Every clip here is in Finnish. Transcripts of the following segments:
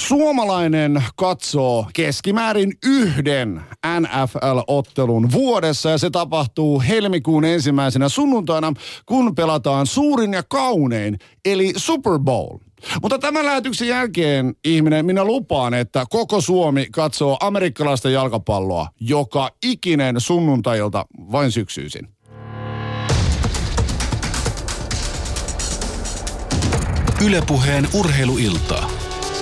Suomalainen katsoo keskimäärin yhden NFL-ottelun vuodessa ja se tapahtuu helmikuun 1. sunnuntaina, kun pelataan suurin ja kaunein, eli Super Bowl. Mutta tämän lähetyksen jälkeen, ihminen, minä lupaan, että koko Suomi katsoo amerikkalaista jalkapalloa joka ikinen sunnuntailta vain syksyisin. Yle Puheen urheiluiltaa.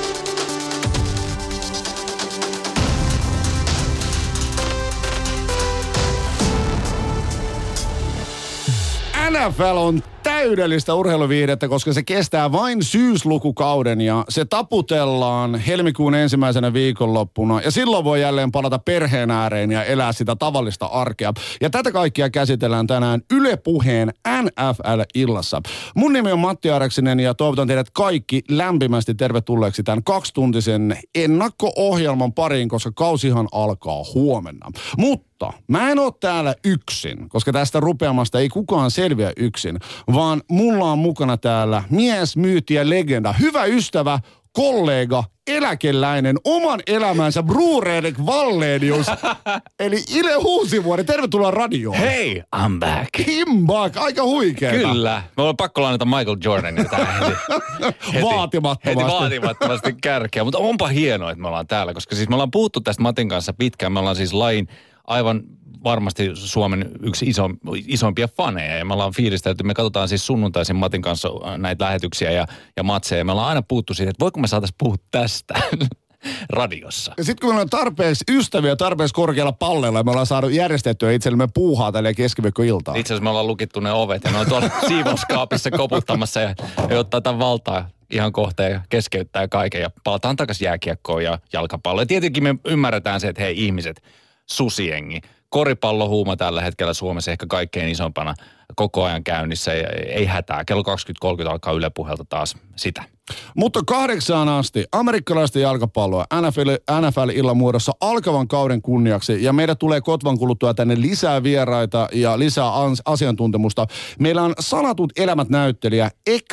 NFL on täydellistä urheiluviihdettä, koska se kestää vain syyslukukauden ja se taputellaan helmikuun 1. viikonloppuna. Ja silloin voi jälleen palata perheen ääreen ja elää sitä tavallista arkea. Ja tätä kaikkia käsitellään tänään Yle Puheen NFL-illassa. Mun nimi on Matti Areksinen ja toivotan teidät kaikki lämpimästi tervetulleeksi tämän 2-tuntisen ennakko-ohjelman pariin, koska kausihan alkaa huomenna. Mutta mä en ole täällä yksin, koska tästä rupeamasta ei kukaan selviä yksin, vaan mulla on mukana täällä mies, myytti ja legenda, hyvä ystävä, kollega, eläkeläinen, oman elämänsä Bruuredek Wallenius, eli Ile Uusivuori. Tervetuloa radioon. Hei, I'm back. I'm back, aika huikeeta. Kyllä. Me ollaan pakko lainata Michael Jordanin tähän heti vaatimattomasti kärkeä. Mutta onpa hienoa, että me ollaan täällä, koska siis me ollaan puhuttu tästä Matin kanssa pitkään. Me ollaan siis lajin aivan varmasti Suomen yksi isompia faneja ja me ollaan fiilistelty. Me katsotaan siis sunnuntaisin Matin kanssa näitä lähetyksiä ja matseja. Me ollaan aina puhuttu siitä, että voiko me saataisiin puhua tästä radiossa. Ja sitten kun meillä on tarpeeksi ystäviä, tarpeeksi korkealla palleilla ja me ollaan saanut järjestettyä itsellemme puuhaa tälleen keskiviikkoiltaan. Itse asiassa me ollaan lukittu ne ovet ja ne on tuolla siivouskaapissa koputtamassa ja ottaa tämän valtaa ihan kohta ja keskeyttää kaiken ja palataan takaisin jääkiekkoon ja jalkapalloon. Ja tietenkin me ymmärretään se, että hei ihmiset, susiengi. Koripallohuuma tällä hetkellä Suomessa ehkä kaikkein isompana koko ajan käynnissä. Ei hätää. Kello 20.30 alkaa Yle Puhelta taas sitä. Mutta 8 asti amerikkalaista jalkapalloa NFL-illan muodossa alkavan kauden kunniaksi. Ja meidän tulee kotvan kuluttua tänne lisää vieraita ja lisää asiantuntemusta. Meillä on sanatut elämät näyttelijä,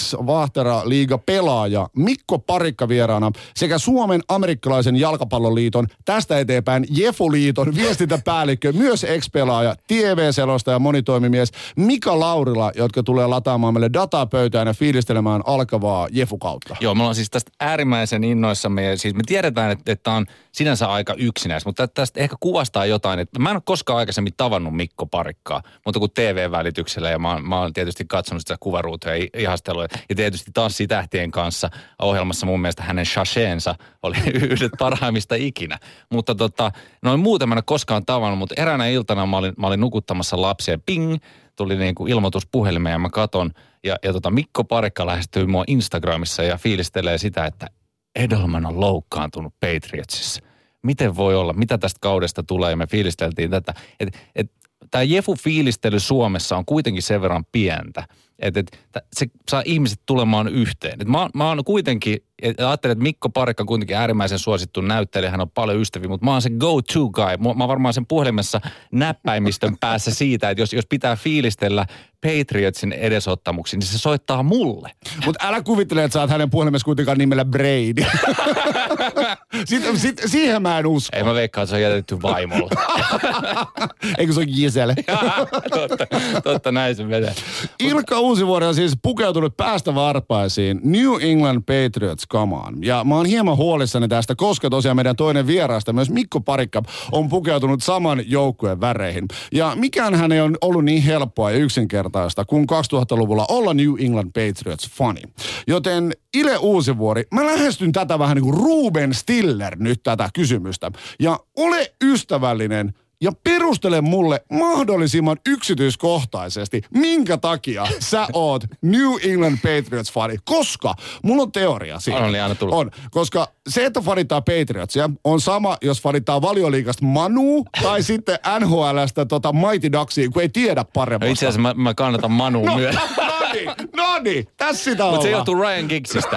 ex-Vahtera-liiga-pelaaja Mikko Parikka vieraana sekä Suomen amerikkalaisen jalkapalloliiton, tästä eteenpäin Jefu-liiton viestintäpäällikkö, myös ex-pelaaja, TV-selostaja ja monitoimimies Mika Laurila, jotka tulee lataamaan meille dataa pöytään ja fiilistelemään alkavaa Jefu-kautta. Joo, me ollaan siis tästä äärimmäisen innoissamme ja siis me tiedetään, että tämä on sinänsä aika yksinäis, mutta tästä ehkä kuvastaa jotain, että mä en ole koskaan aikaisemmin tavannut Mikko Parikkaa, mutta kuin TV-välityksellä ja mä oon tietysti katsonut sitä kuvaruutua ja ihastelua ja tietysti Tanssitähtien kanssa ohjelmassa mun mielestä hänen shasheensa oli yhdet parhaimmista ikinä, mutta noin muuten mä en ole koskaan tavannut, mutta eräänä iltana mä olin nukuttamassa lapsia ja ping, tuli niin kuin ilmoitus puhelimeen ja mä katon ja Mikko Parikka lähestyy mua Instagramissa ja fiilistelee sitä, että Edelman on loukkaantunut Patriotsissa. Miten voi olla? Mitä tästä kaudesta tulee? Ja me fiilisteltiin tätä. Tämä Jefu-fiilistely Suomessa on kuitenkin sen verran pientä, että se saa ihmiset tulemaan yhteen. Mä oon kuitenkin, ajattelen, että Mikko Parikka on kuitenkin äärimmäisen suosittu näyttelijä, hän on paljon ystäviä, mutta mä oon se go-to guy. Mä oon varmaan sen puhelimessa näppäimistön päässä siitä, että jos pitää fiilistellä Patriotsin edesottamuksiin, niin se soittaa mulle. Mutta älä kuvittele, että sä oot hänen puhelimessa kuitenkaan nimellä Brady. Siihen mä en usko. Ei mä veikkaan, että se on jätetty vaimolle. Eikö se ole Giselle? Totta, näin se menee. Ilkka Uusivuori on siis pukeutunut päästä varpaisiin New England Patriots kamaan. Ja mä oon hieman huolissani tästä, koska tosiaan meidän toinen vieraasta, myös Mikko Parikka, on pukeutunut saman joukkueen väreihin. Ja mikään hän ei ole ollut niin helppoa ja yksinkertaista kuin 2000-luvulla olla New England Patriots-fani. Joten Ile Uusivuori, mä lähestyn tätä vähän niin kuin Ruben Stiller nyt tätä kysymystä. Ja ole ystävällinen ja perustele mulle mahdollisimman yksityiskohtaisesti, minkä takia sä oot New England Patriots-fani. Koska mulla on teoria siitä. On, koska se, että fanittaa Patriotsia, on sama, jos fanittaa Valioliigasta Manu tai sitten NHL:stä Mighty Ducksia, kun ei tiedä paremmasta. Itse asiassa mä kannatan Manua myös. No niin, tässä sitä ollaan. Mutta se johtuu Ryan Giggsistä.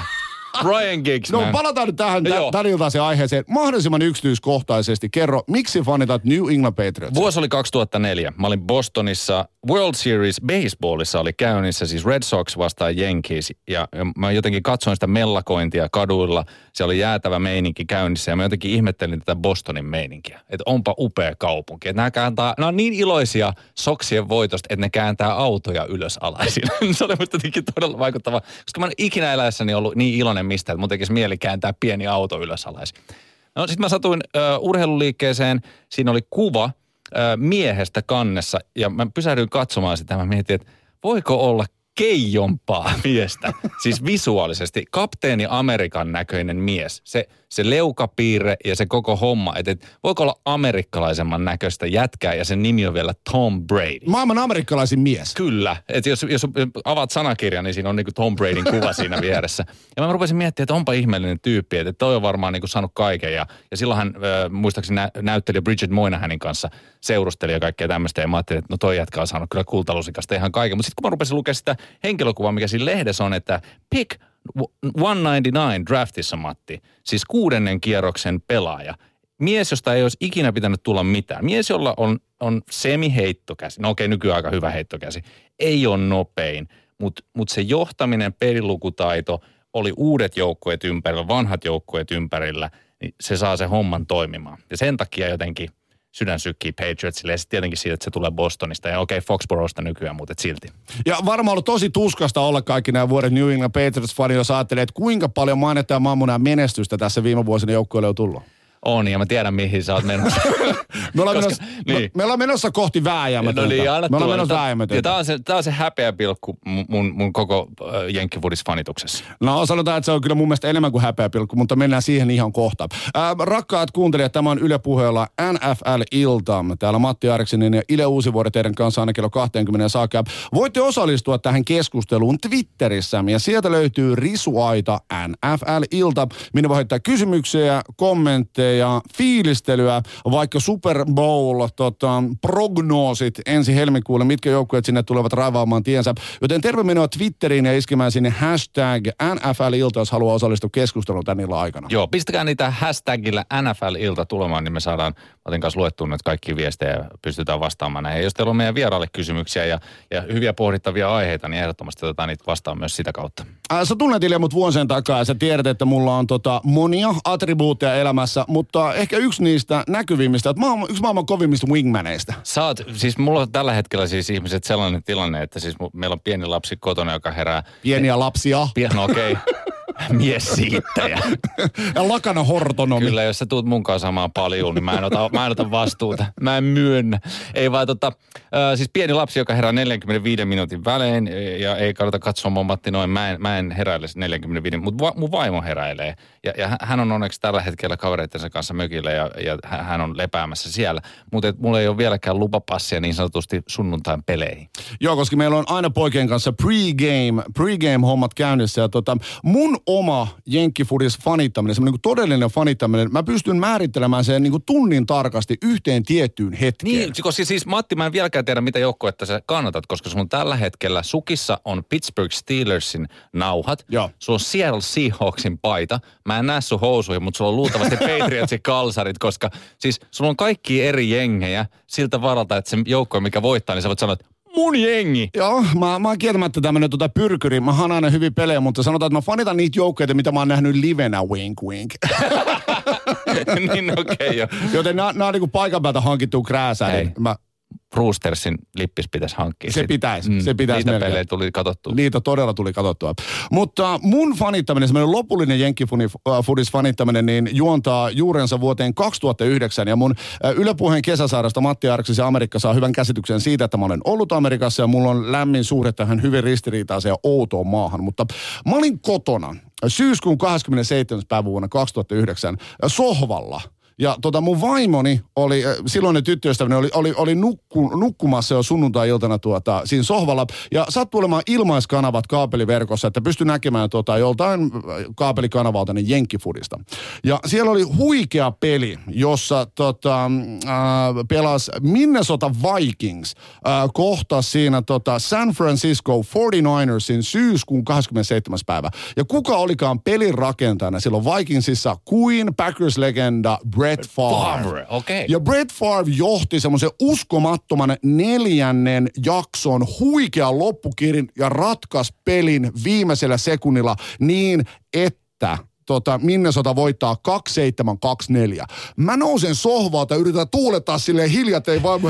Brian Giggs, No palataan nyt tähän tän iltaiseen aiheeseen. Mahdollisimman yksityiskohtaisesti kerro, miksi fanitat New England Patriots? Vuosi oli 2004. Mä olin Bostonissa. World Series Baseballissa oli käynnissä, siis Red Sox vastaan Yankees. Ja mä jotenkin katsoin sitä mellakointia kaduilla. Se oli jäätävä meininki käynnissä ja mä jotenkin ihmettelin tätä Bostonin meininkiä. Että onpa upea kaupunki. Että nämä on niin iloisia Soxien voitosta, että ne kääntää autoja ylös alaisin. Se oli musta jotenkin todella vaikuttava. Koska mä en ikinä eläessäni ollut niin iloinen mistä, että mun tekisi mieli kääntää pieni auto ylös alaisin. No sit mä satuin urheiluliikkeeseen. Siinä oli kuva miehestä kannessa ja mä pysähdyin katsomaan sitä. Mä mietin, että voiko olla keijompaa miestä, siis visuaalisesti. Kapteeni Amerikan näköinen mies. Se leukapiirre ja se koko homma, että voiko olla amerikkalaisemman näköistä jätkää ja sen nimi on vielä Tom Brady. Maailman amerikkalaisin mies. Kyllä. Että jos avaat sanakirjan, niin siinä on niinku Tom Bradyn kuva siinä vieressä. Ja mä rupesin miettimään, että onpa ihmeellinen tyyppi, että toi on varmaan niinku saanut kaiken. Ja silloinhan muistaakseni näyttelijä Bridget Moynahanin kanssa seurusteli ja kaikkea tämmöistä. Ja mä ajattelin, että no toi jätkä on saanut kyllä kultalusikasta ihan kaiken. Mutta sitten kun mä rupesin lukea sitä henkilökuvaa, mikä siinä lehdessä on, että pick 199 draftissa, Matti, siis 6. kierroksen pelaaja. Mies, josta ei olisi ikinä pitänyt tulla mitään. Mies, jolla on semi-heittokäsi. No okei, nykyään aika hyvä heittokäsi. Ei ole nopein, mutta se johtaminen, pelilukutaito, oli uudet joukkueet ympärillä, vanhat joukkueet ympärillä, niin se saa sen homman toimimaan. Ja sen takia jotenkin sydän sykkii Patriotsille ja sitten tietenkin siitä, että se tulee Bostonista ja okei, Foxborosta nykyään, mutta silti. Ja varmaan ollut tosi tuskasta olla kaikki nämä vuodet New England Patriots-fani, jos ajattelee, että kuinka paljon mainetta ja mammonaa menestystä tässä viime vuosina joukkueelle on tullut. On, ja mä tiedän, mihin sä oot menossa. Me ollaan menossa kohti vääjäämätöntä. No niin, me ollaan menossa vääjäämätöntä. Ja tää on se häpeä pilkku mun koko jenkkifudis-fanituksessa. No sanotaan, että se on kyllä mun mielestä enemmän kuin häpeä pilkku, mutta mennään siihen ihan kohta. Rakkaat kuuntelijat, tämä on Yle Puheella NFL-ilta. Täällä Matti Ariksinen ja Ile Uusivuori teidän kanssa aina kello 20 saakka. Voitte osallistua tähän keskusteluun Twitterissä ja sieltä löytyy risuaita NFL-ilta. Minne voi heittää kysymyksiä, kommentteja ja fiilistelyä, vaikka Super Bowl prognoosit ensi helmikuulle, mitkä joukkueet sinne tulevat raivaamaan tiensä. Joten terve menoa Twitteriin ja iskemään sinne hashtag NFL-ilta, jos haluaa osallistua keskusteluun tän illan aikana. Joo, pistäkää niitä hashtagillä NFL-ilta tulemaan, niin me saadaan Matin kanssa luettua nyt kaikki viestejä ja pystytään vastaamaan näihin. Ja jos teillä on meidän vieraalle kysymyksiä ja hyviä pohdittavia aiheita, niin ehdottomasti otetaan niitä vastaan myös sitä kautta. Sä tunnet Ilja mut vuosien takaa ja sä tiedät, että mulla on monia attribuutteja elämässä, mutta ehkä yksi niistä näkyvimmistä, että mä oon yksi maailman kovimmista wingmaneista. Siis mulla on tällä hetkellä siis ihmiset sellainen tilanne, että siis meillä on pieni lapsi kotona, joka herää. Pieniä lapsia. No okei. Miessiittäjä. Ja lakana hortonomi. Kyllä, jos sä tuut munkaan samaan paljon, niin mä en ota vastuuta. Mä en myönnä. Ei vaan siis pieni lapsi, joka herää 45 minuutin välein ja ei kannata katsoa mun Matti noin. Mä en heräile 45, mutta mun vaimo heräilee. Ja hän on onneksi tällä hetkellä kavereittensa kanssa mökillä ja hän on lepäämässä siellä. Mutta mulla ei ole vieläkään lupapassia niin sanotusti sunnuntain peleihin. Joo, koska meillä on aina poikien kanssa pre-game hommat käynnissä. Ja mun oma jenkkifudis fanittaminen, semmoinen niin todellinen fanittaminen, mä pystyn määrittelemään sen niin tunnin tarkasti yhteen tiettyyn hetkeen. Niin, koska siis Matti, mä en vieläkään tiedä, mitä joukkuetta sä kannatat, koska sun tällä hetkellä sukissa on Pittsburgh Steelersin nauhat. Joo. Sulla on Seattle Seahawksin paita. Mä en näe sun housuja, mutta sulla on luultavasti Patriotsin kalsarit, koska siis sulla on kaikki eri jengejä siltä varalta, että se joukkue, mikä voittaa, niin sä voit sanoa, että mun jengi. Joo, mä oon kieltämättä tämmönen pyrkyri. Mä haan aina hyviä pelejä, mutta sanotaan, että mä fanitan niitä joukkoja, mitä mä oon nähnyt livenä, wink wink. Niin okei, joo. Joten nää on niinku paikan päältä hankittua krääsää. Niin Brewstersin lippis pitäisi hankkia. Se pitäisi niitä pelejä tuli katsottua. Niitä todella tuli katsottua. Mutta mun fanittaminen, semmoinen lopullinen jenkkifudis fanittaminen, niin juontaa juurensa vuoteen 2009. Ja mun Yle Puheen kesäsairasta Matti Arksis ja Amerikka saa hyvän käsityksen siitä, että mä olen ollut Amerikassa ja mulla on lämmin suhde tähän hyvin ristiriitaiseen ja outoon maahan. Mutta mä olin kotona syyskuun 27. päivä vuonna 2009 sohvalla. Ja mun vaimoni oli, silloinen tyttöystäväni oli nukkumassa jo sunnuntai-iltana siinä sohvalla. Ja sattui olemaan ilmaiskanavat kaapeliverkossa, että pystyi näkemään joltain kaapelikanavalta niin jenkkifudista. Ja siellä oli huikea peli, jossa pelasi Minnesota Vikings kohtasi siinä San Francisco 49ersin syyskuun 27. päivä. Ja kuka olikaan pelin rakentajana silloin Vikingsissa kuin Packers-legenda Brett Favre. Okay. Ja Brett Favre johti semmoisen uskomattoman 4. jakson huikean loppukirin ja ratkaisi pelin viimeisellä sekunnilla niin, että Minnesota voittaa 27-24. Mä nousen sohvalta ja yritän tuulettaa silleen hiljaa, ettei vaimo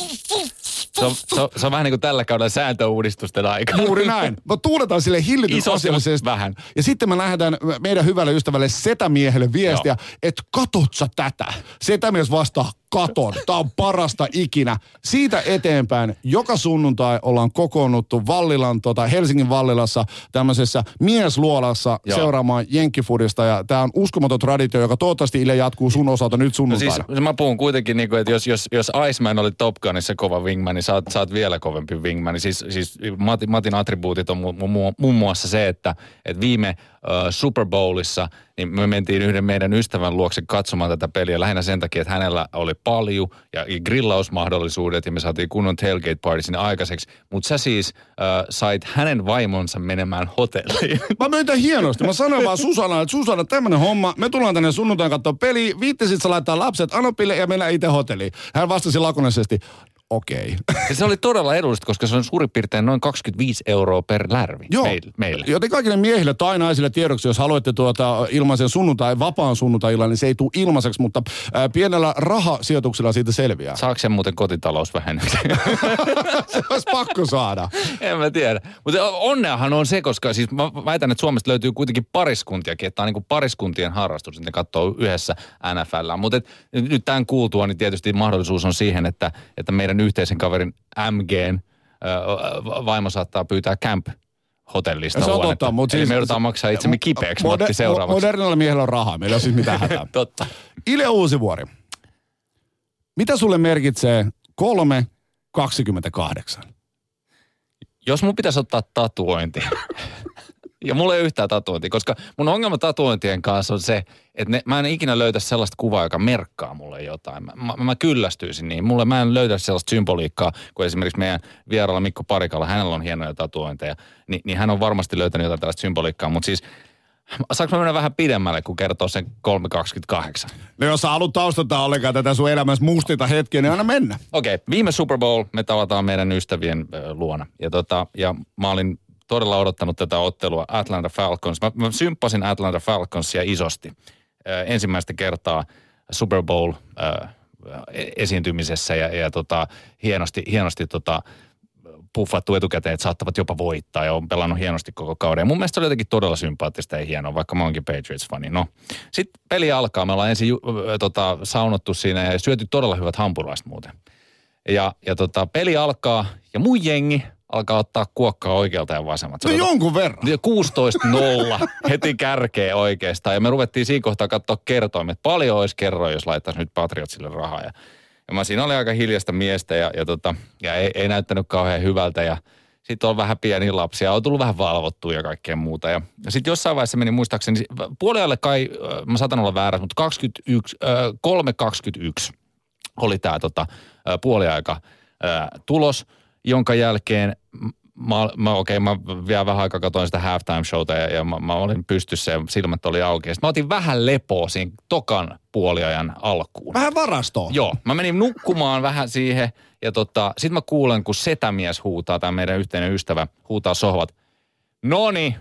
Se on vähän niin kuin tällä kaudella sääntöuudistusten aika. Juuri näin. Mä tuuletaan sille hillityn asiallisesti. Vähän. Ja sitten me lähdetään meidän hyvälle ystävälle setämiehelle viestiä, että katot sä tätä. Setämies vastaa, katon. Tää on parasta ikinä. Siitä eteenpäin joka sunnuntai ollaan kokoonnuttu Helsingin Vallilassa tämmöisessä miesluolassa seuraamaan jenkkifudista. Ja tää on uskomaton traditio, joka toivottavasti Ile jatkuu sun osalta nyt sunnuntaina. No siis mä puhun kuitenkin, niin kuin, että jos Iceman oli Top Gunissa kova wingman, niin sä oot vielä kovempi wingman. Siis Matin attribuutit on muun muassa se, että viime Super Bowlissa niin me mentiin yhden meidän ystävän luokse katsomaan tätä peliä lähinnä sen takia, että hänellä oli palju ja grillausmahdollisuudet ja me saatiin kunnon tailgate party sinne aikaiseksi. Mutta sä siis sait hänen vaimonsa menemään hotelliin. Mä myin tämän hienosti. Mä sanoin vaan Susanna, että Susanna, tämmönen homma. Me tullaan tänne sunnuntain katsoa peliä. Viittisit sä laittaa lapset Anopille ja mennään itse hotelliin. Hän vastasi lakonisesti, okei. Ja se oli todella edullista, koska se on suurin piirtein noin 25 € per lärvi meille. Joten kaikille miehille tai naisille tiedoksi, jos haluatte ilmaisen vapaan sunnuntai-illan, niin se ei tule ilmaiseksi, mutta pienellä rahasijoituksella siitä selviää. Saako sen muuten kotitalousvähennyksen? Se olisi pakko saada. En mä tiedä. Mutta onneahan on se, koska siis mä väitän, että Suomesta löytyy kuitenkin pariskuntiakin, että on niin kuin pariskuntien harrastus, että ne katsoo yhdessä NFL:ää. Mutta nyt tämän kuultua, niin tietysti mahdollisuus on siihen, että meidän yhteisen kaverin MG:n vaimo saattaa pyytää camp-hotellista huonetta. Totta, mutta eli me joudutaan maksaa itsemme kipeäksi, Matti, seuraavaksi. Modernilla miehellä on rahaa, meillä on siis mitään hätää. Totta. Ile Uusivuori, mitä sulle merkitsee 3:28? Jos mun pitäisi ottaa tatuointi, ja mulla ei ole yhtään tatuointia, koska mun ongelma tatuointien kanssa on se, että mä en ikinä löytä sellaista kuvaa, joka merkkaa mulle jotain. Mä kyllästyisin niin. Mä en löytä sellaista symboliikkaa, kun esimerkiksi meidän vieraalla Mikko Parikalla, hänellä on hienoja tatuointeja, niin hän on varmasti löytänyt jotain tällaista symboliikkaa, mutta siis saanko mä mennä vähän pidemmälle, kun kertoo sen 3:28? No jos sä haluat taustata ollenkaan tätä sun elämässä mustita hetkiä, niin aina mennä. Okei, viime Super Bowl me tavataan meidän ystävien luona. Ja mä olin todella odottanut tätä ottelua Atlanta Falcons. Mä symppasin Atlanta Falconsia isosti. Ensimmäistä kertaa Super Bowl esiintymisessä ja hienosti puffattu etukäteen, että saattavat jopa voittaa ja on pelannut hienosti koko kauden. Ja mun mielestä se oli jotenkin todella sympaattista ja hienoa, vaikka mä oonkin Patriots-fani. No, sitten peli alkaa. Me ollaan ensin saunottu siinä ja syöty todella hyvät hampuraiset muuten. Ja peli alkaa ja mun jengi alkaa ottaa kuokkaa oikealta ja vasemmalta. No jonkun verran. 16-0 heti kärkeä oikeastaan. Ja me ruvettiin siinä kohtaa katsoa kertoimme, että paljon olisi kerroin, jos laittaisi nyt Patriotsille rahaa. Ja mä siinä oli aika hiljasta miestä ja ei näyttänyt kauhean hyvältä. Ja sitten on vähän pieniä lapsia, on tullut vähän valvottua ja kaikkea muuta. Ja sitten jossain vaiheessa meni muistaakseni, puoliajalle kai, mä saatan olla väärässä, mutta 3:21 oli tämä puoliaika tulos, jonka jälkeen mä vielä vähän aikaa katsoin sitä halftime showta ja mä olin pystyssä ja silmät oli auki. Sitten mä otin vähän lepoa siinä tokan puoliajan alkuun. Vähän varastoon. Joo, mä menin nukkumaan vähän siihen ja sit mä kuulen, kun setämies huutaa, tämä meidän yhteinen ystävä huutaa sohvat. Noni,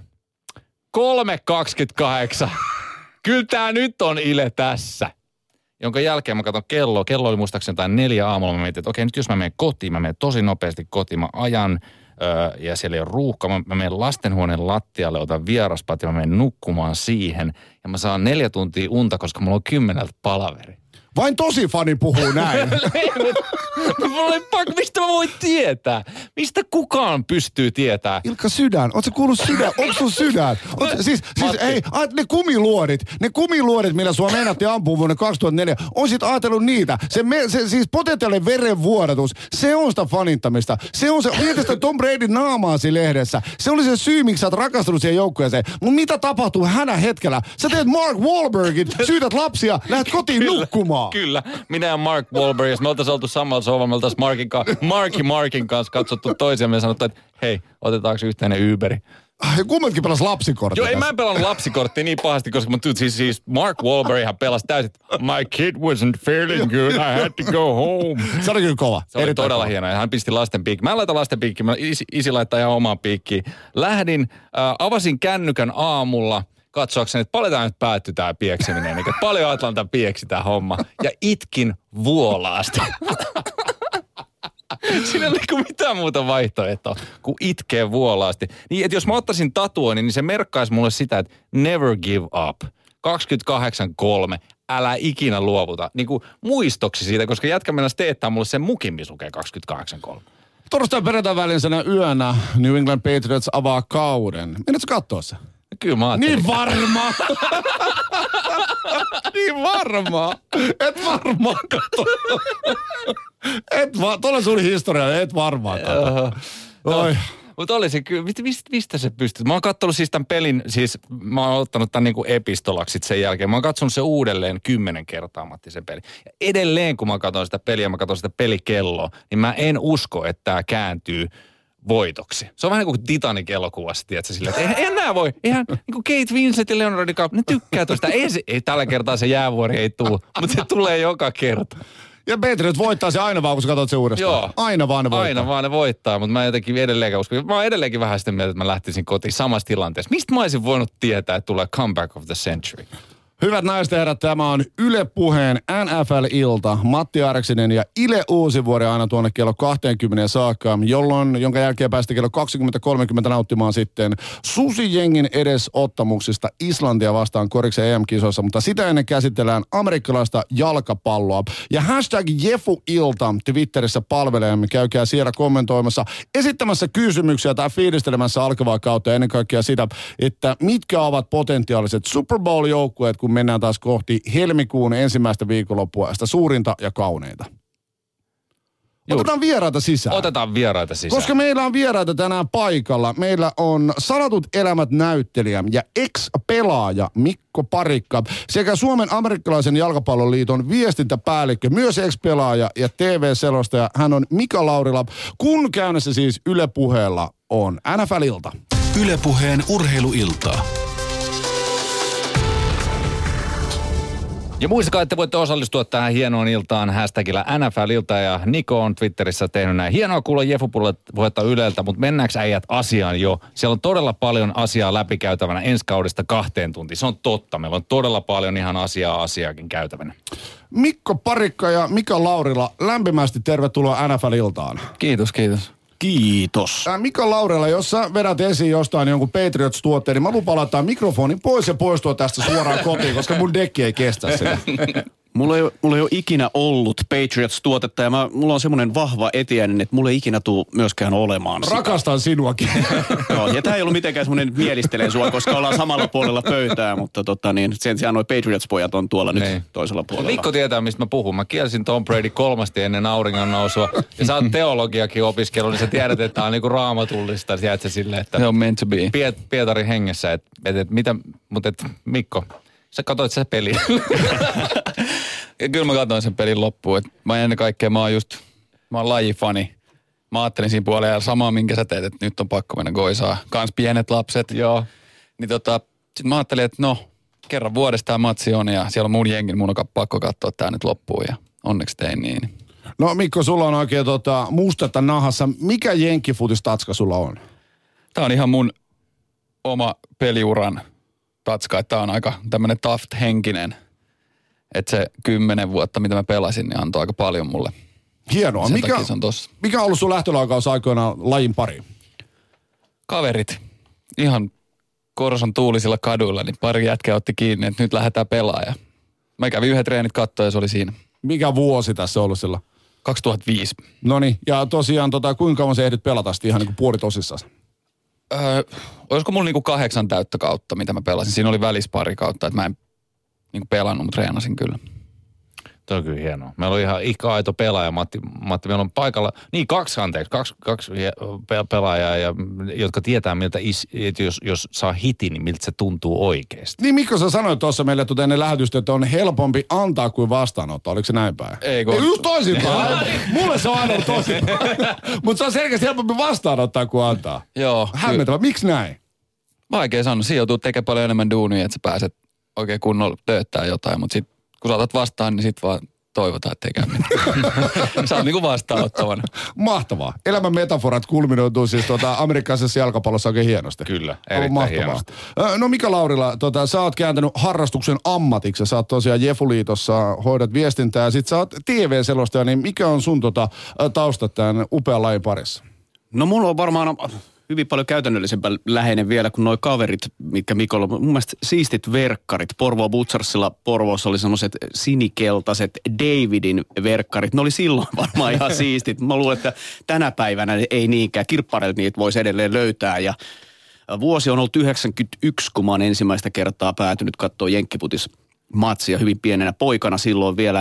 3:28. Kyllä tää nyt on Ile tässä. Jonka jälkeen mä katson kelloa. Kello oli muistaakseni jotain 4 aamulla. Mä mietin, että okei, nyt jos mä menen kotiin, mä menen tosi nopeasti kotiin. Mä ajan ja siellä ei ole ruuhka. Mä menen lastenhuoneen lattialle, otan vieraspatja, mä menen nukkumaan siihen. Ja mä saan 4 tuntia unta, koska mulla on 10 palaveri. Vain tosi fani puhuu näin. Mistä mä voin tietää? Mistä kukaan pystyy tietää? Ilkka, sydän. Ootko kuullut sydän? Onko sun sydän? Siis ei, ne kumiluodit, millä sua meinattiin ampua vuonna 2004, oisit ajatellut niitä. Se siis potentiaalinen verenvuodatus, se on sitä fanittamista. Mietit sitä Tom Bradyn naamaasi lehdessä. Se oli se syy, miksi sä oot rakastunut siihen joukkueeseen. Mutta mitä tapahtuu hänä hetkellä? Sä teet Mark Wahlbergin, syytät lapsia, lähdet kotiin nukkumaan. Kyllä. Minä ja Mark Wahlberg, jos me oltaisiin oltu samalla sovalla, me oltaisiin Markin kanssa katsottu toisiamme ja sanottu, että hei, otetaanko yhteinen Uberi? Ja kummatkin pelas lapsikorttia. Joo, ei mä en pelannut lapsikorttia niin pahasti, koska siis Mark Wahlberghan pelasi täysin, my kid wasn't feeling good, I had to go home. Se oli kyllä kova. Se oli todella hienoa. Hän pisti lasten piikkiin. Mä laitan lasten piikkiin, isi laittaa ihan omaan piikkiin. Lähdin, avasin kännykän aamulla, katsoakseni, että paljon tämä nyt päättyi tämä pieksiminen. Niin, paljon Atlanta pieksi tämä homma. Ja itkin vuolaasti. Siinä ei ole mitään muuta vaihtoehtoa kuin itkee vuolaasti. Niin, että jos mä ottaisin tatuoinnin, niin se merkkaisi mulle sitä, että never give up. 28.3. Älä ikinä luovuta. Niin kuin muistoksi siitä, koska jätkä mennä teettää mulle sen mukin, missä lukee 28.3. Torstain perjantain välisenä yönä New England Patriots avaa kauden. Mennätkö katsoa se? Kyllä mä ajattelin. Niin varma. Niin varma. Et varmaan katso. Tuolla sun historia, et varmaan katso. Oi. Mutta oli se kyllä, mistä se pystyy? Mä oon kattonut siis tämän pelin, mä oon ottanut tämän niinku epistolaksi sen jälkeen. Mä oon katsonut se uudelleen 10 kertaa, Matti, se peli. Ja edelleen, kun mä katson sitä peliä, mä katson sitä pelikelloa, niin mä en usko, että tää kääntyy voitoksi. Se on vähän kuin Titanic-elokuvassa, tiedätkö, silleen, että eihän nää voi. Eihän niin kuin Kate Winslet ja Leonardo DiCaprio, ne tykkää tuosta. Ei tällä kertaa se jäävuori ei tule, mutta se tulee joka kerta. Ja Patriots voittaa se aina vaan, kun sä katsot se uudestaan. Joo. Aina vaan ne voittaa. Aina vaan ne voittaa, mutta mä jotenkin edelleenkin uskon. Mä oon edelleenkin vähän sitä mieltä, että mä lähtisin kotiin samassa tilanteessa. Mistä mä olisin voinut tietää, että tulee comeback of the century? Hyvät naiset ja herrat, tämä on Yle Puheen NFL-ilta. Matti Arksinen ja Ile Uusivuori aina tuonne kello 20 saakka, jonka jälkeen päästä kello 20.30 nauttimaan sitten Susi-jengin edesottamuksista Islantia vastaan Koriksen EM-kisoissa, mutta sitä ennen käsitellään amerikkalaista jalkapalloa. Ja hashtag Jefu-ilta Twitterissä palvelee, käykää siellä kommentoimassa, esittämässä kysymyksiä tai fiilistelemässä alkavaa kautta ja ennen kaikkea sitä, että mitkä ovat potentiaaliset Super Bowl-joukkueet, kun mennään taas kohti helmikuun ensimmäistä viikonloppua, sitä suurinta ja kauneinta. Otetaan vieraita sisään. Otetaan vieraita sisään. Koska meillä on vieraita tänään paikalla. Meillä on Salatut elämät -näyttelijä ja ex-pelaaja Mikko Parikka sekä Suomen amerikkalaisen jalkapalloliiton viestintäpäällikkö, myös ex-pelaaja ja TV-selostaja. Hän on Mika Laurila, kun käynnissä siis Yle Puheella on NFL-ilta. Yle Puheen urheiluiltaa. Ja muistakaa, että voitte osallistua tähän hienoon iltaan hashtagillä NFL-ilta ja Niko on Twitterissä tehnyt näin. Hienoa kuulla Jefu-puhetta Yleltä, mutta mennäänkö äijät asiaan jo? Siellä on todella paljon asiaa läpikäytävänä ensi kaudesta 2 tuntiin. Se on totta. Meillä on todella paljon ihan asiaakin käytävänä. Mikko Parikka ja Mika Laurila, lämpimästi tervetuloa NFL-iltaan. Kiitos, kiitos. Kiitos. Mika Laurila, jos sä vedät esiin jostain jonkun Patriots-tuotteen, niin mä lupaan laittaa mikrofonin pois ja poistua tästä suoraan kotiin, koska mun dekki ei kestä sitä. Mulla ei ole ikinä ollut Patriots-tuotetta ja mulla on semmoinen vahva etiäinen, että mulla ei ikinä tule myöskään olemaan sitä. Rakastan sinuakin. Joo, ja tää ei ollut mitenkään semmoinen mielistelee sua, koska ollaan samalla puolella pöytää, mutta sen sijaan noi Patriots-pojat on tuolla nyt toisella puolella. Mikko tietää, mistä mä puhun. Mä kielsin Tom Brady 3 ennen auringon nousua. Ja sä oot teologiakin opiskellut, niin sä tiedät, että tää on niinku raamatullista. Tiedät sä silleen, että... Se on meant to be. Pietarin hengessä, mutta Mikko, sä katsoit sä peliä. Ja kyllä mä katsoin sen pelin loppuun. Mä ennen kaikkea mä oon lajifani. Mä ajattelin siinä puolella samaa, minkä sä teet, että nyt on pakko mennä goisaa. Kans pienet lapset. Joo. Niin sit mä ajattelin, että kerran vuodessa tää matsi on ja siellä on mun jengi, mun on pakko katsoa tää nyt loppuun ja onneksi tein niin. No Mikko, sulla on oikein mustetta nahassa. Mikä jenkkifutis-tatska sulla on? Tää on ihan mun oma peliuran tatska, että tää on aika tämmönen taft-henkinen. Että se 10 vuotta, mitä mä pelasin, niin antoi aika paljon mulle. Hienoa. Mikä on ollut sun lähtölaukaus aikoinaan lajin pari? Kaverit. Ihan Korson tuulisilla kaduilla, niin pari jätkää otti kiinni, että nyt lähdetään pelaamaan. Mä kävin 1 treenit kattoon ja se oli siinä. Mikä vuosi tässä on ollut silloin? 2005. Noniin, ja tosiaan kuinka kauan sä ehdit pelata ihan niin kuin puolitosissaan? Olisiko mulla niinku 8 täyttä kautta, mitä mä pelasin. Siinä oli välissä pari kautta, että mä en niinku pelannut, mutta treenasin kyllä. Tuo on kyllä hienoa. Meillä on ihan aito pelaaja, Matti, meillä on paikalla, kaksi pelaajaa, jotka tietää, miltä jos saa hitin, niin miltä se tuntuu oikeasti. Niin Mikko, sä sanoit tuossa meille ennen lähetystä, että on helpompi antaa kuin vastaanottaa. Oliko se näin päin? Ei just toisinpäin. Mulle se on aina toisinpäin. Mutta se on selkeästi helpompi vastaanottaa kuin antaa. Joo. Hämmentävä. Miksi näin? Vaikea sanoa. Siinä joutuu tekemään paljon enemmän duunia, että sä pääset oikein kunnolla tööttää jotain, mutta sit kun saatat vastaan, niin sit vaan toivotaan, että tekee mitään. Sä oot niinku vastaanottavana. Mahtavaa. Elämän metaforat kulminoituu siis amerikkalaisessa jalkapallossa oikein hienosti. Kyllä, erittäin hienosti. No Mika Laurila, sä oot kääntänyt harrastuksen ammatiksi. Sä oot tosiaan Jefuliitossa, hoidat viestintää ja sit sä oot TV-selostaja, niin mikä on sun taustat tämän upean lajin parissa? No mulla on varmaan hyvin paljon käytännöllisempää läheinen vielä kuin noi kaverit, mitkä Mikolla on. Mun mielestä siistit verkkarit. Porvoo Butchersilla Porvoossa oli semmoiset sinikeltaiset Davidin verkkarit. Ne oli silloin varmaan ihan siistit. Mä luulen, että tänä päivänä ei niinkään. Kirppareilta niitä voisi edelleen löytää. Ja vuosi on ollut 91, kun mä oon ensimmäistä kertaa päätynyt katsoa jenkkiputis-matsia hyvin pienenä poikana. Silloin vielä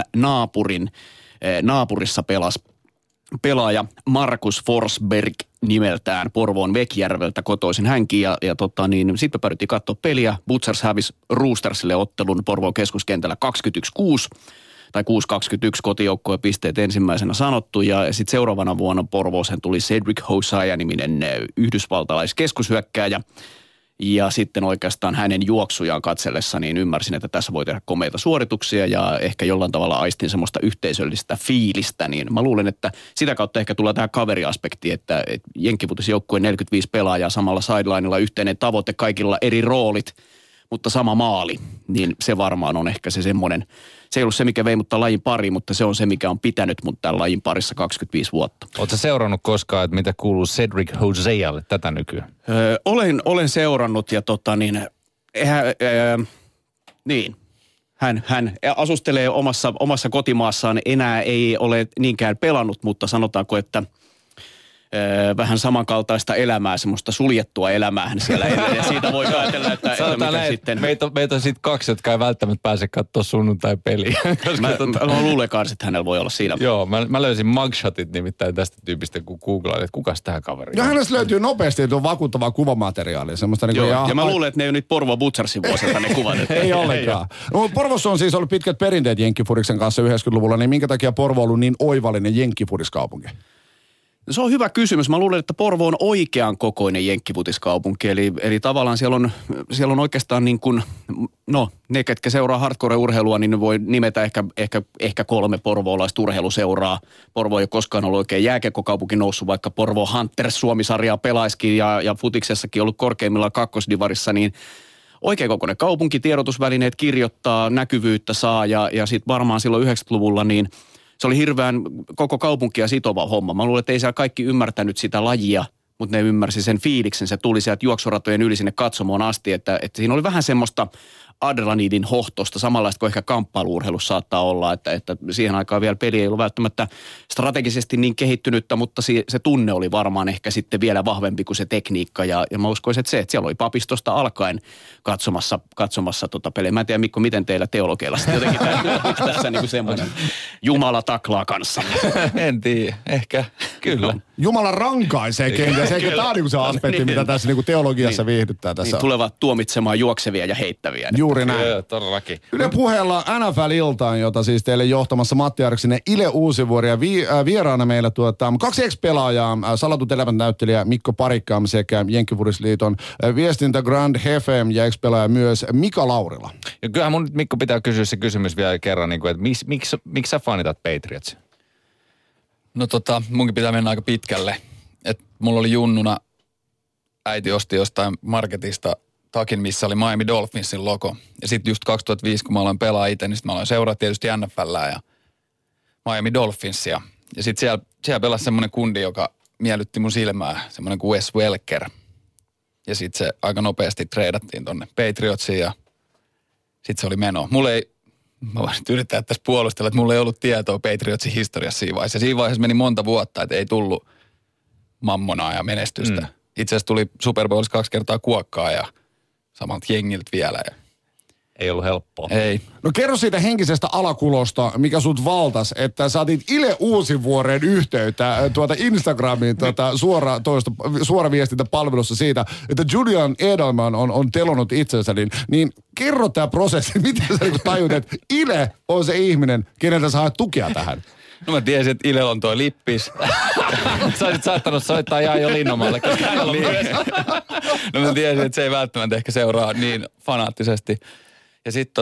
naapurissa pelaaja Markus Forsberg nimeltään Porvoon Vekjärveltä kotoisin hänkin ja sitten me päädyttiin katsoa peliä. Butchers hävisi Roostersille ottelun Porvoon keskuskentällä 21-6 tai 6-21 kotijoukkojen pisteet ensimmäisenä sanottu ja sitten seuraavana vuonna Porvooseen tuli Cedric Hosea-niminen yhdysvaltalaiskeskushyökkääjä. Ja sitten oikeastaan hänen juoksujaan katsellessa niin ymmärsin, että tässä voi tehdä komeita suorituksia ja ehkä jollain tavalla aistin semmoista yhteisöllistä fiilistä. Niin mä luulen, että sitä kautta ehkä tulee tähän kaveriaspektiin, että jenkkifutisjoukkueen 45 pelaajaa samalla sidelineilla yhteinen tavoite, kaikilla eri roolit, mutta sama maali. Niin se varmaan on ehkä se semmoinen, se ei ollut se mikä vei mutta lajin pari, mutta se on se mikä on pitänyt mut tämän lajin parissa 25 vuotta. Ootko seurannut koskaan, että mitä kuuluu Cedric Hosealle tätä nykyään? Olen seurannut ja hän asustelee omassa kotimaassaan, enää ei ole niinkään pelannut, mutta sanotaanko, että vähän samankaltaista elämää, semmoista suljettua elämää hän siellä elää. Ja siitä voi ajatella, että mitä sitten... Meitä on sitten 2, jotka ei välttämättä pääse katsoa sunnuntai-peliä. Mä luulen kanssa, että hänellä voi olla siinä. Joo, mä löysin mugshotit nimittäin tästä tyypistä, kun googlain, että kukas tähän kaveriin. Ja hänestä löytyy nopeasti tuon vakuuttavaa kuvamateriaalia. Semmoista ja mä luulen, että ne ei ole nyt Porvoo Butchersin vuosilta ne kuvat. Ei ollenkaan. No, Porvossa on siis ollut pitkät perinteet jenkkifuriksen kanssa 90-luvulla, niin minkä takia Porvo on ollut niin oivallinen jenkkifuriskaupunki? Se on hyvä kysymys. Mä luulen, että Porvo on oikean kokoinen jenkkifutiskaupunki. Eli tavallaan siellä on oikeastaan niin kuin, no ne, ketkä seuraa hardcore-urheilua, niin ne voi nimetä ehkä 3 porvoolaista urheiluseuraa. Porvo ei ole koskaan ollut oikein jääkiekkokaupunki noussut, vaikka Porvo Hunters Suomi-sarjaa pelaiskin ja futiksessakin ollut korkeimmillaan kakkosdivarissa, niin oikein kokoinen kaupunki, tiedotusvälineet kirjoittaa, näkyvyyttä saa ja sitten varmaan silloin 90-luvulla niin se oli hirveän koko kaupunkia sitova homma. Mä luulen, että ei siellä kaikki ymmärtänyt sitä lajia, mutta ne ymmärsi sen fiiliksen. Se tuli sieltä juoksuratojen yli sinne katsomoon asti, että siinä oli vähän semmoista adrenaliinin hohtosta, samanlaista kuin ehkä kamppailu-urheilussa saattaa olla, että siihen aikaan vielä peli ei ollut välttämättä strategisesti niin kehittynyttä, mutta se tunne oli varmaan ehkä sitten vielä vahvempi kuin se tekniikka ja mä uskoisin, että siellä oli papistosta alkaen katsomassa pelejä. Mä en tiedä Mikko, miten teillä teologeilla sitten jotenkin tässä niin kuin semmoinen Jumala taklaa kanssa. En tiedä, ehkä kyllä. Jumala rankaisee kenties, eikö tämä on niin se aspekti, mitä tässä niin teologiassa viihdyttää tässä. Niin, tulevat tuomitsemaan juoksevia ja heittäviä. Juuri näin. Joo, todellakin. Yle Puheella NFL-iltaan, jota siis teille johtamassa Matti Arksinen, Ile Uusivuori ja vieraana meillä 2 ex-pelaajaa, salatut elämät näyttelijä Mikko Parikka sekä Jenkkifutisliiton viestintä Grand Hefe ja ex-pelaaja myös Mika Laurila. Ja kyllähän mun nyt Mikko pitää kysyä se kysymys vielä kerran, niin kuin, että miksi sä fanitat Patriots? No munkin pitää mennä aika pitkälle. Et mulla oli junnuna, äiti osti jostain marketista takin, missä oli Miami Dolphinsin logo. Ja sitten just 2005, kun mä aloin pelaa itse, niin sit mä aloin seuraa tietysti NFLää ja Miami Dolphinsia. Ja sitten siellä pelasi semmoinen kundi, joka miellytti mun silmää, semmoinen kuin Wes Welker. Ja sitten se aika nopeasti treidattiin tonne Patriotsiin ja sitten se oli meno. mä voin nyt yrittää tässä puolustella, että mulla ei ollut tietoa Patriotsin historiassa siinä vaiheessa. Ja siinä vaiheessa meni monta vuotta, että ei tullut mammonaa ja menestystä. Itse asiassa tuli Super Bowlissa 2 kertaa kuokkaa ja samalta jengiltä vielä. Ei ollut helppoa. Ei. No kerro siitä henkisestä alakulosta, mikä sut valtas, että saatit Ile Uusivuoreen yhteyttä Instagramiin suora viestintäpalvelussa siitä, että Julian Edelman on telonut itsensä, niin kerro tämä prosessi, miten sä tajut, että Ile on se ihminen, keneltä sä haet tukea tähän? No mä tiesin, että Ilellä on toi lippis. Sä olisit saattanut soittaa Jaajo Linnomalle, koska hän on myös. No mä tiesin, että se ei välttämättä ehkä seuraa niin fanaattisesti. Ja sitten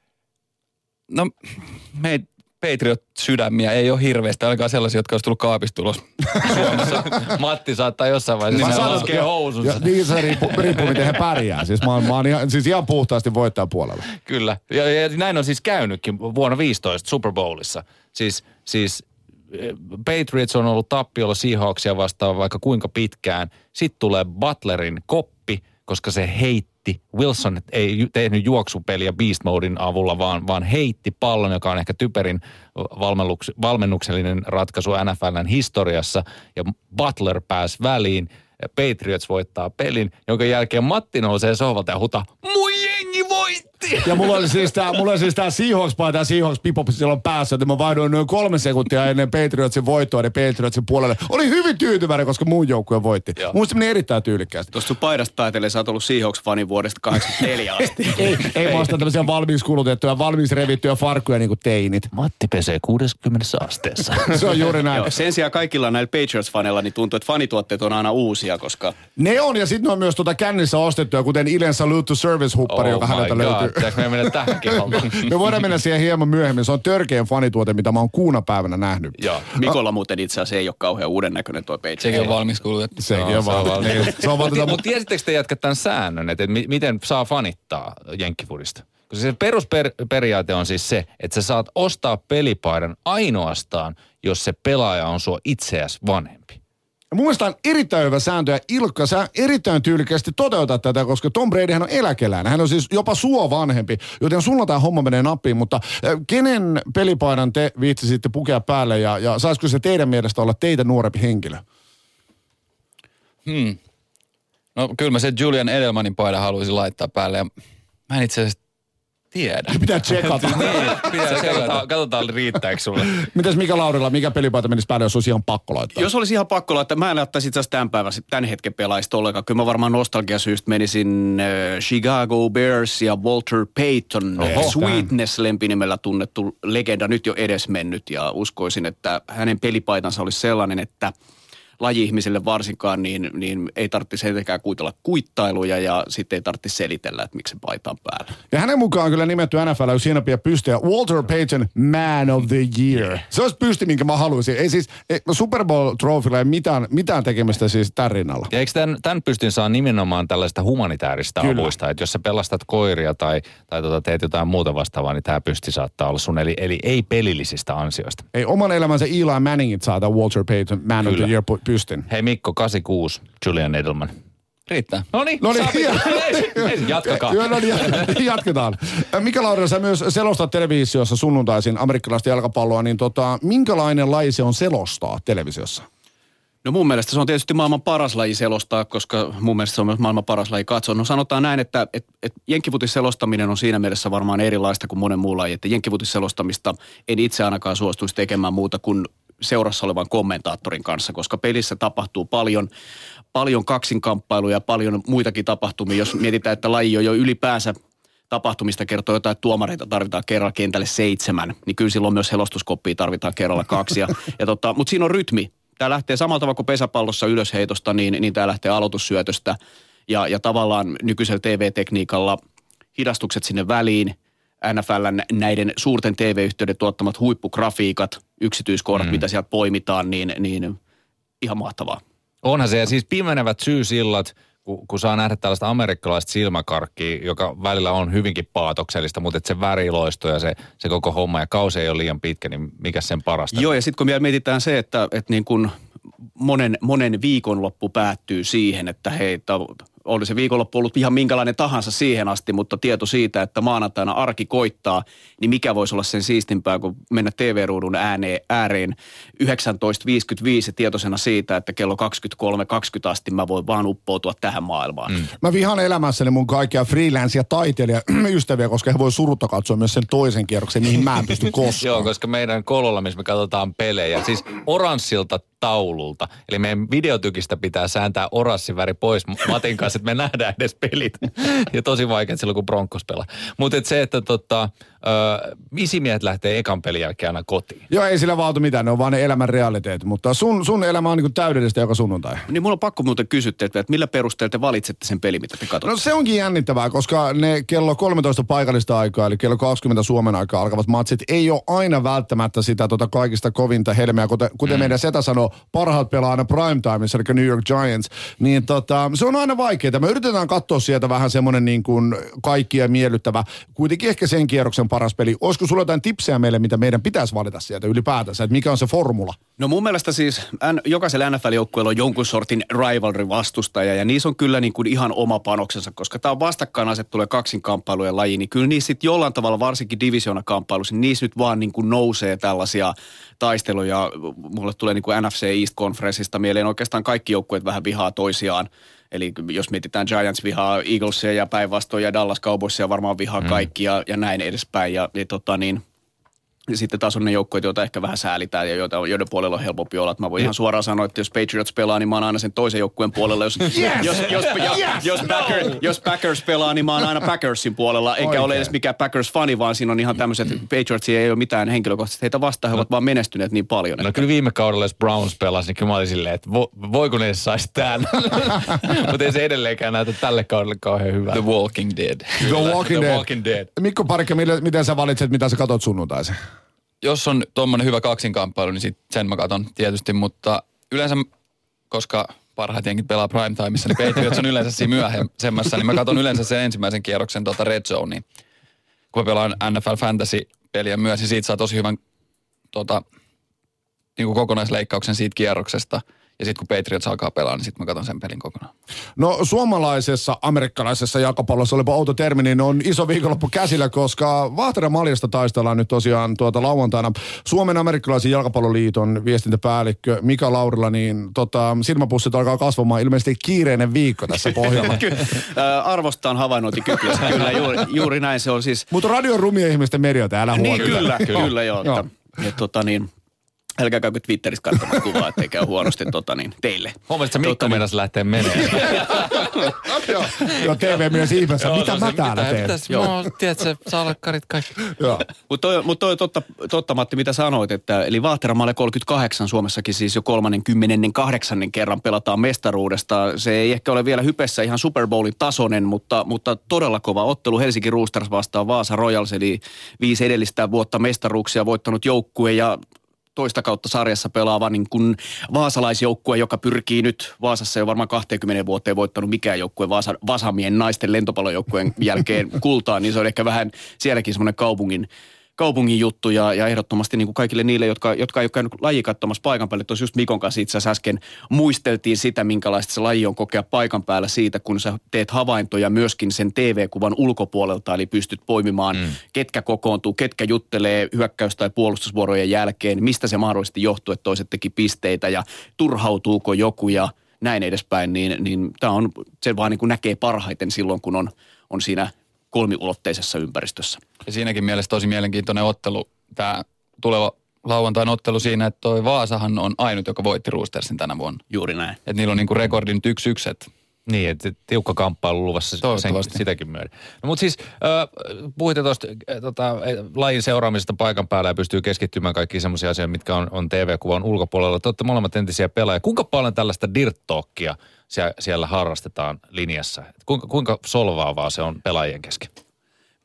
no meitä Patriot-sydämiä ei ole hirveästi, ainakaan sellaisia, jotka olisi tullut kaapista ulos Suomessa. Matti saattaa jossain vaiheessa laskea housunsa. Niin se riippuu miten he pärjää. Siis mä oon ihan puhtaasti voittajan puolella. Kyllä. Ja näin on siis käynytkin vuonna 15 Super Bowlissa. Siis Patriots on ollut tappiolla Seahawksia vastaan vaikka kuinka pitkään. Sitten tulee Butlerin koppi, koska se heitti. Wilson ei tehnyt juoksupeliä Beast Moden avulla, vaan heitti pallon, joka on ehkä typerin valmennuksellinen ratkaisu NFLn historiassa. Ja Butler pääsi väliin. Patriots voittaa pelin, jonka jälkeen Matti nousee sohvalta ja huutaa, mun jengi voitti! Ja mulla oli siis tää Seahawks-paita ja Seahawks-pipo silloin päässä, että mä vaihdoin noin 3 sekuntia ennen Patriotsin voittoa ja Patriotsin puolelle. Oli hyvin tyytyväinen, koska mun joukkue voitti. Muista meni erittäin tyylikkäästi. Tuosta sun paidasta päätellen sä oot ollut Seahawks-fani vuodesta 84 asti. ei vasta tämmöisiä valmiiksi kulutettuja, valmiiksi revittyjä farkkuja niin kuin teinit. Matti pesee 60 asteessa. Se on juuri näin. Joo, sen sijaan kaikilla näillä Patriots-faneilla niin tuntuu, että fanituotteet on aina uusia, koska... Ne on, ja sitten ne on myös kännissä ostettuja, kuten Ilen Salute to Service-huppari, joka häneltä löytyy. Pitääkö me mennä tähänkin hommaan? Me voidaan mennä siihen hieman myöhemmin. Se on törkeän fanituote, mitä mä oon kuuna päivänä nähnyt. Joo. Mikolla muuten itse asiassa ei ole kauhean uuden näköinen tuo Patriots. Sekin on valmis kulutettu. Sekin on valmis. Mutta tiesittekö te jätkät tämän säännön, että miten saa fanittaa jenkkifudista? Koska se perusperiaate on siis se, että sä saat ostaa pelipaidan ainoastaan, jos se pelaaja on sua itseäsi vanhempi. Mun mielestä on erittäin hyvä sääntö, ja Ilkka, sä erittäin tyylikkäästi toteutat tätä, koska Tom Bradyhän on eläkeläinen. Hän on siis jopa sua vanhempi, joten sulla tämä homma menee nappiin, mutta kenen pelipaidan te viitsisitte pukea päälle, ja saisiko se teidän mielestä olla teitä nuorempi henkilö? No kyllä mä sen Julian Edelmanin paidan haluaisin laittaa päälle, ja mä en itse asiassa tiedä. Pitää tsekata. Katsotaan riittääkö sulle. Mitäs Mika Laurila, mikä pelipaita menisi päälle, jos olisi ihan pakko laittaa? Jos olisi ihan pakko laittaa, mä en laittaisi itse asiassa tämän hetken pelaajista ollenkaan. Kyllä mä varmaan nostalgiasyystä menisin Chicago Bears ja Walter Payton. Sweetness lempinimellä tunnettu legenda, nyt jo edesmennyt. Ja uskoisin, että hänen pelipaitansa olisi sellainen, että laji-ihmisille varsinkaan, niin ei tarvitsisi etenkään kuitella kuittailuja ja sitten ei tarvitsisi selitellä, että miksi se paita on päällä. Ja hänen mukaan on kyllä nimetty NFL, jos siinä pidä pystyä. Walter Payton, Man of the Year. Se olisi pysti, minkä mä haluaisin. Ei siis Super Bowl-trofilla ei mitään tekemistä siis tämän rinnalla. Ja eikö tämän pystyn saa nimenomaan tällaista humanitaarista avuista, että jos sä pelastat koiria tai teet jotain muuta vastaavaa, niin tämä pysti saattaa olla sun. Eli ei pelillisistä ansioista. Ei oman elämänsä Eli Manningit saada Walter Payton, Man of the Year pystin. Hei Mikko, 86, Julian Edelman. Riittää. Noniin, jatkakaa. Jatketaan. Mika Laurila, sä myös selostat televisiossa sunnuntaisin amerikkalaista jalkapalloa, niin minkälainen laji se on selostaa televisiossa? No mun mielestä se on tietysti maailman paras laji selostaa, koska mun mielestä se on myös maailman paras laji katsoa. No sanotaan näin, että jenkkifutis selostaminen on siinä mielessä varmaan erilaista kuin monen muun laji, että jenkkifutis selostamista en itse ainakaan suostuisi tekemään muuta kuin seurassa olevan kommentaattorin kanssa, koska pelissä tapahtuu paljon kaksinkamppailuja, paljon muitakin tapahtumia. Jos mietitään, että laji on jo ylipäänsä tapahtumista kertoo jotain, että tuomareita tarvitaan kerralla kentälle 7, niin kyllä silloin myös helostuskoppia tarvitaan kerralla 2. Mutta siinä on rytmi. Tämä lähtee samalla tavalla kuin pesäpallossa ylösheitosta, niin tämä lähtee aloitussyötöstä ja tavallaan nykyisellä TV-tekniikalla hidastukset sinne väliin, NFLn näiden suurten TV-yhteyden tuottamat huippugrafiikat, yksityiskohdat, mitä sieltä poimitaan, niin ihan mahtavaa. Onhan se, ja siis pimenevät syysillat, kun saa nähdä tällaista amerikkalaista silmäkarkkia, joka välillä on hyvinkin paatoksellista, mutta se väriloisto ja se koko homma ja kausi ei ole liian pitkä, niin mikä sen parasta? Joo, ja sitten kun vielä mietitään se, että niin kun monen viikonloppu päättyy siihen, että hei, oli se viikonloppu ollut ihan minkälainen tahansa siihen asti, mutta tieto siitä, että maanantaina arki koittaa, niin mikä voisi olla sen siistimpää, kun mennä TV-ruudun ääreen 19.55 ja tietoisena siitä, että kello 23.20 asti mä voin vaan uppoutua tähän maailmaan. Mä vihaan elämässäni mun kaikkia freelance- ja taiteilijaystäviä, koska he voi surutta katsoa myös sen toisen kierroksen, niihin mä en pysty koskaan. Joo, koska meidän kololla, missä me katsotaan pelejä, siis oranssilta taululta. Eli meidän videotykistä pitää sääntää oranssiväri pois Matin kanssa, että me nähdään edes pelit. Ja tosi vaikea silloin, kun Broncos pelaa. Mutta se, että isimiehet lähtee ekan pelin jälkeen aina kotiin. Joo, ei sillä valtu mitään, ne on vaan ne elämän realiteet. Mutta sun elämä on niin kuin täydellistä joka sunnuntai. Niin mulla on pakko muuten kysyä, että millä perusteella te valitsette sen pelin, mitä te katsotte? No se onkin jännittävää, koska ne kello 13 paikallista aikaa, eli kello 20 Suomen aikaa alkavat matsit, ei ole aina välttämättä sitä kaikista kovinta helmeä, kuten meidän setä sanoo, parhaat pelaa aina primetimeissa, eli New York Giants, niin se on aina vaikeaa. Me yritetään katsoa sieltä vähän semmoinen niin kuin kaikkia miellyttävä, kuitenkin ehkä sen kierroksen paras peli. Olisiko sulla jotain tipsejä meille, mitä meidän pitäisi valita sieltä ylipäätänsä, että mikä on se formula? No mun mielestä siis jokaisella NFL-joukkueella on jonkun sortin rivalry-vastustaja ja niissä on kyllä niin kuin ihan oma panoksensa, koska tämä on vastakkainasettelujen kaksinkamppailujen laji, niin kyllä niissä sitten jollain tavalla, varsinkin divisionakamppailuissa, niin niissä nyt vaan niin kuin nousee tällaisia taisteluja. Mulle tulee niin kuin NFC East Conferenceista mieleen oikeastaan kaikki joukkueet vähän vihaa toisiaan. Eli jos mietitään Giants vihaa Eaglesia ja päinvastoin ja Dallas Cowboysia varmaan vihaa kaikki ja näin edespäin. Ja sitten taas on ne joukkueet, joita ehkä vähän säälitään ja joiden puolella on helpompi olla. Että mä voin ihan suoraan sanoa, että jos Patriots pelaa, niin mä oon aina sen toisen joukkueen puolella. Jos Packers pelaa, niin mä oon aina Packersin puolella. Eikä ole edes mikään Packers-fani, vaan siinä on ihan tämmöiset, Patriotsia ei ole mitään henkilökohtaisesti heitä vastaan. He ovat vaan menestyneet niin paljon. No kyllä viime kaudella, jos Browns pelasi, niin kyllä mä olin silleen, että voiko ne edes saisi tämän? Mutta ei se edelleenkään näytä tälle kaudelle kauhean hyvää. The Walking Dead. The Walking Dead. Mikko Parikka, miten sä valitset, mitä sä katot sunnuntaisen? Jos on tommonen hyvä kaksinkamppailu, niin sen mä katon tietysti, mutta yleensä, koska parhaat jenkit pelaa primetimeissa, niin Patriots on yleensä siinä myöhemmässä, niin mä katon yleensä sen ensimmäisen kierroksen Red Zoneen. Kun mä pelaan NFL Fantasy-peliä myös, niin siitä saa tosi hyvän niin kuin kokonaisleikkauksen siitä kierroksesta. Ja sitten kun Patriots alkaa pelaa, niin sitten mä katson sen pelin kokonaan. No suomalaisessa, amerikkalaisessa jalkapallossa, olipa outo termi, niin on iso viikonloppu käsillä, koska Vaahtera Maljasta taistellaan nyt tosiaan lauantaina. Suomen amerikkalaisen jalkapalloliiton viestintäpäällikkö Mika Laurila, niin silmäpussit alkaa kasvamaan. Ilmeisesti kiireinen viikko tässä pohjalla. Arvostaan havainnointikykyä. Kyllä, juuri näin se on siis. Mutta radion rumia ihmisten medioita, älä huolita. Niin, kyllä joo. Älkää käykö Twitterissä katsomaan kuvaa, ettei käy huonosti teille. Huomasit, että Mikko meinas lähtee menemään. Joo, TV-mies ihmeessä. Mitä mä täällä teen? Tiedätkö, salkkarit kaikki. Mutta toi totta, Matti, mitä sanoit, että eli Vaahteramalle 38 Suomessakin siis jo 38. kerran pelataan mestaruudesta. Se ei ehkä ole vielä hypessä ihan Super Bowlin tasoinen, mutta todella kova ottelu. Helsinki Roosters vastaan Vaasa Royals, eli 5 edellistä vuotta mestaruuksia voittanut joukkue ja toista kautta sarjassa pelaava niin kuin vaasalaisjoukkue, joka pyrkii nyt Vaasassa jo varmaan 20 vuoteen voittanut mikään joukkue Vasamien naisten lentopallojoukkueen jälkeen kultaan, niin se on ehkä vähän sielläkin semmoinen kaupungin juttu ja ehdottomasti niin kuin kaikille niille, jotka ei ole käynyt laji katsomassa paikan päälle. Tuossa just Mikon kanssa itse asiassa äsken muisteltiin sitä, minkälaista se laji on kokea paikan päällä siitä, kun sä teet havaintoja myöskin sen TV-kuvan ulkopuolelta, eli pystyt poimimaan, ketkä kokoontuu, ketkä juttelee hyökkäys- tai puolustusvuorojen jälkeen, mistä se mahdollisesti johtuu, että toiset teki pisteitä ja turhautuuko joku ja näin edespäin, niin tämä on, se vaan niin kuin näkee parhaiten silloin, kun on siinä kolmiulotteisessa ympäristössä. Ja siinäkin mielessä tosi mielenkiintoinen ottelu, tämä tuleva lauantain ottelu siinä, että toi Vaasahan on ainut, joka voitti Roostersin tänä vuonna. Juuri näin. Että niillä on niinku rekordin 1-1. Niin, että tiukka kamppailu luvassa sitäkin myöden. No, mutta siis puhuitte tuosta lajin seuraamisesta paikan päällä ja pystyy keskittymään kaikkiin semmoisia asioita, mitkä on TV-kuvan ulkopuolella. Te olette molemmat entisiä pelaajia. Kuinka paljon tällaista dirt talkia siellä harrastetaan linjassa? Kuinka solvaavaa se on pelaajien kesken?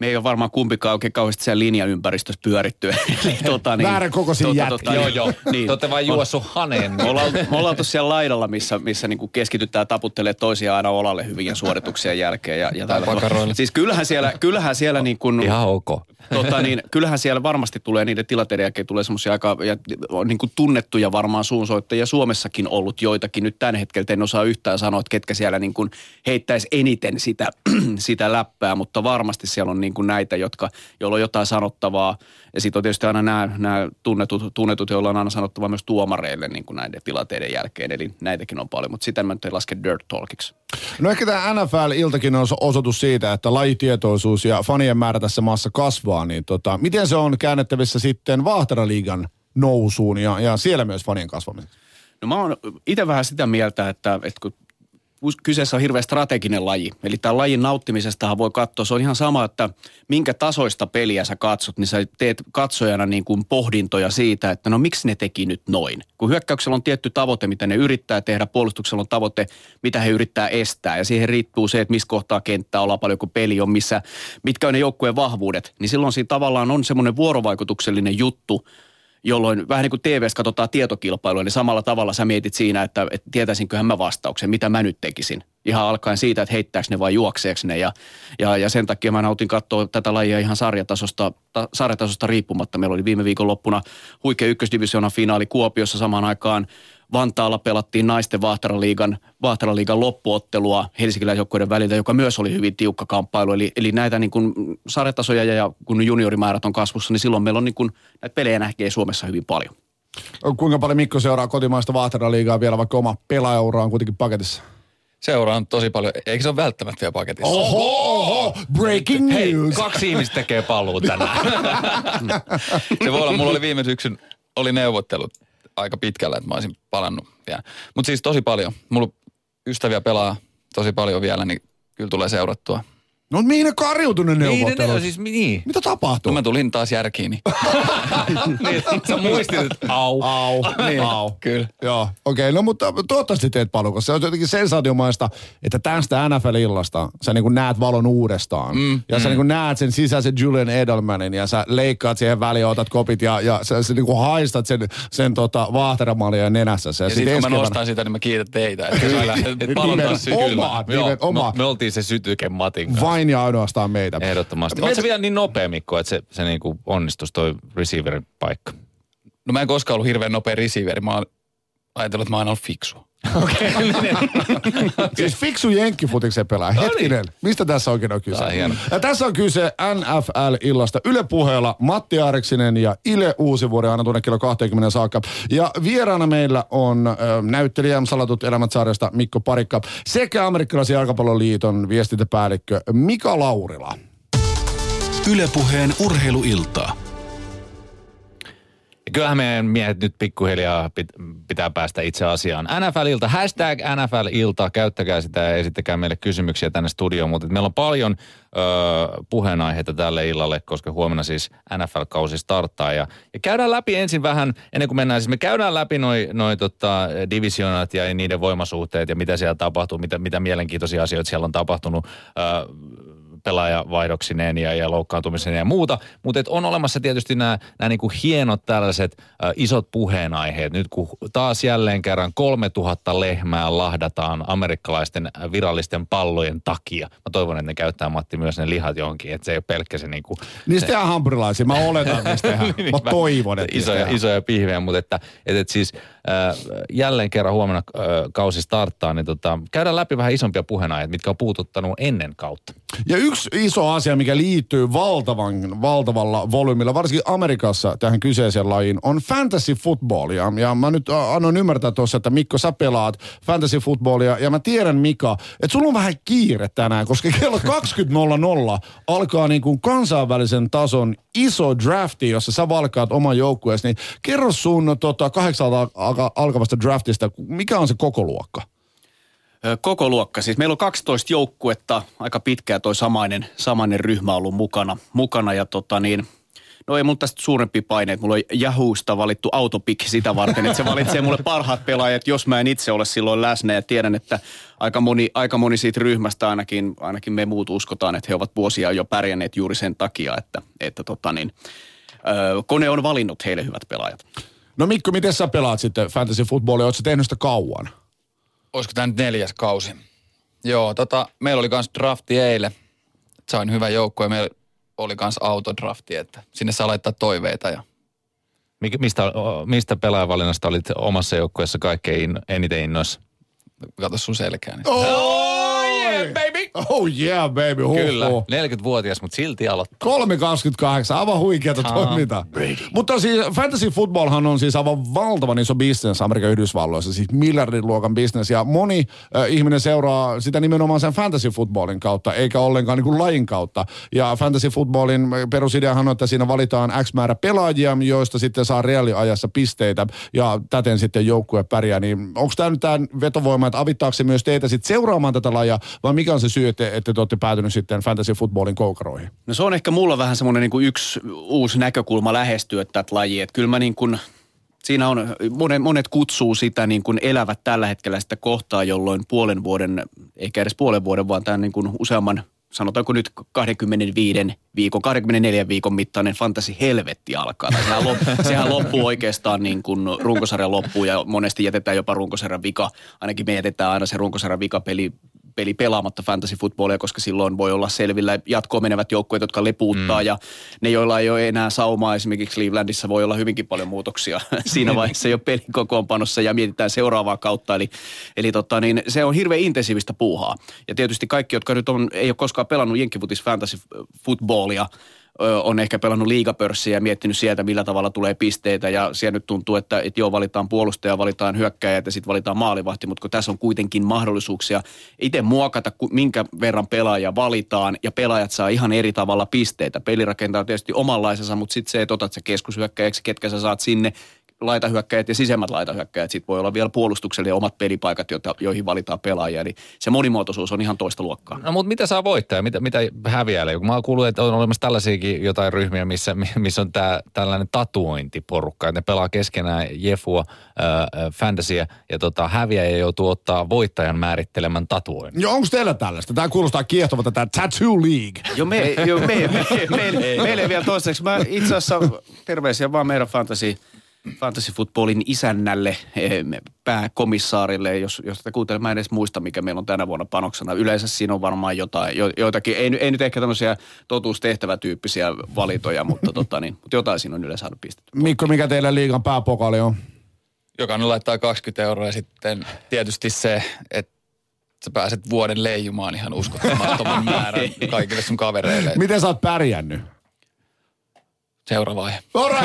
me ei ole varmaan kumpikaan oikein kauheasti siellä linjan ympäristössä pyöritty. Väärän kokoisia jätkiä. Joo. Niin. Te olette vain juossut haneen. Me ollaan oltu siellä laidalla, missä niin kuin keskitytään taputtelee toisiaan aina olalle hyvien suorituksien jälkeen. Ja siis kyllähän siellä niin kuin... Ihan ok. Kyllähän siellä varmasti tulee niiden tilanteiden jälkeen tulee semmoisia aika niin kuin tunnettuja varmaan suunsoittajia. Suomessakin ollut joitakin. Nyt tämän hetkellä en osaa yhtään sanoa, että ketkä siellä niin kuin heittäisi eniten sitä läppää, mutta varmasti siellä on niin kuin näitä, joilla on jotain sanottavaa. Ja sitten on tietysti aina nämä tunnetut, joilla on aina sanottavaa myös tuomareille niin kuin näiden tilanteiden jälkeen. Eli näitäkin on paljon, mutta sitä mä nyt en laske dirt talkiksi. No ehkä tämä NFL-iltakin on osoitus siitä, että lajitietoisuus ja fanien määrä tässä maassa kasvaa. Niin miten se on käännettävissä sitten Vaahteraliigan nousuun ja siellä myös fanien kasvamiseen? No mä oon itse vähän sitä mieltä, että kun kyseessä on hirveän strateginen laji. Eli tämän lajin nauttimisestahan voi katsoa. Se on ihan sama, että minkä tasoista peliä sä katsot, niin sä teet katsojana niin kuin pohdintoja siitä, että no miksi ne teki nyt noin. Kun hyökkäyksellä on tietty tavoite, mitä ne yrittää tehdä, puolustuksella on tavoite, mitä he yrittää estää. Ja siihen riippuu se, että missä kohtaa kenttää ollaan, paljonko peli on, mitkä on ne joukkueen vahvuudet. Niin silloin siinä tavallaan on semmoinen vuorovaikutuksellinen juttu, jolloin vähän niin kuin TV:ssä katsotaan tietokilpailua, niin samalla tavalla sä mietit siinä, että tietäisinköhän mä vastauksen, mitä mä nyt tekisin. Ihan alkaen siitä, että heittääkö ne vai juokseeko ne. Ja sen takia mä nautin katsoa tätä lajia ihan sarjatasosta riippumatta. Meillä oli viime viikon loppuna huikea ykkösdivisioonan finaali Kuopiossa samaan aikaan. Vantaalla pelattiin naisten Vaahteraliigan loppuottelua helsinkiläisjoukkueiden väliltä, joka myös oli hyvin tiukka kamppailu. Eli näitä niin kuin sarjatasoja ja kun juniorimäärät on kasvussa, niin silloin meillä on niin kuin, näitä pelejä näkee Suomessa hyvin paljon. Kuinka paljon Mikko seuraa kotimaista Vaahteraliigaa vielä, vaikka oma pelaajaura on kuitenkin paketissa? Seuraan tosi paljon. Eikö se ole välttämättä vielä paketissa? Oho, breaking news. Hei, 2 ihmistä tekee paluu tänään. Se voi olla, mulla oli viime syksyn, oli neuvottelut aika pitkällä, että mä olisin palannut vielä. Mutta siis tosi paljon. Mulla ystäviä pelaa tosi paljon vielä, niin kyllä tulee seurattua. No mihin ne kariutuneet neuvottelut? Niin. Mitä tapahtuu? No mä tulin taas järkiini. Niin, sä muistit, että au. Niin, au. Kyllä. Joo, okei. No mutta toivottavasti teet paljon, koska se on jotenkin sensaatiomaista, että tästä NFL-illasta sä niin kuin näet valon uudestaan. Ja sä niin kuin näet sen sisäisen Julian Edelmanin ja sä leikkaat siihen väliin, otat kopit ja sä niin kuin haistat sen Vaahteramallia nenässä. Ja sitten kun mä nostan sitä, niin mä kiitän teitä. Että valon taas Nimenomaan. Me oltiin se Sytyken Matin kanssa. Vain ja ainoastaan meitä. Ehdottomasti. Oletko se vielä niin nopea, Mikko, että se niinku onnistuisi toi receiverin paikka? No mä en koskaan ollut hirveän nopea receiveri. Mä oon ajatellut, että mä oon ollut fiksua. Okei. Siis fiksu jenkkifutiksen pelaa. Hetkinen, mistä tässä oikein on kyse? Ja tässä on kyse NFL-illasta Yle Puheella Matti Aariksinen ja Ile Uusivuori aina tuonne kello 20 saakka. Ja vieraana meillä on näyttelijä Salatut elämät -sarjasta Mikko Parikka sekä Amerikkalaisen jalkapalloliiton viestintäpäällikkö Mika Laurila. Yle Puheen urheiluiltaa. Kyllähän meidän miehet nyt pikkuhiljaa pitää päästä itse asiaan. NFL-ilta, hashtag NFL-ilta, käyttäkää sitä ja esittäkää meille kysymyksiä tänne studioon. Mutta meillä on paljon puheenaiheita tälle illalle, koska huomenna siis NFL-kausi starttaa. Ja käydään läpi ensin vähän, ennen kuin mennään, siis me käydään läpi noi divisioonat ja niiden voimasuhteet ja mitä siellä tapahtuu, mitä mielenkiintoisia asioita siellä on tapahtunut pelaajavaihdoksineen ja loukkaantumiseen ja muuta. Mutta on olemassa tietysti nämä niinku hienot tällaiset isot puheenaiheet. Nyt kun taas jälleen kerran 3000 lehmää lahdataan amerikkalaisten virallisten pallojen takia. Mä toivon, että ne käyttää, Matti, myös ne lihat johonkin. Että se ei ole pelkkä se niinku... Niistä tehdään hampurilaisia. Mä oletan, että niistä tehdään. Mä toivon, että isoja pihvejä, mutta että siis jälleen kerran huomenna kausi starttaa, niin käydään läpi vähän isompia puheenaiheita, mitkä on puututtanut ennen kautta. Ja yksi iso asia, mikä liittyy valtavalla volyymilla, varsinkin Amerikassa tähän kyseiseen lajiin, on fantasy footballia. Ja mä nyt annoin ymmärtää tuossa, että Mikko, sä pelaat fantasy footballia. Ja mä tiedän, Mika, että sulla on vähän kiire tänään, koska kello 20.00 alkaa niin kuin kansainvälisen tason iso drafti, jossa sä valkaat oman joukkueesi. Niin kerro sun 8 alkavasta draftista, mikä on se koko luokka? Koko luokka. Siis meillä on 12 joukkuetta, aika pitkään toi samainen ryhmä ollut mukana ja No ei mulla tästä suurempia paineita. Mulla on Yahoosta valittu autopick sitä varten, että se valitsee mulle parhaat pelaajat, jos mä en itse ole silloin läsnä. Ja tiedän, että aika moni siitä ryhmästä ainakin me muut uskotaan, että he ovat vuosia jo pärjänneet juuri sen takia, että kone on valinnut heille hyvät pelaajat. No Mikko, miten sä pelaat sitten fantasy footballia? Ootko sä tehnyt sitä kauan? Olisiko tämä nyt 4. kausi? Joo, meillä oli kans drafti eilen. Sain hyvän joukko ja meillä oli kans autodrafti, että sinne saa laittaa toiveita. Ja... Mistä pelaajavalinnasta olit omassa joukkueessa kaikkein eniten innoissa? Kato sun selkään. Oh yeah, baby! Oh yeah, baby. Kyllä, 40-vuotias, mutta silti aloittaa. 3.28, aivan huikeata toimintaa. Mutta siis fantasy footballhan on siis aivan valtavan iso business Amerikan Yhdysvalloissa, siis miljardiluokan business. Ja moni ihminen seuraa sitä nimenomaan sen fantasy footballin kautta, eikä ollenkaan niin kuin lajin kautta. Ja fantasy footballin perusideahan on, että siinä valitaan X määrä pelaajia, joista sitten saa reaaliajassa pisteitä ja täten sitten joukkue pärjää. Niin onko tämä nyt tämä vetovoima, että avittaako se myös teitä sitten seuraamaan tätä lajia, vai mikä on se syy, että te olette päätynyt sitten fantasy footballin koukaroihin? No se on ehkä mulla vähän semmoinen niin kuin yksi uusi näkökulma lähestyä tätä lajia. Että kyllä mä niin kuin, siinä on, monet kutsuu sitä niin kuin elävät tällä hetkellä sitä kohtaa, jolloin puolen vuoden, eikä edes puolen vuoden, vaan tämän niin kuin useamman, sanotaanko nyt 24 viikon mittainen fantasy-helvetti alkaa. Sehän loppuu oikeastaan niin kuin runkosarjan loppuun ja monesti jätetään jopa runkosarjan vika. Ainakin me jätetään aina se runkosarjan vikapeli pelaamatta fantasy-footballia, koska silloin voi olla selvillä jatkoon menevät joukkueet, jotka lepuuttaa ja ne, joilla ei ole enää saumaa, esimerkiksi Clevelandissa voi olla hyvinkin paljon muutoksia siinä vaiheessa jo pelikokoonpanossa ja mietitään seuraavaa kautta. Eli se on hirveän intensiivistä puuhaa. Ja tietysti kaikki, jotka nyt ei ole koskaan pelannut jenkkifutis fantasy-footballia, on ehkä pelannut liigapörssiä ja miettinyt sieltä, millä tavalla tulee pisteitä. Ja siellä nyt tuntuu, että joo, valitaan puolustaja, valitaan hyökkäjät ja sitten valitaan maalivahti, mutta kun tässä on kuitenkin mahdollisuuksia itse muokata, minkä verran pelaajia valitaan ja pelaajat saa ihan eri tavalla pisteitä. Pelirakentaja on tietysti omanlaisensa, mutta sitten se, että otat sä keskushyökkäjäksi, ketkä sä saat sinne, laitahyökkäjät ja sisemmät laitahyökkäjät. Sitten voi olla vielä puolustukselle ja omat pelipaikat, joihin valitaan pelaajia. Eli se monimuotoisuus on ihan toista luokkaa. No mutta mitä saa voittaa ja mitä häviälee? Kun mä oon kuullut, että on olemassa tällaisiakin jotain ryhmiä, missä on tällainen tatuointiporukka. Että ne pelaa keskenään jefua, fantasyä ja häviäjä joutuu ottaa voittajan määrittelemän tatuoinnin. Joo, onko teillä tällaista? Tämä kuulostaa kiehtovalta, tämä Tattoo League. Joo, meille vielä toiseksi. Mä itse asiassa terveisiä vaan meidän fantasy-footballin isännälle, pääkomissaarille, jos sitä kuuntelee, mä en edes muista, mikä meillä on tänä vuonna panoksena. Yleensä siinä on varmaan joitakin, ei nyt ehkä tämmöisiä totuustehtävätyyppisiä valintoja, mutta jotain siinä on yleensä saanut pistetty. Mikko, mikä teillä liigan pääpokaali on? Jokainen laittaa 20 € ja sitten tietysti se, että sä pääset vuoden leijumaan ihan uskottamattoman määrän kaikille sun kavereille. Miten sä oot pärjännyt? Seuraava aihe.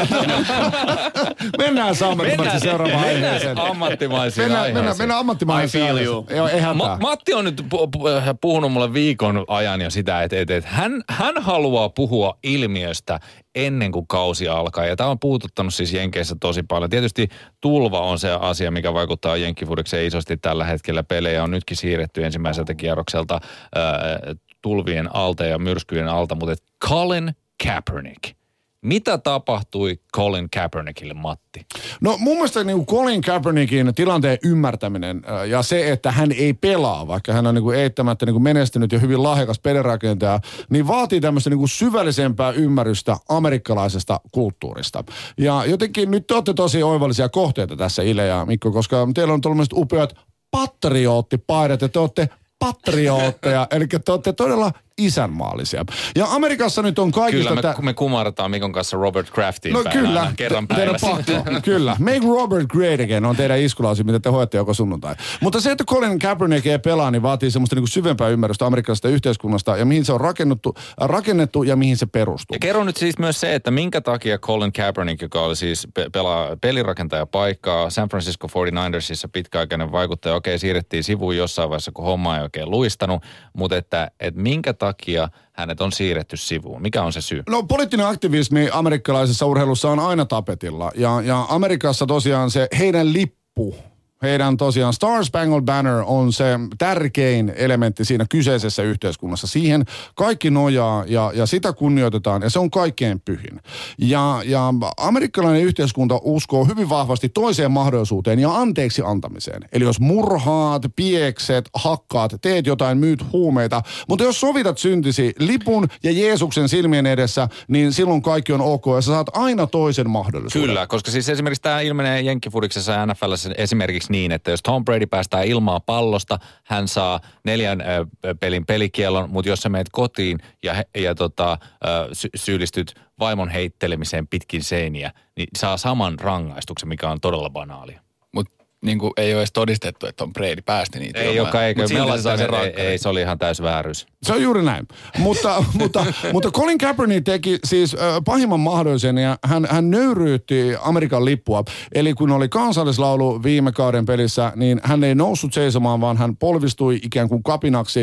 Mennään seuraavaan aiheeseen. Ammattimaisiin aiheeseen. Mennään ammattimaisiin aiheeseen. Matti on nyt puhunut mulle viikon ajan jo sitä, että hän haluaa puhua ilmiöstä ennen kuin kausi alkaa. Ja tämä on puututtanut siis Jenkeissä tosi paljon. Tietysti tulva on se asia, mikä vaikuttaa jenkkifudikseen isosti tällä hetkellä. Pelejä on nytkin siirretty ensimmäiseltä kierrokselta tulvien alta ja myrskyjen alta. Mutta Colin Kaepernick. Mitä tapahtui Colin Kaepernickille, Matti? No mun mielestä niin Colin Kaepernickin tilanteen ymmärtäminen ja se, että hän ei pelaa, vaikka hän on niin eittämättä niin menestynyt ja hyvin lahjakas pelirakentaja, niin vaatii tämmöistä niin syvällisempää ymmärrystä amerikkalaisesta kulttuurista. Ja jotenkin nyt te olette tosi oivallisia kohteita tässä, Ile ja Mikko, koska teillä on tällaiset upeat patrioottipaidat ja te olette patriootteja, eli te olette todella isänmaallisia. Ja Amerikassa nyt on kaikista... Kyllä, me kumarretaan Mikon kanssa Robert Craftiin kyllä, kerran päivässä. Kyllä. Make Robert great again on teidän iskulausi, mitä te hoidatte joko sunnuntai. Mutta se, että Colin Kaepernick ei pelaa, niin vaatii semmoista niin kuin syvempää ymmärrystä amerikkalaisesta yhteiskunnasta ja mihin se on rakennettu ja mihin se perustuu. Ja kerro nyt siis myös se, että minkä takia Colin Kaepernick, joka oli siis pelaa pelirakentaja paikkaa San Francisco 49ersissa pitkäaikainen vaikuttaja, okei, siirrettiin sivuun jossain vaiheessa, kun homma ei oikein luistanut, mutta että minkä takia hänet on siirretty sivuun? Mikä on se syy? No poliittinen aktivismi amerikkalaisessa urheilussa on aina tapetilla. Ja Amerikassa tosiaan se heidän lippu heidän tosiaan Star Spangled Banner on se tärkein elementti siinä kyseisessä yhteiskunnassa. Siihen kaikki nojaa ja sitä kunnioitetaan ja se on kaikkein pyhin. Ja amerikkalainen yhteiskunta uskoo hyvin vahvasti toiseen mahdollisuuteen ja anteeksi antamiseen. Eli jos murhaat, piekset, hakkaat, teet jotain, myyt huumeita, mutta jos sovitat syntisi lipun ja Jeesuksen silmien edessä, niin silloin kaikki on ok ja sä saat aina toisen mahdollisuuden. Kyllä, koska siis esimerkiksi tämä ilmenee Jenkkifudiksessa ja NFL:ssä esimerkiksi niin, että jos Tom Brady päästää ilmaa pallosta, hän saa 4 pelin pelikielon, mutta jos sä meet kotiin ja syyllistyt vaimon heittelemiseen pitkin seiniä, niin saa saman rangaistuksen, mikä on todella banaalia. Niin kuin ei ole edes todistettu, että on Brady päästi niitä. Ei olekaan, ei, se oli ihan täys vääryys. Se on juuri näin. Mutta Colin Kaepernick teki siis pahimman mahdollisen ja hän nöyryytti Amerikan lippua. Eli kun oli kansallislaulu viime kauden pelissä, niin hän ei noussut seisomaan, vaan hän polvistui ikään kuin kapinaksi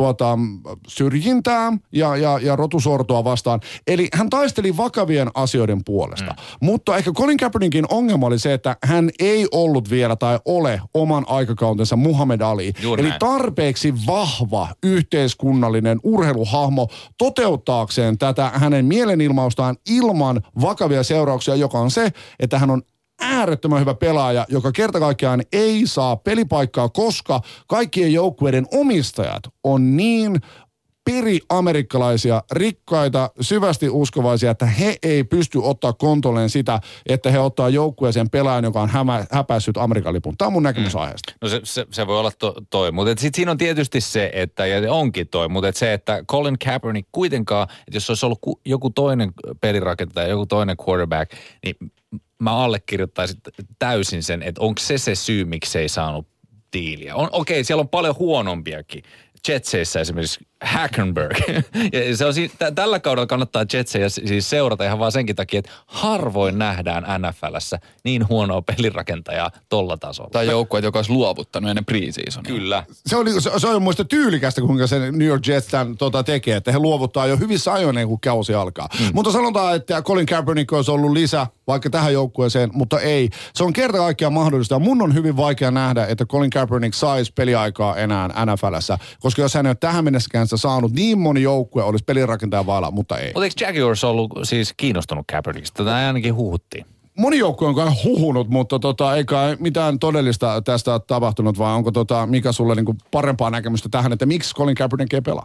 syrjintää ja rotusortoa vastaan. Eli hän taisteli vakavien asioiden puolesta. Mutta ehkä Colin Kaepernickin ongelma oli se, että hän ei ollut vielä tai ole oman aikakautensa Muhammad Ali. Juuri eli näin. Tarpeeksi vahva yhteiskunnallinen urheiluhahmo toteuttaakseen tätä hänen mielenilmaustaan ilman vakavia seurauksia, joka on se, että hän on äärettömän hyvä pelaaja, joka kerta kaikkiaan ei saa pelipaikkaa, koska kaikkien joukkueiden omistajat on niin periamerikkalaisia, rikkaita, syvästi uskovaisia, että he ei pysty ottaa kontolleen sitä, että he ottaa joukkueeseen pelaajan, joka on häpäissyt Amerikan lipun. Tämä on mun näkemys aiheesta. No se voi olla toi, mutta sitten siinä on tietysti se, että ja onkin toi, mutta se, että Colin Kaepernick kuitenkaan, että jos olisi ollut joku toinen pelirakentaja, joku toinen quarterback, niin mä allekirjoittaisin täysin sen, että onko se syy, miksi ei saanut diiliä. Okei, siellä on paljon huonompiakin. Jetseissä esimerkiksi Hackenberg. Ja se on tällä kaudella kannattaa Jetsejä siis seurata ihan vaan senkin takia, että harvoin nähdään NFL:ssä niin huonoa pelirakentajaa tolla tasolla. Tai joukkueet, joka olisi luovuttanut ennen pre-seasonia. Kyllä. Se on muista tyylikästä, kuinka se New York Jets tämän tekee, että he luovuttaa jo hyvissä ajoin, kun kausi alkaa. Mutta sanotaan, että Colin Kaepernick olisi ollut lisä vaikka tähän joukkueeseen, mutta ei. Se on kerta kaikkiaan mahdollista. Mun on hyvin vaikea nähdä, että Colin Kaepernick saisi peliaikaa enää NFL:ssä, koska jos hän ei ole tähän mennessäkään saanut, niin moni joukkue olisi pelirakentaja vailla, mutta ei. Mutta eikö Jaguars ollut siis kiinnostunut Kaepernickista? Tätä ainakin huhuttiin. Moni joukkue on kai huhunut, mutta ei kai mitään todellista tästä tapahtunut, vai onko mikä sulle niinku parempaa näkemystä tähän, että miksi Colin Kaepernick ei pelaa?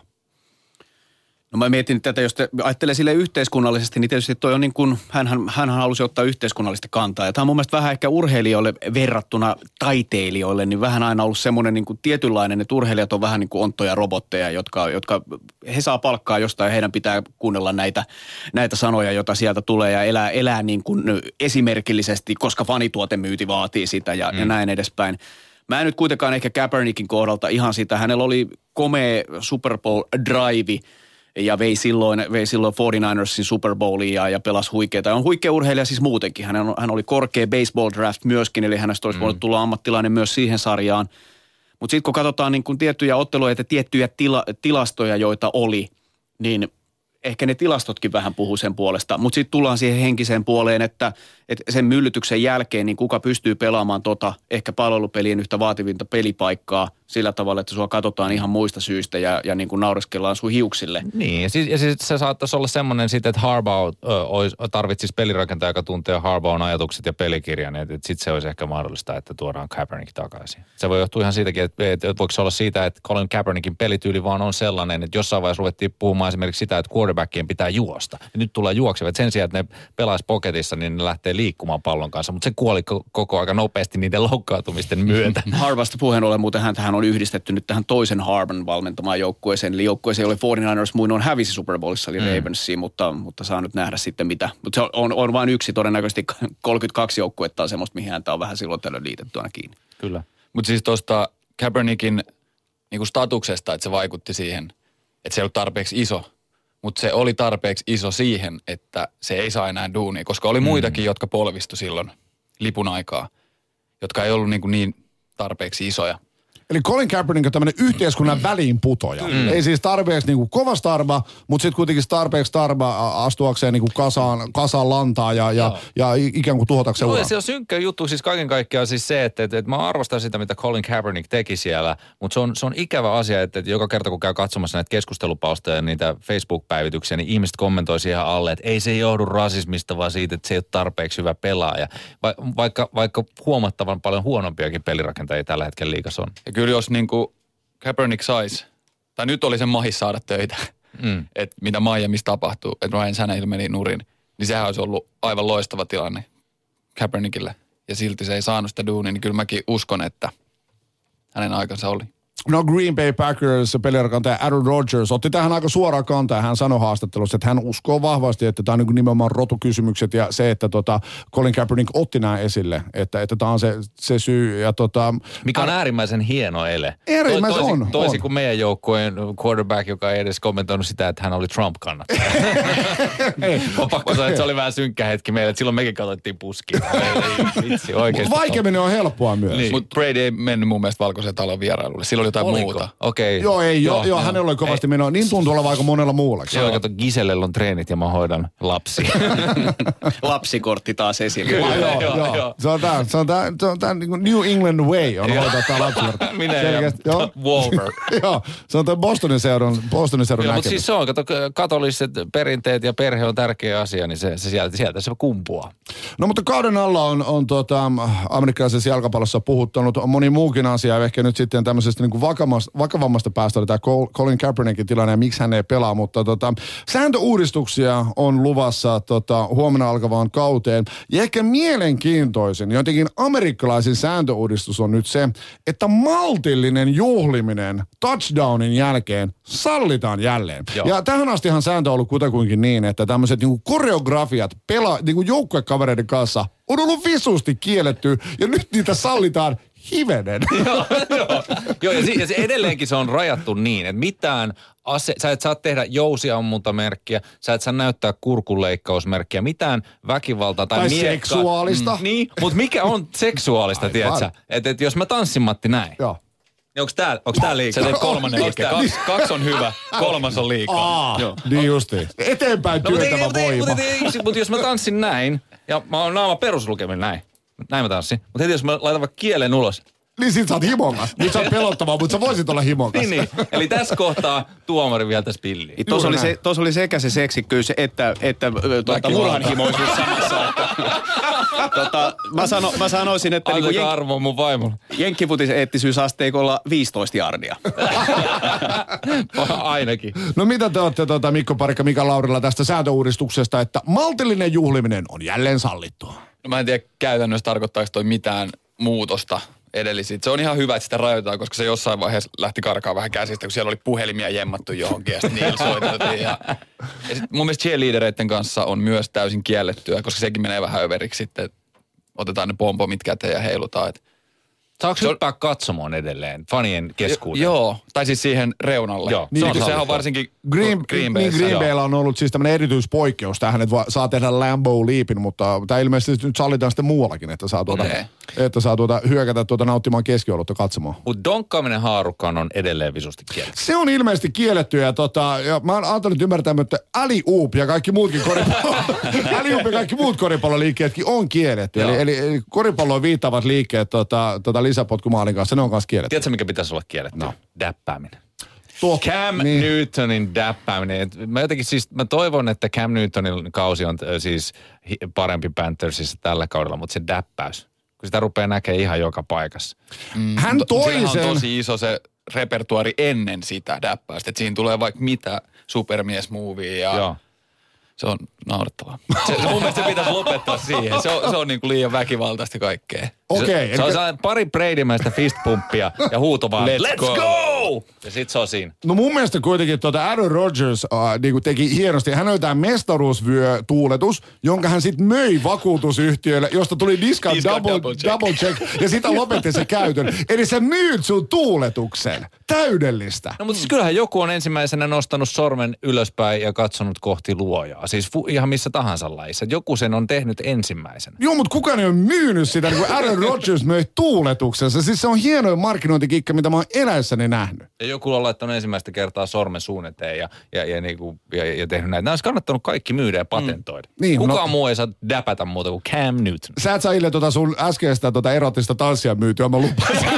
No mä mietin tätä, jos te ajattelee sille yhteiskunnallisesti, niin tietysti toi on niin kuin, hän halusi ottaa yhteiskunnallista kantaa. Ja tämä on mun mielestä vähän ehkä urheilijoille verrattuna taiteilijoille, niin vähän aina ollut semmoinen niin kuin tietynlainen, että urheilijat on vähän niin kuin onttoja robotteja, jotka he saa palkkaa jostain ja heidän pitää kuunnella näitä sanoja, joita sieltä tulee ja elää niin kuin esimerkillisesti, koska fanituotemyyti vaatii sitä ja näin edespäin. Mä en nyt kuitenkaan ehkä Kaepernickin kohdalta ihan sitä. Hänellä oli komea Super Bowl-drive ja vei silloin 49ersin Super Bowlia ja pelasi huikeita. On huikea urheilija siis muutenkin. Hän oli korkea baseball draft myöskin, eli hänestä olisi voinut tulla ammattilainen myös siihen sarjaan. Mutta sitten kun katsotaan niin kun tiettyjä otteluja ja tiettyjä tilastoja, joita oli, niin ehkä ne tilastotkin vähän puhuu sen puolesta. Mutta sitten tullaan siihen henkiseen puoleen, että sen myllytyksen jälkeen niin kuka pystyy pelaamaan ehkä palvelupelien yhtä vaativinta pelipaikkaa sillä tavalla, että sua katsotaan ihan muista syistä ja niin kuin naureskellaan sun hiuksille. Niin, ja siis se saattaisi olla semmoinen sitten, että Harbaugh tarvitsisi pelirakentaja, joka tuntee Harbaughn ajatukset ja pelikirjan, että sitten se olisi ehkä mahdollista, että tuodaan Kaepernick takaisin. Se voi johtua ihan siitäkin, että voiko se olla siitä, että Colin Kaepernickin pelityyli vaan on sellainen, että jossain vaiheessa ruvettiin puhumaan esimerkiksi sitä, että quarterbackien pitää juosta. Ja nyt tulee juoksevat. Sen sijaan, että ne pelaisi poketissa, niin ne lähtee liikkumaan pallon kanssa, mutta se kuoli koko aika nopeasti niiden loukkaantumisten myötä. Harbasta puheen ollen muuten hän on yhdistetty nyt tähän toisen Harban valmentamaan joukkueeseen. Eli joukkueeseen oli 49ers, muinoin hävisi Super Bowlissa, eli Ravensiin, mutta saa nyt nähdä sitten mitä. Mutta se on vain yksi, todennäköisesti 32 joukkuetta on semmoista, mihin häntä on vähän silloin tällöin liitetty aina kiinni. Kyllä. Mutta siis tuosta Kaepernickin niinku statuksesta, että se vaikutti siihen, että se ei ollut tarpeeksi iso. Mutta se oli tarpeeksi iso siihen, että se ei saa enää duunia, koska oli muitakin, jotka polvistu silloin lipun aikaa, jotka ei ollut niin tarpeeksi isoja. Eli Colin Kaepernick on tämmöinen yhteiskunnan väliinputoja. Ei siis tarpeeksi niinku kova starba, mutta sitten kuitenkin tarpeeksi starba astuakseen niinku kasaan lantaa ja ikään kuin tuhotakseen uraa. Se on synkkä juttu siis kaiken kaikkiaan siis se, että mä arvostan sitä, mitä Colin Kaepernick teki siellä, mutta se on ikävä asia, että joka kerta kun käy katsomassa näitä keskustelupaustoja ja niitä Facebook-päivityksiä, niin ihmiset kommentoi siihen alle, että ei se johdu rasismista, vaan siitä, että se ei ole tarpeeksi hyvä pelaaja. Vaikka huomattavan paljon huonompiakin pelirakentajia tällä hetkellä liigassa on. Ja kyllä jos niinku Kaepernick saisi, tai nyt oli sen mahis saada töitä, että mitä Miamiissa tapahtuu, että Ryan Sanehill meni nurin, niin sehän olisi ollut aivan loistava tilanne Kaepernickille. Ja silti se ei saanut sitä duunia, niin kyllä mäkin uskon, että hänen aikansa oli. No Green Bay Packers pelirakantaja Aaron Rodgers otti tähän aika suoraan kantaa. Hän sanoi haastattelussa, että hän uskoo vahvasti, että tämä on niin nimenomaan rotukysymykset ja se, että Colin Kaepernick otti nämä esille, että tämä on se syy. Ja mikä on äärimmäisen hieno ele. Toisin kuin meidän joukkueen quarterback, joka ei edes kommentoinut sitä, että hän oli Trump-kannattaja. On pakko sanoa, että se oli vähän synkkä hetki meille, että silloin mekin katsottiin puskiin. Vitsi, oikeasti. Mutta vaikeaminen on helppoa myös. Niin. Mutta Brady ei mennyt mun mielestä Valkoisen talon vierailulle. Silloin oli jotain muuta. Okei. Joo, hänellä oli kovasti menoa. Niin tuntuu olevan aika monella muullakin. Joo, kato, Gisellellä on treenit ja mä hoidan lapsia. Lapsikortti taas esille. Joo. Se on tää niin kuin New England way on hoitaa tää lapsikortti. Minä ja Wolver. Joo, se on tää Bostonin seudun näkemys. Mutta siis se on, kato, katoliset perinteet ja perhe on tärkeä asia, niin se sieltä se kumpuaa. No mutta kauden alla on amerikkalaisessa jalkapallossa puhuttanut moni muukin asia, ehkä nyt sitten tämmöisestä niin kuin vakavammasta päästä oli tämä Colin Kaepernickin tilanne ja miksi hän ei pelaa, mutta sääntöuudistuksia on luvassa huomenna alkavaan kauteen. Ja ehkä mielenkiintoisin, jotenkin amerikkalaisin sääntöuudistus on nyt se, että maltillinen juhliminen touchdownin jälkeen sallitaan jälleen. Joo. Ja tähän astihan sääntö on ollut kutakuinkin niin, että tämmöiset niinku koreografiat niinku joukkuekavereiden kanssa on ollut visusti kielletty ja nyt niitä sallitaan hivenen. Joo, ja se edelleenkin se on rajattu niin, että mitään sä et saa tehdä jousiammuntamerkkiä, sä et saa näyttää kurkunleikkausmerkkiä, mitään väkivaltaa tai seksuaalista. Niin, mutta mikä on seksuaalista, tiedätkö? Että jos mä tanssin Matti näin. Joo. Niin onks tää liikaa? Sä teet kolmannen liikkeen. Kaksi on hyvä, kolmas on liikaa. Niin justiin. Eteenpäin työtävä voima. Mutta jos mä tanssin näin, ja mä oon naama peruslukemin näin mä tanssin. Mutta heti jos mä laitan vaikka kielen ulos. Niin sit sä oot himongas. Nyt sä oot pelottavaa, mutta sä voisit olla himongas. Niin. Eli tässä kohtaa tuomari vielä tässä pilliin. Tuossa oli sekä se seksikkyys että murhanhimoisuus samassa. Mä sanoisin, että niinku arvo mun vaimolle. Jenkkifutis eettisyysasteikolla 15 jardia. Ainakin. No mitä te olette Mikko Parikka, Mika Laurila tästä sääntöuudistuksesta, että maltillinen juhliminen on jälleen sallittua? No mä en tiedä käytännössä tarkoittaako toi mitään muutosta edellisin. Se on ihan hyvä, että sitä rajoitetaan, koska se jossain vaiheessa lähti karkaa vähän käsistä, kun siellä oli puhelimia jemmattu johonkin ja sitten niillä soiteltiin. Ja sitten mun mielestä cheerleadereiden kanssa on myös täysin kiellettyä, koska sekin menee vähän överiksi sitten. Otetaan ne pompomit käteen ja heilutaan. Saako hyppää katsomaan edelleen fanien keskuuteen? Joo, tai siis siihen reunalle. Joo, sehän on varsinkin Green Bayssä. Green Baylla on ollut siis tämmöinen erityispoikkeus tähän, että saa tehdä Lambeau Leapin, mutta tämä ilmeisesti nyt sallitaan sitten muuallakin, että saa hyökätä nauttimaan keskiolutta katsomaan. Mutta donkkaaminen haarukkaan on edelleen visusti kielletty. Se on ilmeisesti kielletty ja mä oon antanut ymmärtää, että alley-oop ja kaikki muutkin koripalloliikkeetkin on kielletty. Eli koripalloon viittaavat liikkeet lisäpotkumaalin kanssa, ne on kanssa kielletty. Tiedätkö, mikä pitäisi olla kielletty? No. Däppääminen. Cam Newtonin däppääminen. Mä toivon, että Cam Newtonin kausi on siis parempi Panthersissa tällä kaudella, mutta se däppäys, kun sitä rupeaa näkemään ihan joka paikassa. Hän on tosi iso se repertuari ennen sitä däppäystä, että siinä tulee vaikka mitä supermiesmovia ja... Joo. Se on naurettavaa. Mun mielestä se pitäisi lopettaa siihen. Se on niin kuin liian väkivaltaista kaikkea. Okei. Se on pari Bradymäistä fistpumppia ja huuto vaan, let's go! Wow! Ja sit se on siinä. No mun mielestä kuitenkin Aaron Rodgers niinku teki hienosti. Hän oli tää mestaruusvyötuuletus, jonka hän sitten möi vakuutusyhtiölle, josta tuli discount double check ja sitä lopetti se käytön. Eli sä myyt sun tuuletuksen. Täydellistä. No mutta siis kyllähän joku on ensimmäisenä nostanut sormen ylöspäin ja katsonut kohti luojaa. Siis ihan missä tahansa lajissa. Joku sen on tehnyt ensimmäisenä. Joo, mutta kukaan ei ole myynyt sitä, niin kuin Aaron Rodgers möi tuuletuksensa. Siis se on hienoin markkinointikikka, mitä mä oon eläessäni nähnyt. Ja joku on laittanut ensimmäistä kertaa sormen suun eteen ja tehnyt näitä. Nämä olisi kannattanut kaikki myydä ja patentoida. Niin, kukaan muu ei saa däpätä muuta kuin Cam Newton. Sä et saa Ille sun äskeistä erottista tanssia myytyä, mä lupaisin.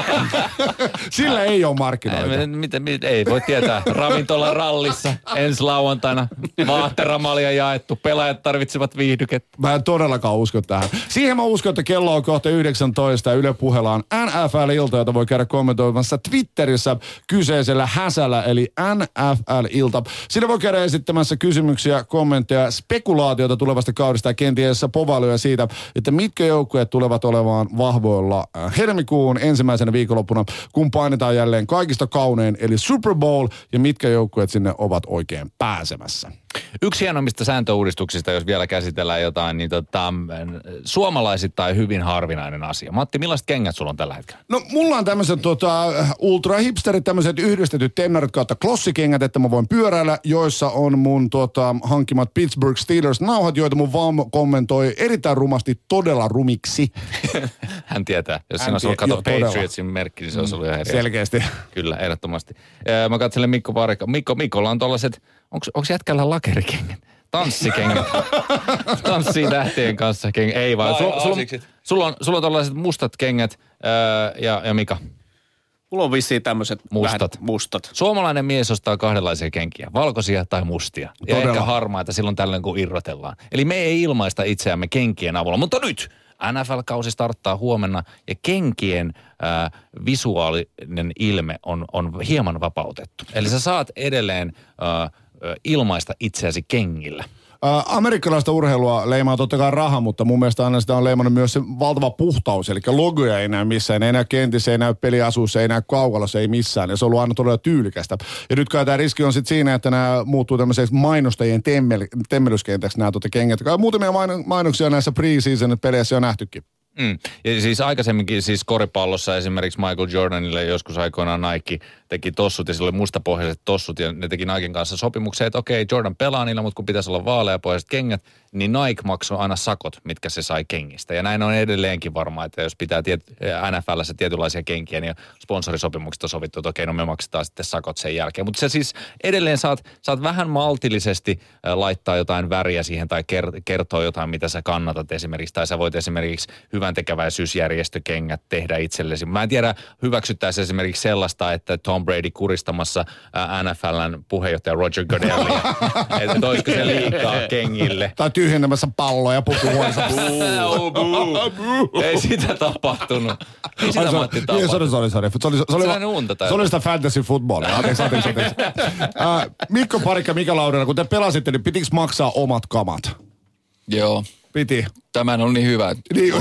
Sillä ei ole markkinoita. Ei voi tietää. Ravintola rallissa ensi lauantaina. Vaatteramalia jaettu. Pelaajat tarvitsevat viihdykettä. Mä en todellakaan usko tähän. Siihen mä uskon, että kello on kohta 19 ja Yle Puheella on NFL-ilta, jota voi käydä kommentoimassa Twitterissä kyseisellä häsällä, eli NFL-ilta. Siinä voi käydä esittämässä kysymyksiä, kommentteja, spekulaatioita tulevasta kaudesta ja kenties povailuja siitä, että mitkä joukkueet tulevat olemaan vahvoilla helmikuun ensimmäisenä viikonloppuna, kun painetaan jälleen kaikista kaunein, eli Super Bowl, ja mitkä joukkueet sinne ovat oikein pääsemässä. Yksi hienommista sääntöuudistuksista, jos vielä käsitellään jotain, niin suomalaisittain hyvin harvinainen asia. Matti, millaiset kengät sulla on tällä hetkellä? No mulla on tämmöiset ultra-hipsterit, tämmöiset yhdistetyt tennarit kautta klossikengät, että mä voin pyöräillä, joissa on mun hankkimat Pittsburgh Steelers-nauhat, joita mun vaan kommentoi erittäin rumasti, todella rumiksi. Hän tietää. Jos sinä olisi ollut Patriotsin merkki, niin se olisi ollut ihan eri. Selkeästi. Kyllä, ehdottomasti. Mä katselen Mikko Parikka. Mikolla on tollaset, onko jätkällä lakerikengät? Tanssikengät. Tanssii tähtien kanssa. Ei vaan. Sulla on tällaiset mustat kengät ja Mika? Mulla on vissiin tämmöiset mustat. Suomalainen mies ostaa kahdenlaisia kenkiä. Valkoisia tai mustia. Ja todella. Ehkä harmaita silloin tällöin, kun irrotellaan. Eli me ei ilmaista itseämme kenkien avulla. Mutta nyt NFL-kausi starttaa huomenna ja kenkien visuaalinen ilme on hieman vapautettu. Eli sä saat edelleen ilmaista itseäsi kengillä. Amerikkalaista urheilua leimaa totta kai raha, mutta mun mielestä aina sitä on leimannut myös se valtava puhtaus. Eli logoja ei näy missään, ei näy kentissä, ei näy peliasuissa, ei näy kaukalossa, ei missään. Ja se on ollut aina todella tyylikästä. Ja nyt kai tämä riski on sitten siinä, että nämä muuttuu tämmöiseksi mainostajien temmellyskentäksi nämä kengät. Muutamia mainoksia näissä pre-season-peleissä on nähtykin. Ja siis aikaisemminkin siis koripallossa esimerkiksi Michael Jordanille joskus aikoinaan Nike teki tossut ja sillä oli mustapohjaiset tossut ja ne teki Niken kanssa sopimuksia, että okei, Jordan pelaa niillä, mutta kun pitäisi olla vaaleapohjaiset kengät, niin Nike maksoi aina sakot, mitkä se sai kengistä. Ja näin on edelleenkin varmaan, että jos pitää NFL:ssä tietynlaisia kenkiä, niin sponsorisopimukset on sovittu, että okei, no me maksetaan sitten sakot sen jälkeen. Mutta se siis edelleen saat vähän maltillisesti laittaa jotain väriä siihen tai kertoa jotain, mitä sä kannatat esimerkiksi. Tai sä voit esimerkiksi hyvän tekeväisyysjärjestökengät tehdä itsellesi. Mä en tiedä, hyväksyttäisiin esimerkiksi sellaista, että Tom Brady kuristamassa NFL:n puheenjohtaja Roger Goodellia. Että olisiko se liikaa kengille. Tai tyhjentämässä palloja pukuhuoneessa. Ei sitä tapahtunut. Ei sitä Matti tapahtunut. Se oli sitä fantasy footballia. Anteeksi. Mikko Parikka, Mika Laurila, kun te pelasitte, niin pitikö maksaa omat kamat? Joo. Piti. Tämän on niin hyvä. Niin.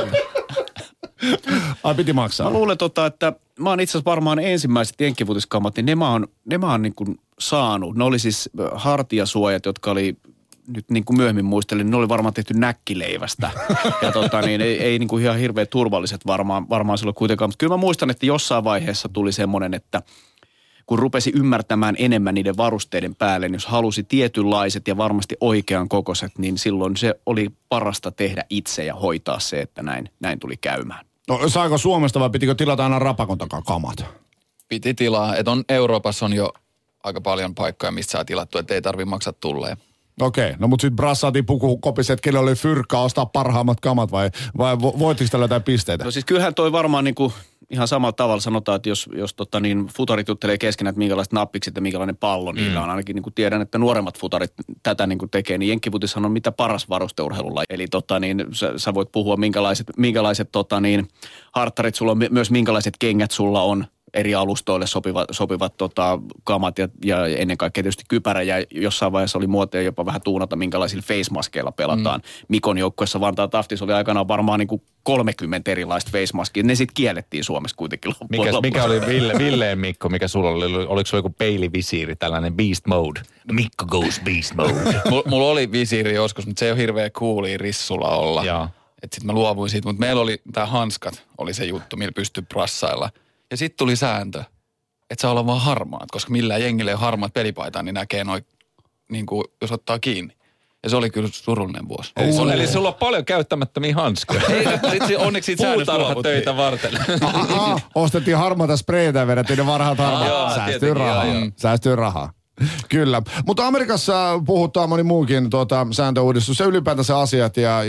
Piti maksaa. Mä luulen, että mä oon itse asiassa varmaan ensimmäiset jenkkifutiskamat, niin ne mä oon niin kuin saanut. Ne oli siis hartiasuojat, jotka oli, nyt niin kuin myöhemmin muistelin, ne oli varmaan tehty näkkileivästä. Ja ei niin kuin ihan hirveän turvalliset varmaan silloin kuitenkaan. Mutta kyllä mä muistan, että jossain vaiheessa tuli semmoinen, että kun rupesi ymmärtämään enemmän niiden varusteiden päälle, niin jos halusi tietynlaiset ja varmasti oikean kokoiset, niin silloin se oli parasta tehdä itse ja hoitaa se, että näin tuli käymään. No saako Suomesta vai pitikö tilata aina rapakon takaa kamat? Piti tilaa, että Euroopassa on jo aika paljon paikkoja, mistä saa tilattu, että ei tarvitse maksaa tulleen. Okei, no mutta sitten brassaatiin pukukopiset, kenellä oli fyrkkaa ostaa parhaammat kamat vai voittiko tällä jotain pisteitä? No siis kyllähän toi varmaan niinku ihan samalla tavalla sanotaan, että jos futarit juttelee keskenään, että minkälaiset nappikset ja minkälainen pallo niillä on. Ainakin niinku tiedän, että nuoremmat futarit tätä niinku tekee, niin jenkkifutishan on mitä paras varusteurheilulla. Eli sä voit puhua minkälaiset harttarit sulla on, myös minkälaiset kengät sulla on. eri alustoille sopivat kamat ja ennen kaikkea tietysti kypärä. Ja jossain vaiheessa oli muotia jopa vähän tuunata, minkälaisilla face-maskeilla pelataan. Mikon joukkueessa Vantaa Taftis oli aikanaan varmaan niin kuin 30 erilaista face-maskia. Ne sitten kiellettiin Suomessa kuitenkin loppujen. Mikä oli Villeen Mikko, mikä sulla oli? Oliko sulla joku peilivisiiri, tällainen beast mode? Mikko goes beast mode. Mulla oli visiiri joskus, mutta se ei ole hirveän coolia rissulla olla. Että sitten mä luovuin siitä, mutta meillä oli tää hanskat, oli se juttu, millä pystyi prassailla. Ja sitten tuli sääntö, että saa olla vaan harmaat, koska millään jengillä ei ole harmaat pelipaitaa, niin näkee noin, niin kuin, jos ottaa kiinni. Ja se oli kyllä surullinen vuosi. Eli sulla on paljon käyttämätmättömiä hanskoja. Onneksi siitä säännöstä töitä varten. Ostettiin harmaata spreitä ja vedettiin ne varhaat harmaat. Säästyy rahaa. Kyllä. Mutta Amerikassa puhutaan moni muukin sääntöuudistus ja ylipäätänsä asiat. Ja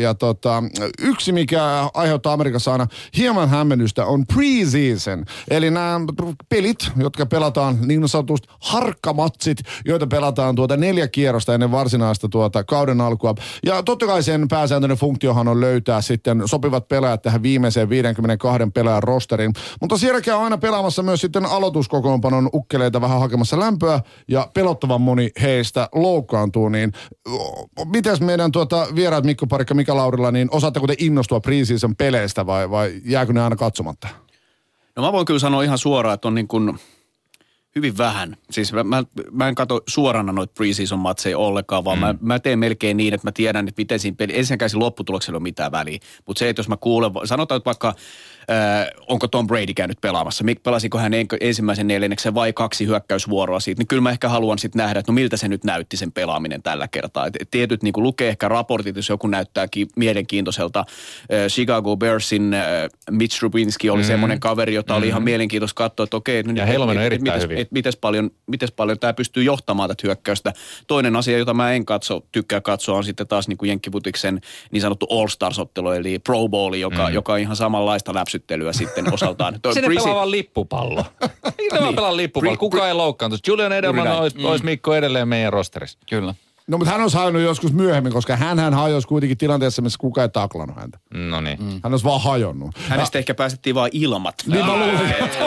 yksi, mikä aiheuttaa Amerikassa aina hieman hämmennystä, on pre-season. Eli nämä pelit, jotka pelataan niin sanotusti harkkamatsit, joita pelataan 4 kierrosta ennen varsinaista kauden alkua. Ja totta kai sen pääsääntöinen funktiohan on löytää sitten sopivat pelaajat tähän viimeiseen 52 pelaajan rosteriin. Mutta siellä käy aina pelaamassa myös sitten aloituskokoonpanon ukkeleita vähän hakemassa lämpöä ja pelottavan moni heistä loukkaantuu, niin mitäs meidän vieraat Mikko Parikka, Mika Laurila, niin osaatteko te innostua pre-season peleistä vai jääkö ne aina katsomatta? No mä voin kyllä sanoa ihan suoraan, että on niin kuin hyvin vähän. Siis mä en katso suorana noita pre-season matseja ollenkaan, vaan mä teen melkein niin, että mä tiedän, että miten siinä peli, ensinnäkään siinä lopputuloksella ei ole mitään väliä. Mutta se, että jos mä kuulen, sanotaan, että vaikka onko Tom Brady käynyt pelaamassa, pelasiko hän ensimmäisen 4. vai 2 hyökkäysvuoroa siitä, niin kyllä mä ehkä haluan sitten nähdä, että no miltä se nyt näytti sen pelaaminen tällä kertaa. Et tietyt niin kuin lukee ehkä raportit, jos joku näyttää mielenkiintoiselta. Chicago Bearsin Mitch Trubisky oli semmoinen kaveri, jota oli ihan mielenkiintoista katsoa, että okei, ja heillä on erittäin hyvin. Mites paljon tämä pystyy johtamaan tätä hyökkäystä. Toinen asia, jota mä en tykkää katsoa, on sitten taas niin kuin Jenkkifutiksen niin sanottu All-Stars-ottelu, eli Pro Bowl, joka on ihan samanlaista läpsyttelyä sitten osaltaan. Sinne pelaa vaan lippupallo. Niitä vaan pelaa lippupallo. Kuka ei loukkaantu? Julian Edelman olisi Mikko edelleen meidän rosterissa. Kyllä. No, mutta hän olisi hajonnut joskus myöhemmin, koska hän hajosi kuitenkin tilanteessa, missä kukaan ei taklannut häntä. No niin. Hän olisi vaan hajonnut. Hänestä ehkä päästettiin vaan ilmat. Niin mä luulen.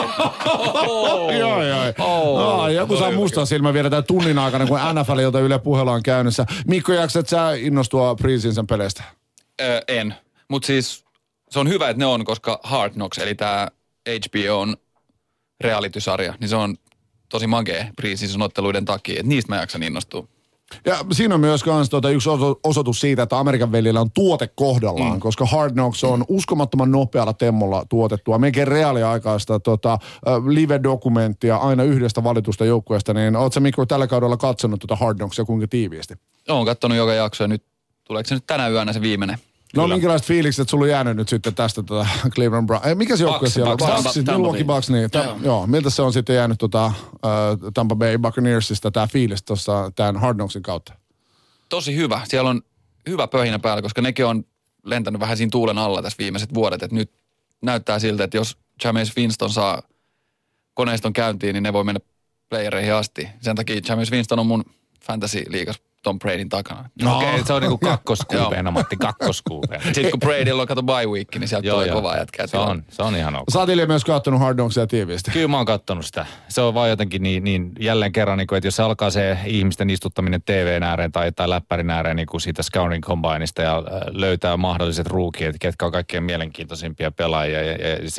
Joo. Joku saa mustaa silmää vielä tämän tunnin aikana, kun NFL-ilta Yle Puhelu on käynnissä. Mikko, jaksat sä innostua pre-season peleistä? En. Mutta siis se on hyvä, että ne on, koska Hard Knocks, eli tämä HBOn reality-sarja, niin se on tosi magea pre-season otteluiden takia. Että niistä mä jaksan innostua. Ja siinä on myös yksi osoitus siitä, että Amerikan veljillä on tuote kohdallaan, koska Hard Knocks on uskomattoman nopealla temmolla tuotettua. Melkein reaaliaikaista live-dokumenttia aina yhdestä valitusta joukkueesta. Niin ootko sä Mikko tällä kaudella katsonut Hard Knocksia kuinka tiiviisti? Oon katsonut joka jakso ja nyt tuleeko se nyt tänä yönä se viimeinen? No minkälaiset fiilikset sulla on jäänyt nyt sitten tästä Cleveland Browns? Mikä se joukkue siellä on? Milwaukee Bucks, niin. Joo, miltä se on sitten jäänyt Tampa Bay Buccaneersista tämä fiilis tuossa tämän Hard Knocksin kautta? Tosi hyvä. Siellä on hyvä pöhinä päällä, koska nekin on lentänyt vähän siinä tuulen alla tässä viimeiset vuodet. Että nyt näyttää siltä, että jos Jameis Winston saa koneiston käyntiin, niin ne voi mennä playereihin asti. Sen takia Jameis Winston on mun fantasy-liigas Tom Bradyn takana. Okei, se on niinku kakkoskuupeena, Matti, kakkoskuupeena. Sitten kun Bradylla on kato bye week, niin sieltä tulee kovaa jätkää. Se on ihan ok. Sä oot Ilja myös kattonut Hard Knocksia tiiviisti. Kyllä mä oon kattonut sitä. Se on vaan jotenkin niin jälleen kerran, niin kuin, että jos se alkaa se ihmisten istuttaminen TV:n ääreen tai läppärin ääreen niin kuin siitä Scouting Combineista ja löytää mahdolliset rookiet, ketkä on kaikkein mielenkiintoisimpia pelaajia ja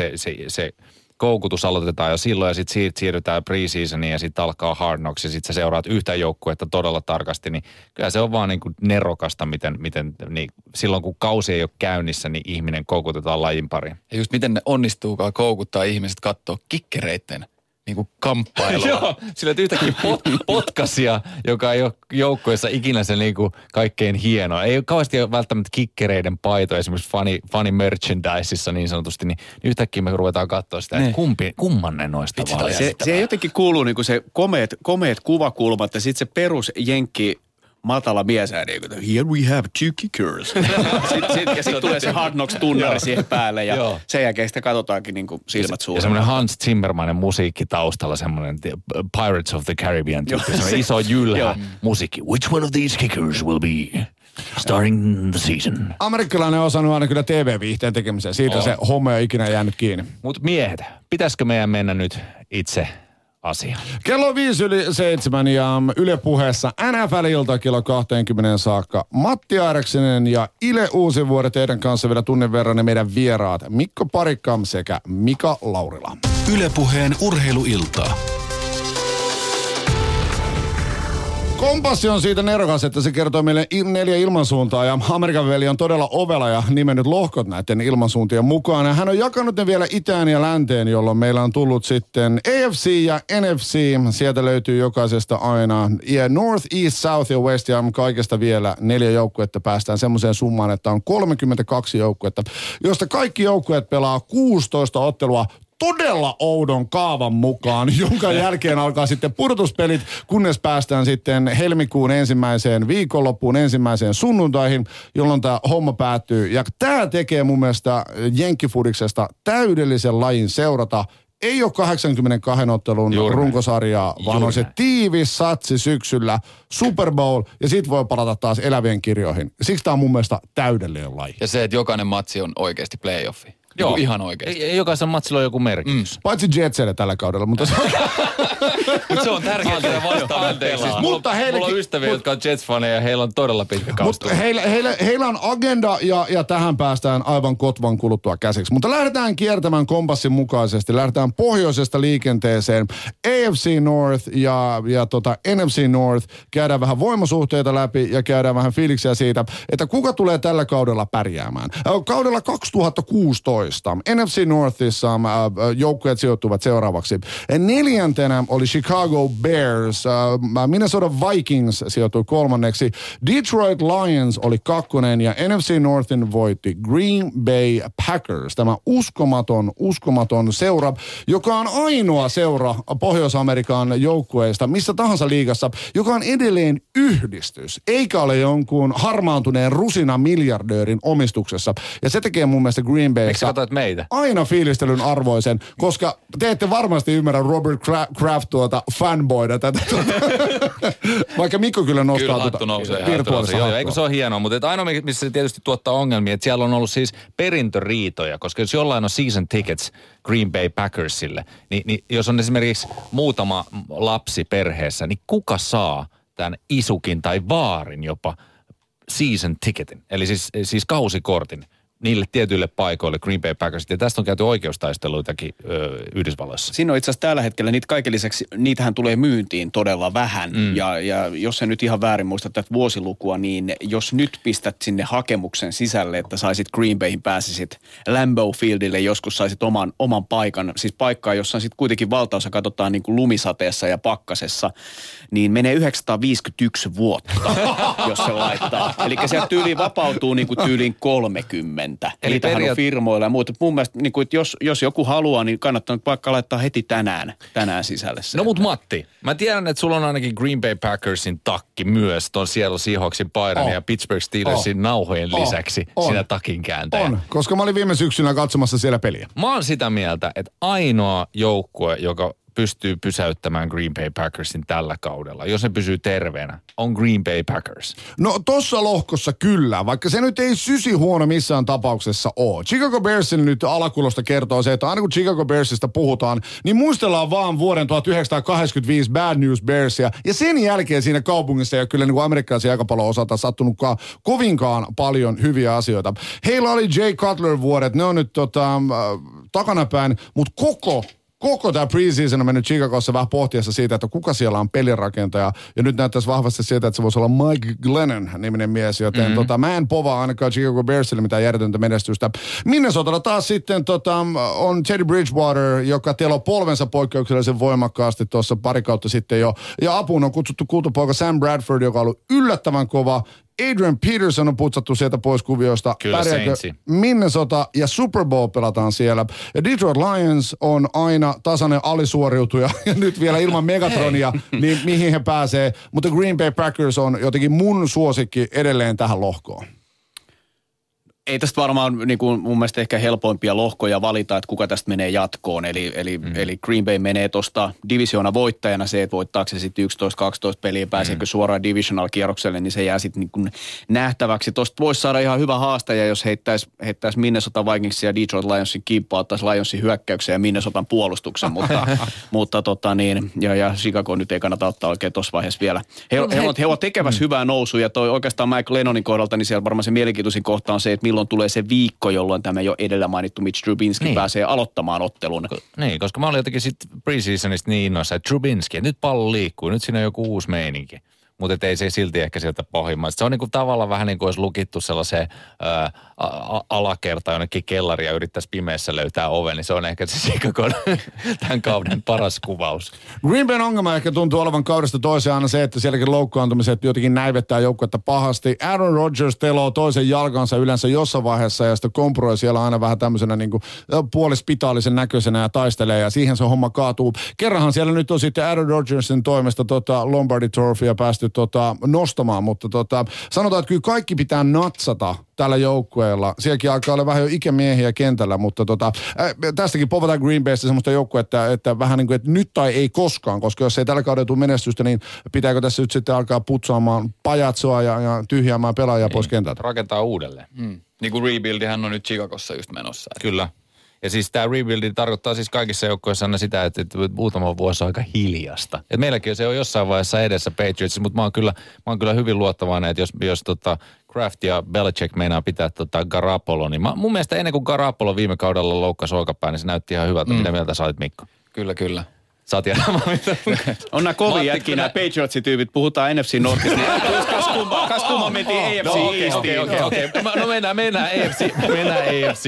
se koukutus aloitetaan jo silloin ja sitten siirrytään pre-seasoniin ja sitten alkaa Hard Knocks ja sitten sä seuraat yhtä joukkuetta todella tarkasti, niin kyllä se on vaan niin kuin nerokasta, miten niin silloin kun kausi ei ole käynnissä, niin ihminen koukutetaan lajin pariin. Ja just miten ne onnistuukaan koukuttaa ihmiset kattoo kikkereitten niin kuin kamppailua. Joo, sillä että yhtäkkiä potkasia, joka ei ole joukkueessa ikinä se niin kuin kaikkein hienoa. Ei ole kauheasti välttämättä kikkereiden paitoja, esimerkiksi funny merchandiseissa niin sanotusti, niin yhtäkkiä me ruvetaan katsoa sitä, että kumman ne noista vaan. Se jotenkin kuuluu niin kuin se komeet kuvakulmat ja sitten se perus jenkki matala miesääni, here we have 2 kickers. Sitten tulee se Hard Knocks-tunnari siihen päälle ja sen jälkeen sitä katsotaankin niin kuin silmät suuret. Ja semmoinen Hans Zimmermainen musiikki taustalla, semmoinen Pirates of the Caribbean tyyppi, semmoinen iso jylhä musiikki. Which one of these kickers will be Starting the season. Amerikkalainen on osannut aina kyllä TV-viihteen tekemiseen. Siitä se homma ei ole ikinä jäänyt kiinni. Mutta miehet, pitäisikö meidän mennä nyt itse asiaan? Kello 5:07 ja Yle Puheessa NFL-ilta kello 20 saakka. Matti Aireksinen ja Ile Uusivuori teidän kanssa vielä tunnin verran ja meidän vieraat Mikko Parikkam sekä Mika Laurila. Yle Puheen urheiluiltaa. Kompassi on siitä nerokas, että se kertoo meille 4 ilmansuuntaa ja Amerikan veli on todella ovela ja nimennyt lohkot näiden ilmansuuntien mukaan. Ja hän on jakanut ne vielä itään ja länteen, jolloin meillä on tullut sitten AFC ja NFC. Sieltä löytyy jokaisesta aina North, East, South ja West ja kaikesta vielä 4 joukkuetta. Päästään semmoiseen summaan, että on 32 joukkuetta, josta kaikki joukkueet pelaa 16 ottelua todella oudon kaavan mukaan, jonka jälkeen alkaa sitten pudotuspelit, kunnes päästään sitten helmikuun ensimmäiseen viikonloppuun, ensimmäiseen sunnuntaihin, jolloin tämä homma päättyy. Ja tämä tekee mun mielestä jenkkifudiksesta täydellisen lajin seurata. Ei ole 82 ottelun runkosarjaa, vaan on se tiivis satsi syksyllä, Super Bowl, ja sit voi palata taas elävien kirjoihin. Siksi tämä on mun mielestä täydellinen laji. Ja se, että jokainen matsi on oikeasti playoffi. Joo. Ihan oikeasti. Jokaisen matsilla on joku merkitys. Paitsi Jetsille tällä kaudella, mutta se on tärkeää, että vastaan pelaa. Mulla on ystäviä, jotka on Jets-faneja ja heillä on todella pitkä kausi. Heillä on agenda ja tähän päästään aivan kotvan kuluttua käsiksi. Mutta lähdetään kiertämään kompassin mukaisesti. Lähdetään pohjoisesta liikenteeseen. AFC North ja NFC North. Käydään vähän voimasuhteita läpi ja käydään vähän fiiliksiä siitä, että kuka tulee tällä kaudella pärjäämään. Kaudella 2016 NFC Northissa joukkueet sijoittuvat seuraavaksi. 4. oli Chicago Bears, Minnesota Vikings sijoittui 3. Detroit Lions oli 2. ja NFC Northin voitti Green Bay Packers. Tämä uskomaton seura, joka on ainoa seura Pohjois-Amerikan joukkueista, missä tahansa liigassa, joka on edelleen yhdistys, eikä ole jonkun harmaantuneen rusinamiljardöörin omistuksessa. Ja se tekee mun mielestä Green Bayssa meitä aina fiilistelyn arvoisen, koska te ette varmasti ymmärrä Robert Kraft fanboyda tätä. Vaikka Mikko kyllä nostaa virtuaalissa hattua. Eikö se ole hienoa, mutta ainoa missä se tietysti tuottaa ongelmia, että siellä on ollut siis perintöriitoja, koska jos jollain on season tickets Green Bay Packersille, niin jos on esimerkiksi muutama lapsi perheessä, niin kuka saa tämän isukin tai vaarin jopa season ticketin, eli siis kausikortin niille tietyille paikoille Green Bay Packers. Ja tästä on käyty oikeustaisteluitakin Yhdysvalloissa. Siinä on itse asiassa tällä hetkellä niitä kaiken lisäksi, niitähän tulee myyntiin todella vähän. Ja jos sä nyt ihan väärin muistat tätä vuosilukua, niin jos nyt pistät sinne hakemuksen sisälle, että saisit Green Bayhin, pääsisit Lambeau Fieldille, joskus saisit oman paikan, siis paikkaa, jossa sitten kuitenkin valtaosa katsotaan niin kuin lumisateessa ja pakkasessa, niin menee 951 vuotta, jos se laittaa. Eli sieltä tyyliin vapautuu niin kuin tyyliin 30. Eli niitähän on firmoilla ja muuta. Mun mielestä, niin kuin, että jos joku haluaa, niin kannattaa vaikka laittaa heti tänään sisälle. No mut Matti, mä tiedän, että sulla on ainakin Green Bay Packersin takki myös ton siellä Seahawksin paidan ja Pittsburgh Steelersin nauhojen lisäksi siinä takin kääntäjä. On, koska mä olin viime syksynä katsomassa siellä peliä. Mä oon sitä mieltä, että ainoa joukkue, joka pystyy pysäyttämään Green Bay Packersin tällä kaudella, jos ne pysyy terveenä, on Green Bay Packers. No tossa lohkossa kyllä, vaikka se nyt ei sysihuono missään tapauksessa ole. Chicago Bearsin nyt alakulosta kertoo se, että aina kun Chicago Bearsista puhutaan, niin muistellaan vaan vuoden 1985 Bad News Bearsia. Ja sen jälkeen siinä kaupungissa ei ole kyllä niin kuin amerikkalaisen jalkapallon osalta sattunutkaan kovinkaan paljon hyviä asioita. Heillä oli Jay Cutler vuodet, ne on nyt takanapäin, mutta koko tämä preseason on mennyt Chicagossa vähän pohtiessa siitä, että kuka siellä on pelirakentaja. Ja nyt näyttäisi vahvasti siitä, että se voisi olla Mike Glennon-niminen mies. Joten mä en povaa ainakaan Chicago Bearsille mitään järjetöntä menestystä. Minnesotalla taas sitten on Teddy Bridgewater, joka teloi polvensa poikkeuksellisen voimakkaasti tuossa pari kautta sitten jo. Ja apuun on kutsuttu kultapoika Sam Bradford, joka on ollut yllättävän kova. Adrian Peterson on putsattu sieltä pois kuviosta. Kyllä Saintsi. Minnesota ja Super Bowl pelataan siellä. Ja Detroit Lions on aina tasainen alisuoriutuja. Ja nyt vielä ilman Megatronia, niin mihin he pääsee. Mutta Green Bay Packers on jotenkin mun suosikki edelleen tähän lohkoon. Ei tästä varmaan niin kuin mun mielestä ehkä helpoimpia lohkoja valita, että kuka tästä menee jatkoon. Eli Green Bay menee tuosta divisioona voittajana se, että voittaako se sitten 11-12 peliä, pääseekö suoraan divisional-kierrokselle, niin se jää sitten niin kuin nähtäväksi. Tuosta voisi saada ihan hyvä haastaja, jos heittäisi Minnesota Vikingsia ja Detroit Lionsin kimppaa, ottaisi Lionsin hyökkäyksen ja Minnesotan puolustuksen, mutta ja Chicago nyt ei kannata ottaa oikein tuossa vaiheessa vielä. He ovat tekevässä hyvää nousua ja toi oikeastaan Mike Lennonin kohdalta, niin siellä varmaan se mielenkiintoisin kohta on se, että milloin tulee se viikko, jolloin tämä jo edellä mainittu Mitch Trubisky pääsee aloittamaan ottelun. Niin, koska mä olin jotenkin sitten preseasonista niin innoissa, että Trubisky, nyt pallo liikkuu, nyt siinä on joku uusi meininki. Mutta ei se silti ehkä sieltä pohjimmasta. Se on niinku tavallaan vähän niin kuin olisi lukittu sellaiseen alakertaan jonnekin kellariin ja yrittäisi pimeässä löytää oven, niin se on ehkä se Chicagon tämän kauden paras kuvaus. Green Bayn ongelma ehkä tuntuu olevan kaudesta toiseen aina se, että sielläkin loukkaantumiset jotenkin näivettää joukkuetta pahasti. Aaron Rodgers teloo toisen jalkansa yleensä jossain vaiheessa ja sitten komproi siellä aina vähän tämmöisenä niin kuin puolispitaalisen näköisenä ja taistelee ja siihen se homma kaatuu. Kerranhan siellä nyt on sitten Aaron Rodgersin toimesta Lombardi Trophya päästy nostamaan, mutta sanotaan, että kyllä kaikki pitää natsata tällä joukkueella. Sielläkin alkaa olla vähän jo ikämiehiä kentällä, mutta tästäkin povataan Green Baystä semmoista joukkuetta, että vähän niin kuin, että nyt tai ei koskaan, koska jos ei tällä kaudella tule menestystä, niin pitääkö tässä nyt sitten alkaa putsaamaan pajatsoa ja tyhjäämään pelaajia pois kentältä? Rakentaa uudelleen. Niin kuin rebuildihän on nyt Chicagossa just menossa. Kyllä. Ja siis tämä rebuildi tarkoittaa siis kaikissa joukkoissa aina sitä, että muutama vuosi on aika hiljasta. Et meilläkin se on jossain vaiheessa edessä Patriots, mutta mä oon kyllä hyvin luottavainen, että jos Kraft ja Belichick meinaa pitää Garoppolo, niin mun mielestä ennen kuin Garoppolo viime kaudella loukkasi olkapään, niin se näytti ihan hyvältä. Mitä mieltä sä olit, Mikko? Kyllä. Sä oot ihan on nämä kovin jätkiä, nämä Patriotsi-tyypit. Puhutaan NFC Northista. Kas kumma mentiin AFC Eastiin. Okei. No mennään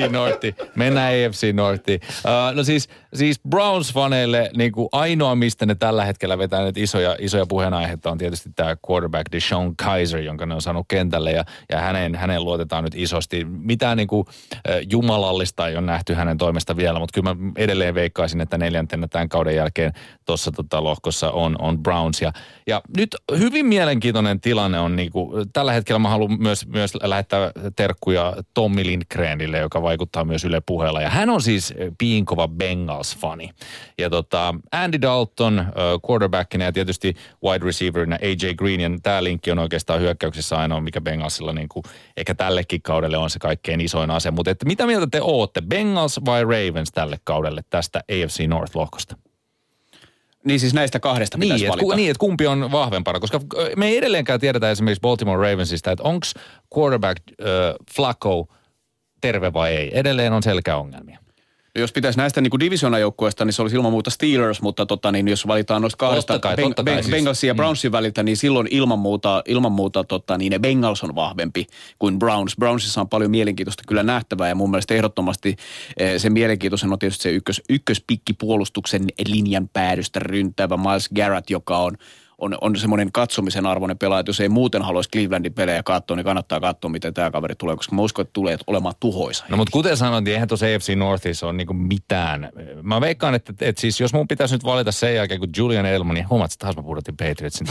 AFC Northiin. No siis Browns-faneille niin kuin ainoa, mistä ne tällä hetkellä vetää nyt isoja puheenaiheita on tietysti tämä quarterback DeShone Kizer, jonka ne on saanut kentälle ja häneen luotetaan nyt isosti. Mitään niin kuin jumalallista ei ole nähty hänen toimesta vielä, mutta kyllä mä edelleen veikkaisin, että 4. tämän kauden jälkeen tuossa lohkossa on Browns. Ja nyt hyvin mielenkiintoinen tilanne on, niin kuin, tällä hetkellä mä haluan myös lähettää terkkuja Tommy Lindgrenille, joka vaikuttaa myös Yle Puheella. Ja hän on siis piinkova Bengals-fani. Ja Andy Dalton quarterbackina ja tietysti wide receiverina AJ Green. Ja tämä linkki on oikeastaan hyökkäyksessä ainoa, mikä Bengalsilla niin kuin, ehkä tällekin kaudelle on se kaikkein isoin ase. Mutta mitä mieltä te ootte, Bengals vai Ravens tälle kaudelle tästä AFC North-lohkosta? Niin siis näistä kahdesta pitäisi valita. Että kumpi on vahvempana, koska me ei edelleenkään tiedetä esimerkiksi Baltimore Ravensista, että onko quarterback Flacco terve vai ei. Edelleen on selkäongelmia. Jos pitäisi näistä niin kuin divisionajoukkueesta, niin se olisi ilman muuta Steelers, mutta niin jos valitaan noista kahdesta Bengalsin ja Brownsin väliltä, niin silloin ilman muuta niin ne Bengals on vahvempi kuin Browns. Brownsissa on paljon mielenkiintoista kyllä nähtävää ja mun mielestä ehdottomasti se mielenkiintoisen on tietysti se ykköspikki puolustuksen linjan päädystä ryntäävä Myles Garrett, joka on semmoinen katsomisen arvoinen pelaaja, että jos ei muuten haluaisi Clevelandin pelejä katsoa, niin kannattaa katsoa, miten tämä kaveri tulee, koska mä uskon, että tulee olemaan tuhoisa. No mutta kuten sanoin, niin eihän tuossa AFC Northissa ole niinku mitään. Mä veikkaan, että siis jos mun pitäisi nyt valita sen jälkeen, kun Julian Edelman, niin huomaat, että taas mä pudotin Patriotsin.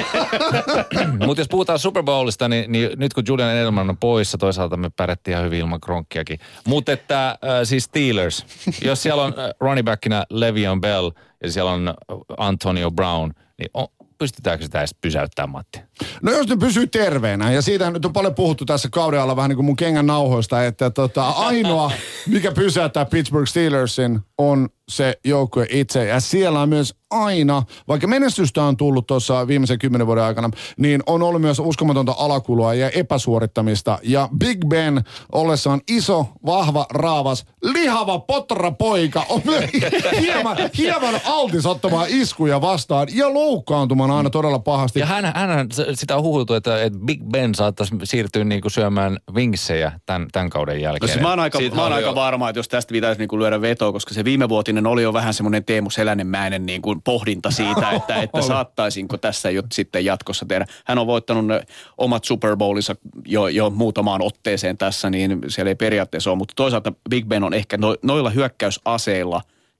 Mutta jos puhutaan Super Bowlista, niin nyt kun Julian Edelman on poissa, toisaalta me pärjättiin ihan hyvin ilman Gronkkiakin. Mutta siis Steelers, jos siellä on running backina Le'Veon Bell ja siellä on Antonio Brown, niin pystytäänkö sitä edes pysäyttämään, Matti? No jos ne pysyy terveenä, ja siitä nyt on paljon puhuttu tässä kauden alla vähän niin kuin mun kengän nauhoista, että ainoa, mikä pysäyttää Pittsburgh Steelersin, on se joukkue itse. Ja siellä on myös aina, vaikka menestystä on tullut tuossa viimeisen 10 vuoden aikana, niin on ollut myös uskomatonta alakulua ja epäsuorittamista. Ja Big Ben ollessaan iso, vahva, raavas, lihava potrapoika on myös hieman altis ottamaan iskuja vastaan ja loukkaantumaan aina todella pahasti. Ja hän sitä on huhultu, että Big Ben saattaisi siirtyä niinku syömään wingsejä tämän kauden jälkeen. No, mä oon aika varma, että jos tästä pitäisi niinku lyödä vetoa, koska se viimevuotinen oli jo vähän semmoinen Teemu Selännemäinen niin kuin pohdinta siitä, että saattaisinko tässä jo sitten jatkossa tehdä. Hän on voittanut omat Super Bowlinsa jo muutamaan otteeseen tässä, niin siellä ei periaatteessa ole, mutta toisaalta Big Ben on ehkä noilla hyökkäysaseilla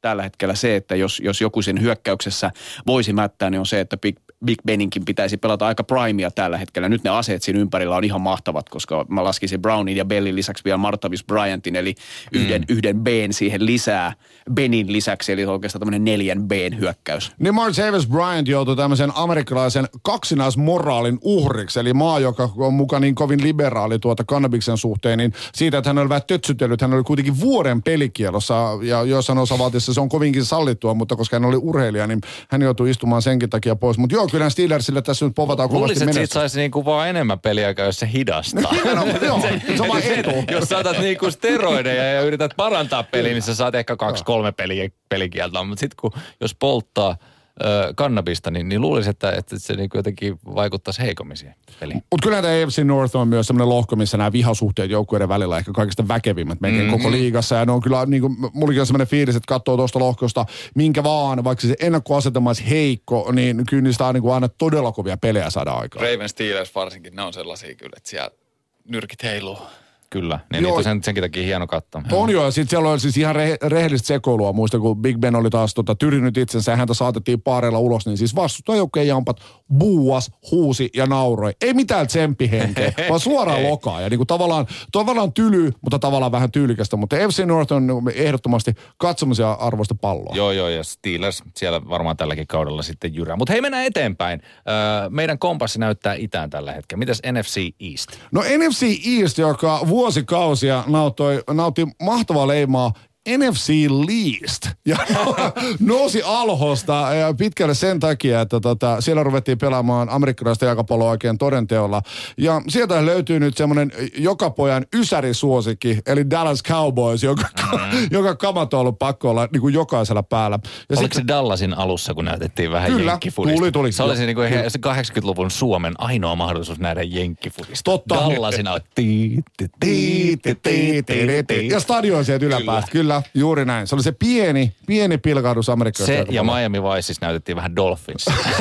tällä hetkellä se, että jos joku sen hyökkäyksessä voisi mättää, niin on se, että Big Beninkin pitäisi pelata aika primea tällä hetkellä. Nyt ne aseet siinä ympärillä on ihan mahtavat, koska mä laskisin Brownin ja Bellin lisäksi vielä Martavis Bryantin, eli yhden B:n siihen lisää Benin lisäksi, eli oikeastaan tämmöinen 4 B:n hyökkäys. Niin Martavis Bryant joutui tämmöisen amerikkalaisen kaksinaismoraalin uhriksi, eli maa, joka on mukaan niin kovin liberaali kannabiksen suhteen, niin siitä, että hän oli vähän tötsytellyt, hän oli kuitenkin vuoden pelikielossa, ja jossain osavaltiossa se on kovinkin sallittua, mutta koska hän oli urheilija, niin hän joutui istumaan senkin takia pois. Mutta joo, kyllä Steelersille tässä nyt povataan kovasti menestystä. menestystä. Luulisin, että siitä saisi niinku vaan enemmän peliaikaa, jos se hidastaa. Joo, se on vaan etu. Jos saatat niinku steroideja ja yrität parantaa peliä, niin sä saat ehkä 2-3 pelikieltoa. Mutta sitten jos polttaa kannabista, niin luulisin, että se niinku jotenkin vaikuttaisi heikommin siihen peliin. Mutta kyllä tämä AFC North on myös sellainen lohko, missä nämä vihasuhteet joukkueiden välillä ehkä kaikista väkevimmät melkein koko liigassa. Ja ne on kyllä, niin kuin, mullakin on sellainen fiilis, että katsoo tuosta lohkosta minkä vaan, vaikka se ennakkoasetelma olisi heikko, niin kyllä niistä on niin kuin aina todella kovia pelejä saada aikaan. Ravens Steelers varsinkin, ne on sellaisia kyllä, että siellä nyrkit heiluu. Kyllä, niin niitä on senkin takia hieno katsoa. On joo, ja sitten siellä on siis ihan rehellistä sekoilua. Muista, kun Big Ben oli taas tyrinyt itsensä ja häntä saatettiin paareilla ulos, niin siis vastustajoukkueen jampat buuas, huusi ja nauroi. Ei mitään tsemppihenkeä, vaan suoraan lokaa. Ja niin kuin tavallaan tyly, mutta tavallaan vähän tyylikästä. Mutta FC North on ehdottomasti katsomisen arvoista palloa. Joo, ja Steelers siellä varmaan tälläkin kaudella sitten jyrää. Mutta hei, mennään eteenpäin. Meidän kompassi näyttää itään tällä hetkellä. Mitäs NFC East? No NFC East, joka vuosikausia nautti mahtavaa leimaa NFC Least ja nousi alhosta ja pitkälle sen takia, että siellä ruvettiin pelaamaan amerikkalaista jalkapalloa oikein todenteolla. Ja sieltä löytyy nyt semmoinen joka pojan ysärisuosikki, eli Dallas Cowboys, joka kamat on ollut pakko olla niin kuin jokaisella päällä. Ja oliko se Dallasin alussa, kun näytettiin vähän jenkkifudista? Tuli. Se oli niin kuin 80-luvun Suomen ainoa mahdollisuus nähdä jenkkifudista. Totta. Dallasina ja stadion sieltä yläpäästä, kyllä. Juuri näin. Se oli se pieni pilkahdus amerikkalaisesta. Se ja Miami Viceissa näytettiin vähän Dolphins.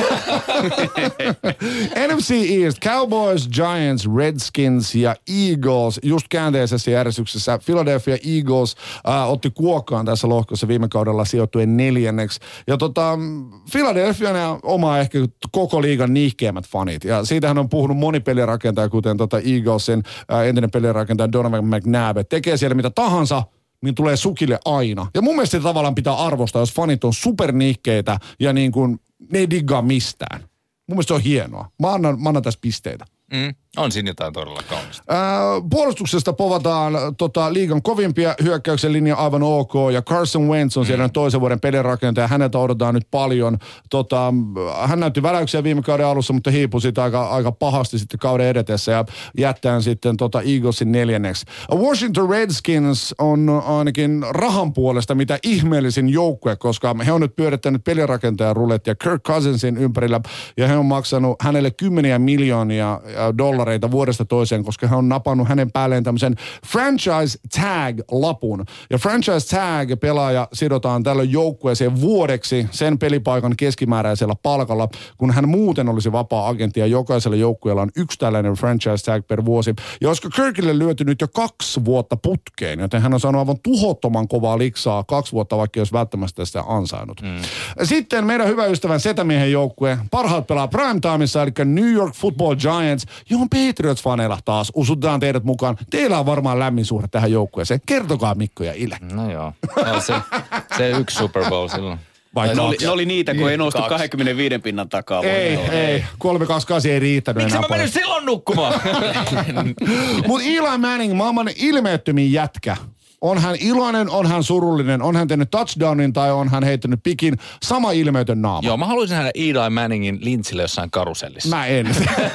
NFC East, Cowboys, Giants, Redskins ja Eagles. Just käänteisessä järjestyksessä Philadelphia Eagles otti kuokkaan tässä lohkossa viime kaudella sijoittuen 4. Ja Philadelphia on oma ehkä koko liigan niihkeimmät fanit. Ja siitähän on puhunut moni pelirakentaja, kuten Eaglesin entinen pelirakentaja Donovan McNabb. Tekee siellä mitä tahansa, niin tulee sukille aina. Ja mun mielestä tavallaan pitää arvostaa, jos fanit on superniikkeitä ja niin kuin ne ei diggaa mistään. Mun mielestä se on hienoa. Mä annan tässä pisteitä. On siinä jotain todella kaunista. Puolustuksesta povataan liigan kovimpia, hyökkäyksen linja aivan ok, ja Carson Wentz on siellä toisen vuoden pelirakentaja, häneltä odotetaan nyt paljon. Hän näytti väläyksiä viime kauden alussa, mutta hiipui siitä aika pahasti sitten kauden edetessä, ja jättään sitten Eaglesin 4. Washington Redskins on ainakin rahan puolesta mitä ihmeellisin joukkue, koska he on nyt pyörittänyt pelirakentajan rulettia Kirk Cousinsin ympärillä, ja he on maksanut hänelle 10 miljoonia dollareita vuodesta toiseen, koska hän on napannut hänen päälleen tämmöisen franchise tag-lapun. Ja franchise tag-pelaaja sidotaan tällöin joukkueeseen vuodeksi sen pelipaikan keskimääräisellä palkalla, kun hän muuten olisi vapaa-agentti ja jokaisella joukkueella on 1 tällainen franchise tag per vuosi. Ja olisiko Kirkille lyöty nyt jo 2 vuotta putkeen, joten hän on saanut aivan tuhottoman kovaa liksaa 2 vuotta, vaikka ei olisi välttämättä sitä ansainnut. Sitten meidän hyvä ystävän setämiehen joukkue, parhaat pelaa primetimeissa, eli New York Football Giants, johon Patriots-faneilla taas usutaan teidät mukaan. Teillä on varmaan lämmin suhde tähän joukkueeseen. Kertokaa Mikko ja Ile. No joo, se 1 Super Bowl silloin. Ne oli niitä, kun ei noustu 25 pinnan takaa. Ei. 328 ei riittänyt enää. Miksi mä mennyt silloin nukkumaan? Mutta Eli Manning, maailman ilmeettömin jätkä. On hän iloinen, on hän surullinen, on hän tehnyt touchdownin tai on hän heittänyt pikin. Sama ilmeetön naama. Joo, mä haluaisin nähdä Eli Manningin lintsille jossain karusellissa. Mä en.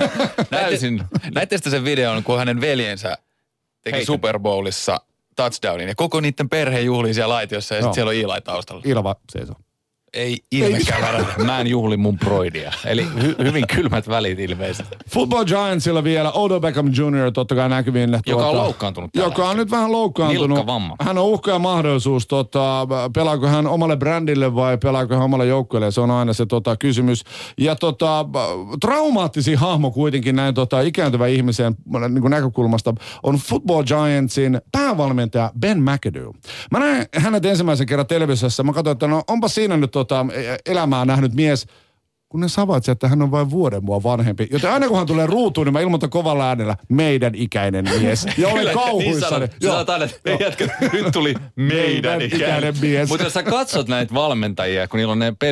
Näittekö sen videon, kun hänen veljensä teki Super Bowlissa touchdownin ja koko niiden perhe juhlii siellä laitiossa ja sitten siellä on Eli taustalla. Eli seisoo. Ei ilmekään värähdä. Mä en juhli mun broidia. Eli hyvin kylmät välit ilmeisesti. Football Giantsilla vielä Odell Beckham Jr. totta kai näkyvin. Joka on loukkaantunut tällä Joka on nyt vähän loukkaantunut. Nilkkavamma. Hän on uhka ja mahdollisuus. Pelaako hän omalle brändille vai pelaako hän omalle joukkueelle? Se on aina se kysymys. Ja traumaattisin hahmo kuitenkin näin ikääntyvän ihmisen niin kuin näkökulmasta on Football Giantsin päävalmentaja Ben McAdoo. Mä näin hänet ensimmäisen kerran televisiossa. Mä katsoin, että no onpa siinä nyt elämää nähnyt mies, kun ne havaitsi, että hän on vain vuoden mua vanhempi. Joten aina kun hän tulee ruutuun, niin mä ilmoitan kovalla äänellä meidän ikäinen mies. Ja olen kauhuissani. Niin sanot aina, että nyt tuli meidän ikäinen mies. Mutta jos sä katsot näitä valmentajia, kun niillä on ne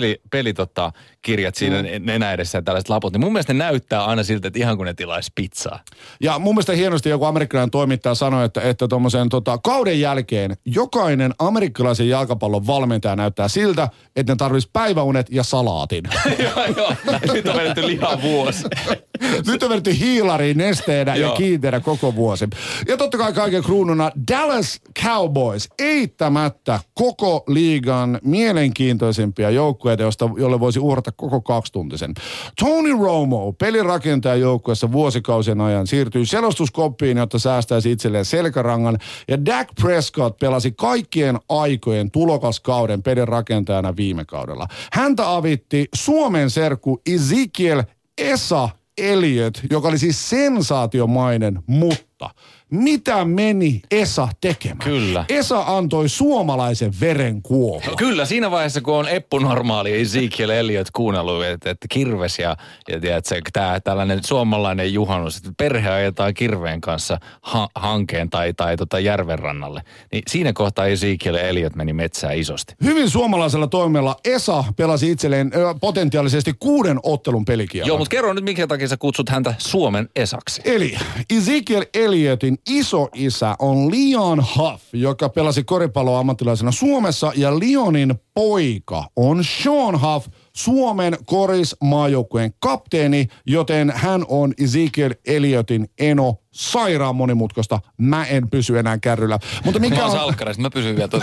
pelikirjat siinä nenä edessä ja tällaiset laput, niin mun mielestä ne näyttää aina siltä, että ihan kun ne tilaisi pizzaa. Ja mun mielestä hienosti joku amerikkalainen toimittaja sanoi, että tommosen kauden jälkeen jokainen amerikkalaisen jalkapallon valmentaja näyttää siltä, että ne tarvitsisi päiväunet ja salaatin. Joo, nyt on vedetty lihavuosi. Nyt on vedetty hiilariin, nesteenä ja kiinteenä koko vuosi. Ja totta kai kaiken kruununa Dallas Cowboys, eittämättä koko liigan mielenkiintoisimpia joukkueita, jolle voisi uhrata koko 2-tuntisen. Tony Romo, pelirakentaja joukkueessa vuosikausien ajan, siirtyi selostuskoppiin, jotta säästäisi itselleen selkärangan. Ja Dak Prescott pelasi kaikkien aikojen tulokaskauden pelirakentajana viime kaudella. Häntä avitti Suomen serkku Ezekiel Esa Elliott, joka oli siis sensaatiomainen, mutta mitä meni Esa tekemään? Kyllä. Esa antoi suomalaisen veren kuohua. No, kyllä, siinä vaiheessa kun on eppunormaali Ezekiel Elliott kuunnellut, että kirves ja tiedätkö, tällainen suomalainen juhannus, että perhe ajetaan kirveen kanssa hankeen tai järvenrannalle, niin siinä kohtaa Ezekiel Elliott meni metsään isosti. Hyvin suomalaisella toimella Esa pelasi itselleen potentiaalisesti 6 ottelun pelikielon. Joo, mutta kerro nyt, minkä takia sä kutsut häntä Suomen Esaksi. Eli Ezekiel Elliotin isoisä on Leon Huff, joka pelasi koripalloa ammattilaisena Suomessa, ja Leonin poika on Sean Huff, Suomen korismaajoukkueen kapteeni, joten hän on Ezekiel Elliotin eno. Sairaan monimutkaista. Mä en pysy enää kärryllä. Mutta mikä mä oon on... salkkarista, mä pysyn vielä tosi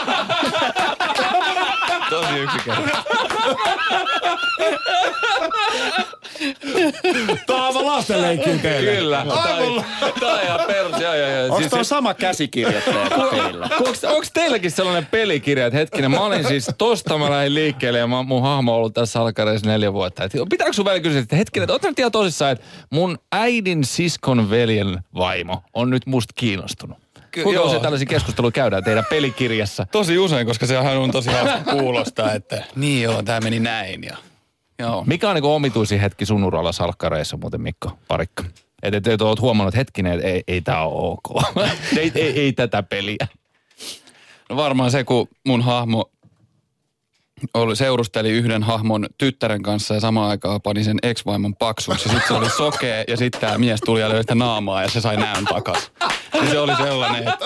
yksinkertaisesti. Tämä on aivan lastenleikkiä teille. Kyllä. Tämä on ihan perus. Onko tuo sama käsikirjoittaja kuin teillä? Onko teilläkin sellainen pelikirja, että hetkinen, mä olin siis tosta, mä lähdin liikkeelle ja mun hahmo on ollut tässä salkkareissa 4 vuotta. Pitääkö sun välillä kysyä, että hetkinen, että oot nyt ihan tosissaan, että mun äidin siskon veljen vaimo on nyt musta kiinnostunut. Kuinka usein tällaisia keskusteluja käydään teidän pelikirjassa? Tosi usein, koska sehän on tosi hauska kuulostaa, että niin joo, tää meni näin ja joo. Mikä on niin omituisin hetki sun uralla salkkareissa muuten, Mikko Parikka? Että oot huomannut hetkinen, että ei tää ole ok. ei tätä peliä. No varmaan se, kun mun hahmo seurusteli yhden hahmon tyttären kanssa ja samaan aikaan pani sen ex-vaimon paksuksi. Ja sitten se oli sokea ja sitten tämä mies tuli ja löi sitä naamaa ja se sai näön takas. Ja se oli sellainen, että...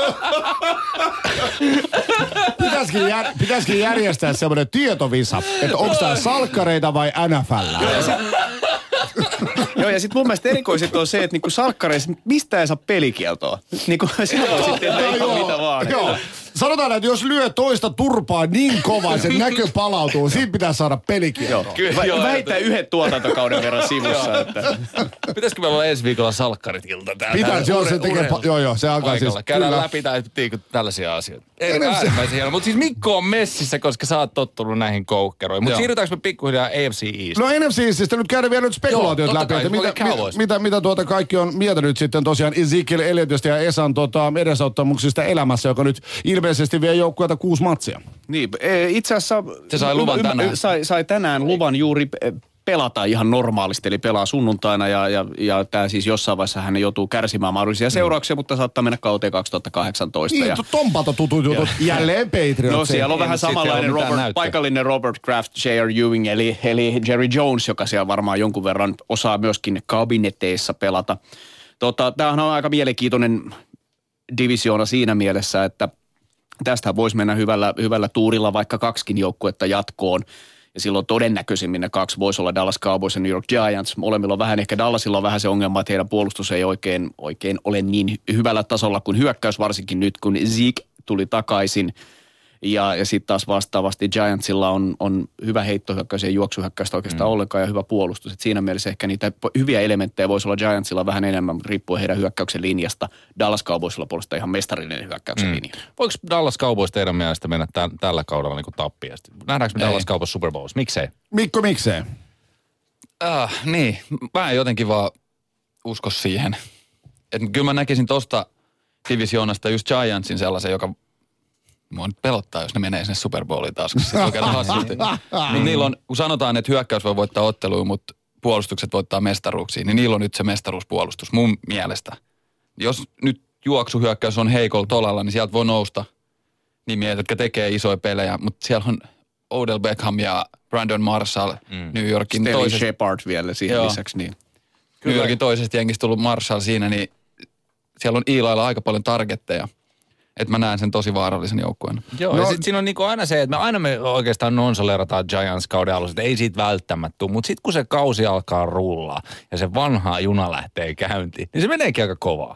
Pitäisikin järjestää semmoinen tietovisa, että onko tää salkkareita vai NFL? Joo, ja sitten mun mielestä erikoisinta on se, että niinku salkkareissa mistä ei saa pelikieltoa. Niinku se on sitten mitä vaan. Joo. Sanotaan, että jos lyö toista turpaa niin kovaa, sen näkö palautuu, siitä pitää saada pelikielto. Vähintään 1 tuotantokauden verran sivussa. Että. Pitäisikö meillä olla ensi viikolla salkkarit ilta täällä? Pitäisi, joo, se tekee, joo, se alkaa siis. Käydään läpi tällaisia asioita. Äärimmäisen hieno. Mutta siis Mikko on messissä, koska sä oot tottunut näihin koukkeroihin. Mutta siirrytäänkö me pikkuhiljaa AFC East? No NFC Eastistä nyt käydään vielä nyt spekulaatiot läpi, että mitä kaikki on miettinyt sitten tosiaan Ezekiel Elliotista ja Esan edesauttamuksista elämässä, joka nyt ilmeisesti vie joukkueelta 6 matsia. Niin, itse asiassa... Se sai luvan tänään. Sai tänään luvan juuri pelata ihan normaalisti, eli pelaa sunnuntaina ja tämä siis jossain vaiheessa hän joutuu kärsimään mahdollisia seurauksia, mutta saattaa mennä kauteen 2018. Niin, Tompalta tutut jutut, jälleen Patriots. No siellä on vähän samanlainen paikallinen Robert Kraft, J.R. Ewing, eli Jerry Jones, joka siellä varmaan jonkun verran osaa myöskin kabinetteissa pelata. Tämähän on aika mielenkiintoinen divisioona siinä mielessä, että tästä voisi mennä hyvällä tuurilla vaikka 2 joukkuetta jatkoon. Ja silloin todennäköisimmin ne 2 voisi olla Dallas Cowboys ja New York Giants. Molemmilla on vähän, ehkä Dallasilla on vähän se ongelma, että heidän puolustus ei oikein ole niin hyvällä tasolla kuin hyökkäys, varsinkin nyt kun Zeke tuli takaisin. Ja sitten taas vastaavasti Giantsilla on hyvä heittohyökkäys ja juoksuhyökkäystä oikeastaan ollenkaan ja hyvä puolustus. Et siinä mielessä ehkä niitä hyviä elementtejä voisi olla Giantsilla vähän enemmän riippuen heidän hyökkäyksen linjasta. Dallas Cowboysilla puolestaan ihan mestarillinen hyökkäyksen linja. Voiko Dallas Cowboys teidän mielestä mennä tällä kaudella niin tappiasti? Nähdäänkö me Dallas Cowboys Super Bowlissa? Miksei? Mikko, miksei? Niin, mä en jotenkin vaan usko siihen. Että kyllä mä näkisin tosta divisioonasta just Giantsin sellaisen, joka mua nyt pelottaa, jos ne menee sinne Super Bowliin taas, koska se on kerran hassusti. Niin niillä on, kun sanotaan, että hyökkäys voi voittaa otteluja, mutta puolustukset voittaa mestaruuksia, niin niillä on nyt se mestaruuspuolustus mun mielestä. Jos nyt juoksuhyökkäys on heikolla tolalla, niin sieltä voi nousta nimiä, jotka tekee isoja pelejä, mutta siellä on Odell Beckham ja Brandon Marshall New Yorkin toisesta. Sterling Shepard vielä siihen lisäksi. Niin. New Yorkin toisesta jengistä tullut Marshall siinä, niin siellä on Eliilla aika paljon targetteja. Että mä näen sen tosi vaarallisen joukkueen. Joo, ja sitten siinä on niinku aina se, että me oikeastaan nonsoleerataan Giants kauden alussa, että ei siitä välttämättä tule. Mutta sitten kun se kausi alkaa rullaa ja se vanha juna lähtee käyntiin, niin se meneekin aika kovaa.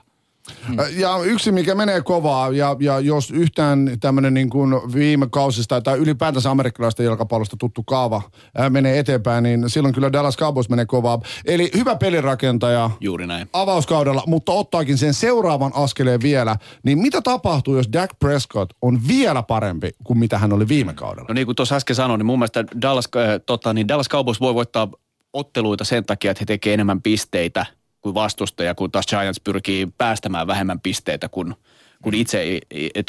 Ja yksi, mikä menee kovaa, ja jos yhtään tämmöinen niin kuin viime kausista tai ylipäätänsä amerikkalaista jalkapallosta tuttu kaava menee eteenpäin, niin silloin kyllä Dallas Cowboys menee kovaa. Eli hyvä pelirakentaja. Juuri näin. Avauskaudella, mutta ottaakin sen seuraavan askeleen vielä. Niin mitä tapahtuu, jos Dak Prescott on vielä parempi kuin mitä hän oli viime kaudella? No niin kuin tuossa äsken sanoin, niin mun mielestä Dallas Cowboys voi voittaa otteluita sen takia, että he tekee enemmän pisteitä kuin vastustaja, kun taas Giants pyrkii päästämään vähemmän pisteitä kuin itse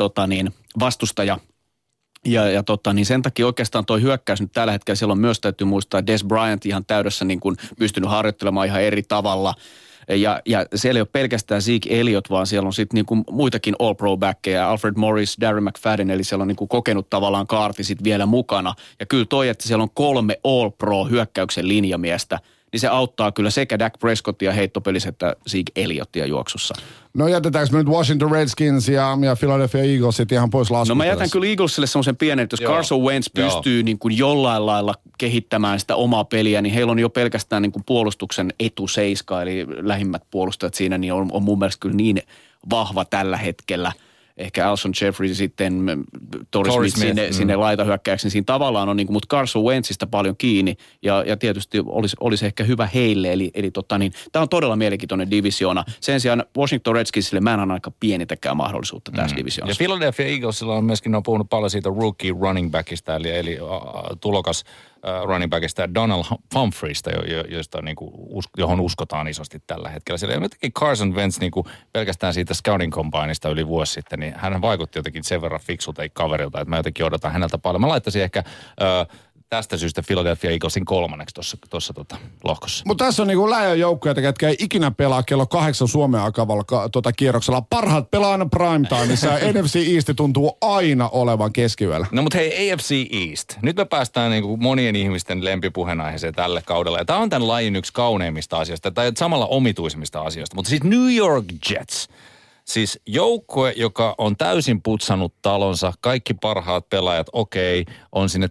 vastustaja. Ja sen takia oikeastaan toi hyökkäys nyt tällä hetkellä, siellä on myös täytyy muistaa Des Bryant ihan täydessä niin kuin pystynyt harjoittelemaan ihan eri tavalla. Ja siellä ei ole pelkästään Zeke Elliott, vaan siellä on sitten niin kuin muitakin all-pro-backkejä, Alfred Morris, Darren McFadden, eli siellä on niin kuin kokenut tavallaan kaarti sitten vielä mukana. Ja kyllä toi, että siellä on 3 all-pro hyökkäyksen linjamiestä, niin se auttaa kyllä sekä Dak Prescottia heittopelissä että Zeke Elliottia juoksussa. No jätetäänkö me nyt Washington Redskins ja Philadelphia Eaglesit ihan pois laskusta? No mä jätän kyllä Eaglesille semmoisen pienen, että jos Carson Wentz pystyy niin kuin jollain lailla kehittämään sitä omaa peliä, niin heillä on jo pelkästään niin kuin puolustuksen etuseiska, eli lähimmät puolustajat siinä, niin on mun mielestä kyllä niin vahva tällä hetkellä. Ehkä Alshon Jeffrey sitten, Torrey Smith sinne laitahyökkäyksi, niin siinä tavallaan on, niin kuin, mutta Carson Wentzistä paljon kiinni, ja tietysti olisi ehkä hyvä heille, eli tämä on todella mielenkiintoinen divisioona. Sen sijaan Washington Redskinsille mä en anna aika pienitäkään mahdollisuutta tässä divisioonassa. Ja Philadelphia Eaglesilla on myöskin, on puhunut paljon siitä rookie running backista, eli tulokas running backista Donald Humphreysta, josta niinku, johon uskotaan isosti tällä hetkellä. Siellä jotenkin Carson Wentz niinku, pelkästään siitä scouting combineista yli vuosi sitten, niin hän vaikutti jotenkin sen verran fiksulta kaverilta, että mä jotenkin odotan häneltä paljon. Mä laittaisin ehkä tästä syystä Philadelphia Eaglesin 3. tuossa lohkossa. Mutta tässä on niinku läjön joukkoja, ketkä ei ikinä pelaa kello 8 Suomen aikavalla kierroksella. Parhaat pelaa aina primetimeissa ja NFC East tuntuu aina olevan keskiyöllä. No mutta hei, AFC East. Nyt me päästään niinku monien ihmisten lempipuheenaiheeseen tälle kaudella. Ja tämä on tämän lajin yksi kauneimmista asioista, tai samalla omituisimmista asioista. Mutta siis New York Jets. Siis joukkue, joka on täysin putsannut talonsa, kaikki parhaat pelaajat, on sinne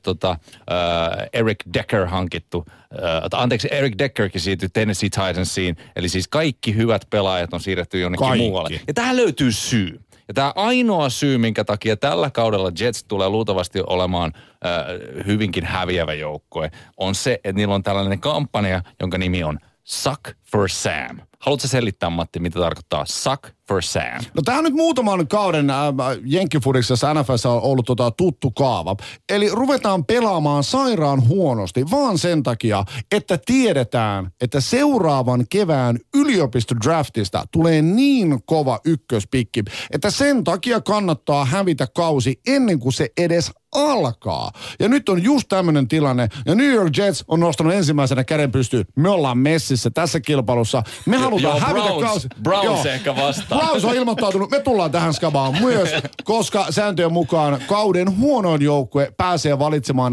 Eric Decker hankittu. Eric Deckerkin siirtyi Tennessee Titansiin, eli siis kaikki hyvät pelaajat on siirretty jonnekin muualle. Ja tähän löytyy syy. Ja tämä ainoa syy, minkä takia tällä kaudella Jets tulee luultavasti olemaan hyvinkin häviävä joukkue, on se, että niillä on tällainen kampanja, jonka nimi on Suck for Sam. Haluatko selittää, Matti, mitä tarkoittaa Suck for Sam? No tämä on nyt muutaman kauden jenkkifudiksessa NFL:ssä on ollut tuttu kaava. Eli ruvetaan pelaamaan sairaan huonosti vaan sen takia, että tiedetään, että seuraavan kevään yliopistodraftista tulee niin kova ykköspikki, että sen takia kannattaa hävitä kausi ennen kuin se edes alkaa. Ja nyt on just tämmöinen tilanne, ja New York Jets on nostanut ensimmäisenä käden pystyyn. Me ollaan messissä tässä kilpailussa. Me halutaan hävitä kausi. Browns ehkä vastaan. Browns on ilmoittautunut, me tullaan tähän skabaan myös, koska sääntöjen mukaan kauden huonoin joukkue pääsee valitsemaan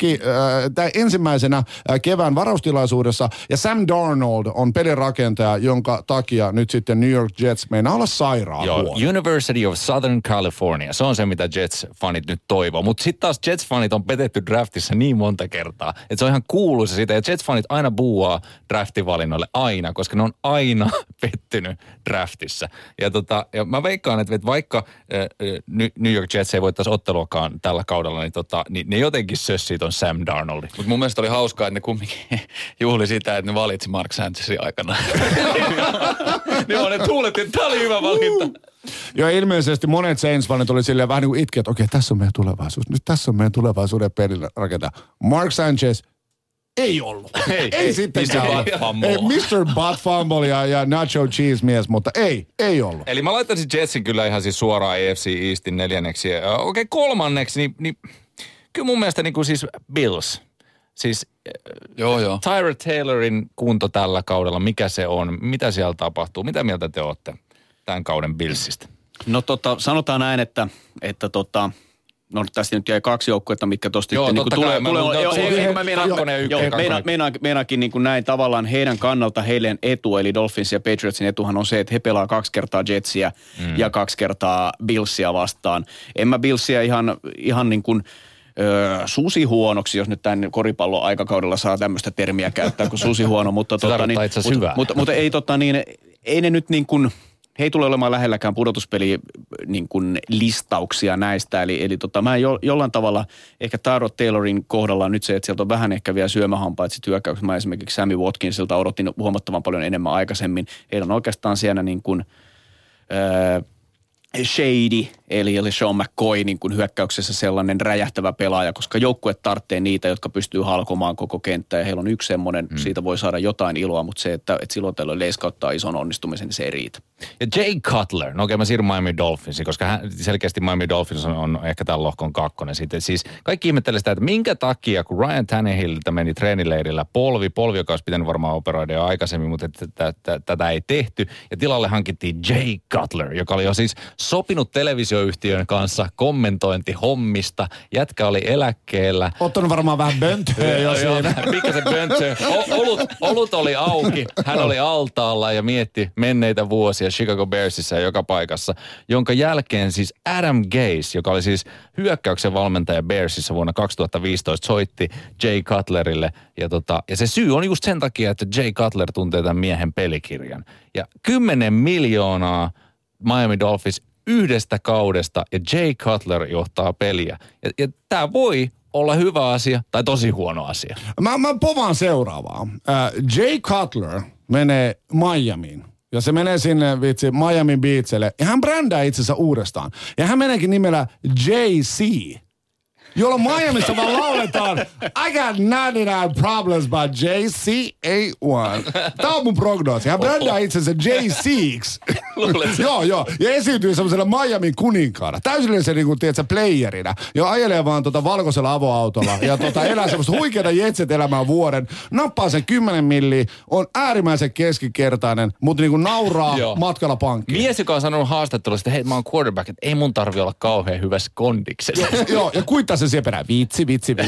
ensimmäisenä kevään varaustilaisuudessa, ja Sam Darnold on pelirakentaja, jonka takia nyt sitten New York Jets meinaa olla sairaan huono. University of Southern California, se on se, mitä Jets-fanit nyt toivoo. Mutta sitten taas Jets-fanit on petetty draftissa niin monta kertaa, että se on ihan kuuluisa siitä, ja Jets-fanit aina buuaa draftivalinnoille aina, koska ne on aina pettynyt draftissa. Ja mä veikkaan, että vaikka New York Jets ei voittaisi otteluakaan tällä kaudella, niin ne jotenkin sössii ton Sam Darnoldin. Mutta mun mielestä oli hauskaa, että ne kumminkin juhli sitä, että ne valitsi Mark Sanchezin aikana. Ne tuulettiin, että tää oli hyvä valinta. Joo, ilmeisesti monet Saints-fanit oli silleen vähän niin kuin itki, että okei, tässä on meidän tulevaisuus. Nyt tässä on meidän tulevaisuuden pelin rakentaa. Mark Sanchez ei ollut. Ei sittenkään ollut. Mr. Butt Fumble ja Nacho Cheese mies, mutta ei ollut. Eli mä laittaisin Jetsin kyllä ihan siis suoraan AFC Eastin 4. Okei, 3. niin kyllä mun mielestä niin kuin siis Bills. Siis Joo. Tyrod Taylorin kunto tällä kaudella, mikä se on, mitä siellä tapahtuu, mitä mieltä te olette tämän kauden Billsistä? No sanotaan näin, että no tästä nyt jäi 2 joukkuetta, mitkä tosta joo, sitten tulee. Meinaankin niin kuin näin tavallaan heidän kannalta heidän etu, eli Dolphins ja Patriotsin etuhan on se, että he pelaa 2 kertaa Jetsia ja 2 kertaa Billsia vastaan. En mä Billsia ihan niin kuin susi huonoksi, jos nyt tämän koripallon aikakaudella saa tämmöistä termiä käyttää kuin susi huono, mutta ei ne nyt niin kuin he ei tule olemaan lähelläkään pudotuspeli niin kuin listauksia näistä. Eli mä jollain tavalla ehkä Tyrod Taylorin kohdalla nyt se, että sieltä on vähän ehkä vielä syömähampaita sit hyökkäyksessä. Mä esimerkiksi Sammy Watkinsilta odotin huomattavan paljon enemmän aikaisemmin. Heillä on oikeastaan siellä niin kuin Shady, eli Sean McCoy niin kuin hyökkäyksessä sellainen räjähtävä pelaaja, koska joukkue tarvitsee niitä, jotka pystyy halkomaan koko kenttää. Ja heillä on yksi semmoinen, siitä voi saada jotain iloa, mutta se, että silloin tällöin leiskauttaa ison onnistumisen, niin se ei riitä. Ja Jay Cutler, no okei mä siirryn Miami Dolphinsiin, koska selkeästi Miami Dolphins on ehkä tämän lohkon 2. Sitten siis kaikki ihmettelee sitä, että minkä takia, kun Ryan Tannehilliltä meni treenileirillä polvi, joka olisi pitänyt varmaan operoida jo aikaisemmin, mutta tätä ei tehty. Ja tilalle hankittiin Jay Cutler, joka oli jo siis sopinut televisioyhtiön kanssa kommentointihommista. Jätkä oli eläkkeellä. Ottanut varmaan vähän böntöä jo siinä. Pikkasen böntöä. Olut oli auki. Hän oli altaalla ja mietti menneitä vuosia Chicago Bearsissa ja joka paikassa. Jonka jälkeen siis Adam Gase, joka oli siis hyökkäyksen valmentaja Bearsissa vuonna 2015, soitti Jay Cutlerille. Ja se syy on just sen takia, että Jay Cutler tuntee tämän miehen pelikirjan. Ja 10 miljoonaa Miami Dolphins yhdestä kaudesta ja Jay Cutler johtaa peliä. Ja tämä voi olla hyvä asia tai tosi huono asia. Mä povaan seuraavaa. Jay Cutler menee Miamiin. Ja se menee sinne Miami Beachille. Ja hän brändää itsensä uudestaan. Ja hän meneekin nimellä JC. Jolloin Miamissa vaan lauletaan I got 99 problems but JC ain't one. Tämä on mun prognoosi. Hän brändää itsensä JC:ksi. Joo. Ja esiintyy semmoisella Miamin kuninkaana. Täysin se niinku, tiedätkö, playerina. Ja ajelee vaan valkoisella avoautolla. Ja elää semmoista huikeata jetset-elämää vuoden. Nappaa sen 10 milliä. On äärimmäisen keskikertainen, mutta niinku nauraa matkalla pankkiin. Mies, joka on sanonut haastattelussa, että hei, mä oon quarterback, että ei mun tarvi olla kauhean hyvässä kondiksessa. Joo, ja kuittaa se siihen perään. Vitsi.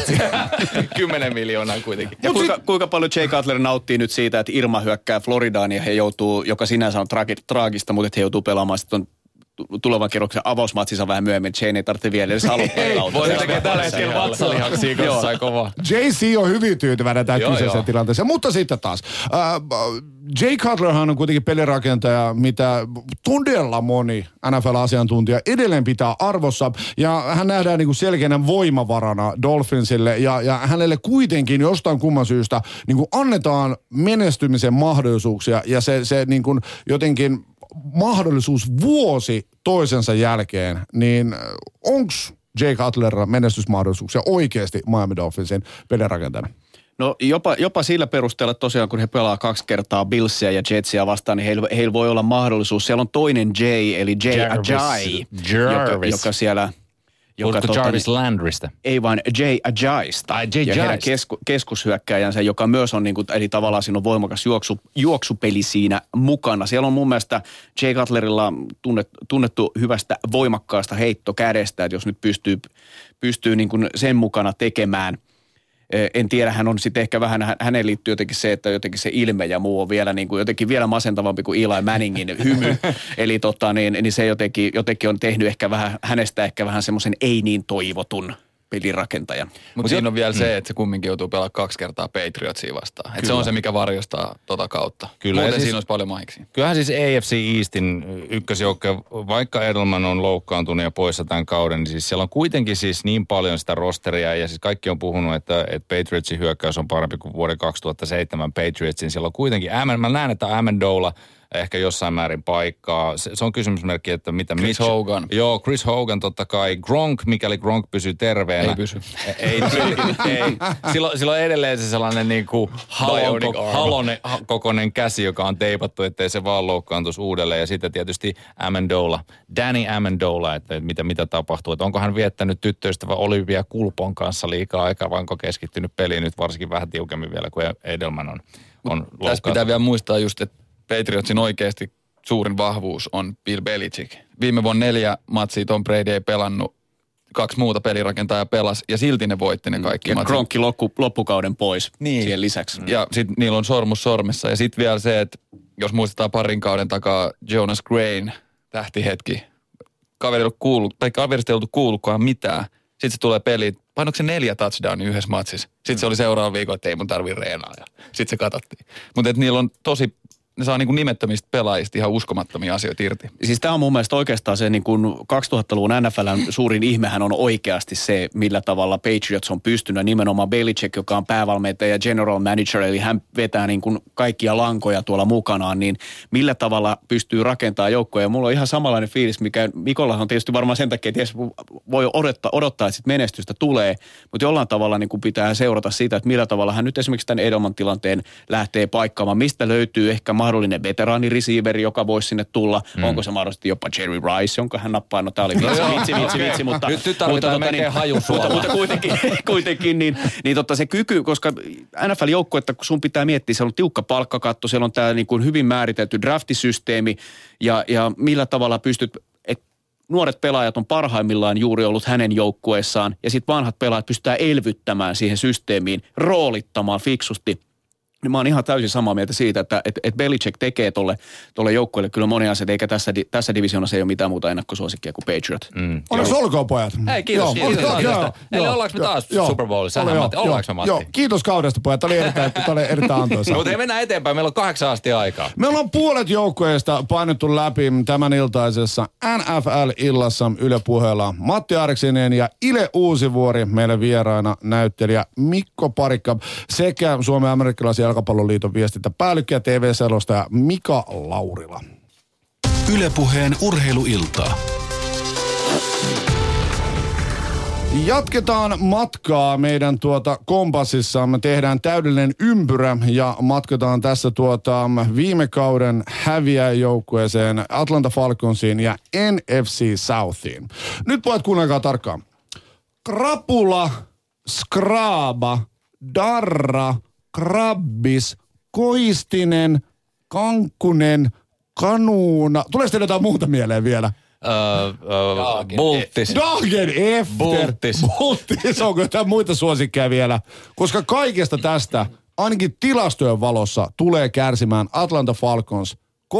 10 miljoonaa kuitenkin. Ja kuinka paljon Jay Cutler nauttii nyt siitä, että Irma hyökkää Floridaan ja he joutuu, joka sinänsä on traagista, mutta että he joutuu pelaamaan sitten tulevan kierroksen avausmatsissa vähän myöhemmin. Jane ei tarvitse vielä edes aloittaa. Voi tekee tällä hetkellä vatsalihaksia, kun sai kovaa. JC on hyvin tyytyväinen tähän kyseiseen tilanteeseen. Mutta sitten taas, Jay Cutlerhan on kuitenkin pelirakentaja, mitä todella moni NFL-asiantuntija edelleen pitää arvossa. Ja hän nähdään niin kuin selkeänä voimavarana Dolphinsille. Ja hänelle kuitenkin jostain kumman syystä niin kuin annetaan menestymisen mahdollisuuksia. Ja se niin kuin jotenkin mahdollisuus vuosi toisensa jälkeen, niin onks Jay Cutler menestysmahdollisuuksia oikeasti Miami Dolphinsin pelirakentana? No jopa sillä perusteella tosiaan, kun he pelaa 2 kertaa Billsia ja Jetsia vastaan, niin heillä voi olla mahdollisuus. Siellä on toinen Jay, eli Jay Ajayi, joka siellä... Puhutko Jarvis Landrystä? Ei vaan Jay Ajaista. Ja heidän keskushyökkääjänsä, joka myös on niin kuin, eli tavallaan siinä on voimakas juoksupeli siinä mukana. Siellä on mun mielestä Jay Cutlerilla tunnettu hyvästä voimakkaasta heittokädestä, että jos nyt pystyy niin kuin sen mukana tekemään. En tiedä, hän on sitten ehkä vähän, häneen liittyy jotenkin se, että jotenkin se ilme ja muu on vielä niin kuin jotenkin vielä masentavampi kuin Eli Manningin hymy. Eli niin se jotenkin on tehnyt ehkä vähän, hänestä ehkä vähän semmoisen ei niin toivotun pelirakentajan. Mutta siinä on vielä se, että se kumminkin joutuu pelaamaan 2 kertaa Patriotsia vastaan. Et se on se, mikä varjostaa tota kautta. Kyllä. Muuten Siis, siinä olisi paljon mahiksi. Kyllähän siis AFC Eastin ykkösjoukkoja, vaikka Edelman on loukkaantunut ja poissa tämän kauden, niin siis siellä on kuitenkin siis niin paljon sitä rosteria, ja siis kaikki on puhunut, että Patriotsin hyökkäys on parempi kuin vuoden 2007 Patriotsin. Siellä on kuitenkin, mä näen, että Amendola ehkä jossain määrin paikkaa. Se on kysymysmerkki, että mitä Chris Hogan. Joo, Chris Hogan totta kai. Gronk, mikäli Gronk pysyy terveenä. Ei pysy. Ei. Silloin edelleen se sellainen niin kuin halon kokoinen käsi, joka on teipattu, ettei se vaan loukkaantuisi uudelleen. Ja sitten tietysti Danny Amendola, että mitä tapahtuu. Että onko hän viettänyt tyttöystävä Olivia Culpon kanssa liikaa aikaa, vai onko keskittynyt peliin nyt varsinkin vähän tiukemmin vielä, kuin Edelman on loukkaantunut. Tässä pitää vielä muistaa just, että Patriotsin oikeasti suurin vahvuus on Bill Belichick. Viime vuonna 4 matsia Tom Brady ei pelannut, 2 muuta pelirakentajaa pelasi ja silti ne voitti ne kaikki matsit. Ja Gronkki loppukauden pois siihen lisäksi. Ja sitten niillä on sormus sormessa. Ja sitten vielä se, että jos muistetaan parin kauden takaa Jonas Grain, tähtihetki, kaverista ei oltu kuullutkaan mitään. Sitten se tulee peliin. Painoiko se 4 touchdownia yhdessä matsissa? Sitten se oli seuraava viikolla, että ei mun tarvii reenaa. Ja sitten se katsottiin. Mutta niillä on tosi, ne saa niinku nimettömistä pelaajista ihan uskomattomia asioita irti. Siis tämä on mun mielestä oikeastaan se niin kuin 2000-luvun NFL:n suurin ihmehän on oikeasti se, millä tavalla Patriots on pystynyt. Nimenomaan Belichick, joka on päävalmentaja ja general manager, eli hän vetää niin kuin kaikkia lankoja tuolla mukanaan, niin millä tavalla pystyy rakentamaan joukkoja. Mulla on ihan samanlainen fiilis, mikä Mikolla on tietysti varmaan sen takia, että voi odottaa, että sit menestystä tulee, mutta jollain tavalla niin kuin pitää seurata sitä, että millä tavalla hän nyt esimerkiksi tämän Edelman tilanteen lähtee paikkaamaan, mistä löytyy ehkä mahdollinen veteraanireceiveri, joka voisi sinne tulla. Onko se mahdollisesti jopa Jerry Rice, jonka hän nappaa? No tää oli vitsi, mutta... Nyt tarvitaan melkein hajusuolaa. Mutta kuitenkin niin se kyky, koska NFL-joukko, että sun pitää miettiä, siellä on tiukka palkkakatto, siellä on tää niin kuin hyvin määritelty draftisysteemi ja millä tavalla pystyt, että nuoret pelaajat on parhaimmillaan juuri ollut hänen joukkueessaan ja sitten vanhat pelaajat pystytään elvyttämään siihen systeemiin, roolittamaan fiksusti. Niin mä oon ihan täysin samaa mieltä siitä, että Belichick tekee tolle joukkueelle kyllä monia asioita, eikä tässä divisioonassa ei ole mitään muuta ennakkosuosikkia kuin Patriot. Onneksi olkoon, pojat. Hei, kiitos. Eli ollaanko me taas Super Bowlissa? Ollaanko me, Matti? Joo, kiitos kaudesta, pojat. Tämä oli erittäin antoisaa. Mutta ei mennään eteenpäin. Meillä on 8 asti aikaa. Me ollaan puolet joukkueista painettu läpi tämän iltaisessa NFL-illassa Yle Puheella. Matti Arksinen ja Ile Uusivuori meille vieraina näyttelijä Mikko Parikka sekä Suomen amerikkalaisen jalkapalloliiton viestintäpäällikkö ja TV-selostaja Mika Laurila. Yle Puheen urheiluiltaa. Jatketaan matkaa meidän kompassissa. Me tehdään täydellinen ympyrä ja matkataan tässä viime kauden häviäjäjoukkueeseen Atlanta Falconsiin ja NFC Southiin. Nyt pojat kuunnelkaa tarkkaan. Krapula, skraaba, darra, krabbis, koistinen, kankkunen, kanuuna. Tulee sitten jotain muuta mieleen vielä? Bulttis. Dagen efter. Bulttis. Onko jotain muita suosikkeja vielä? Koska kaikesta tästä, ainakin tilastojen valossa, tulee kärsimään Atlanta Falcons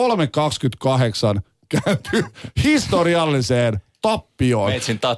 3-28 kääntyy historialliseen tappioon.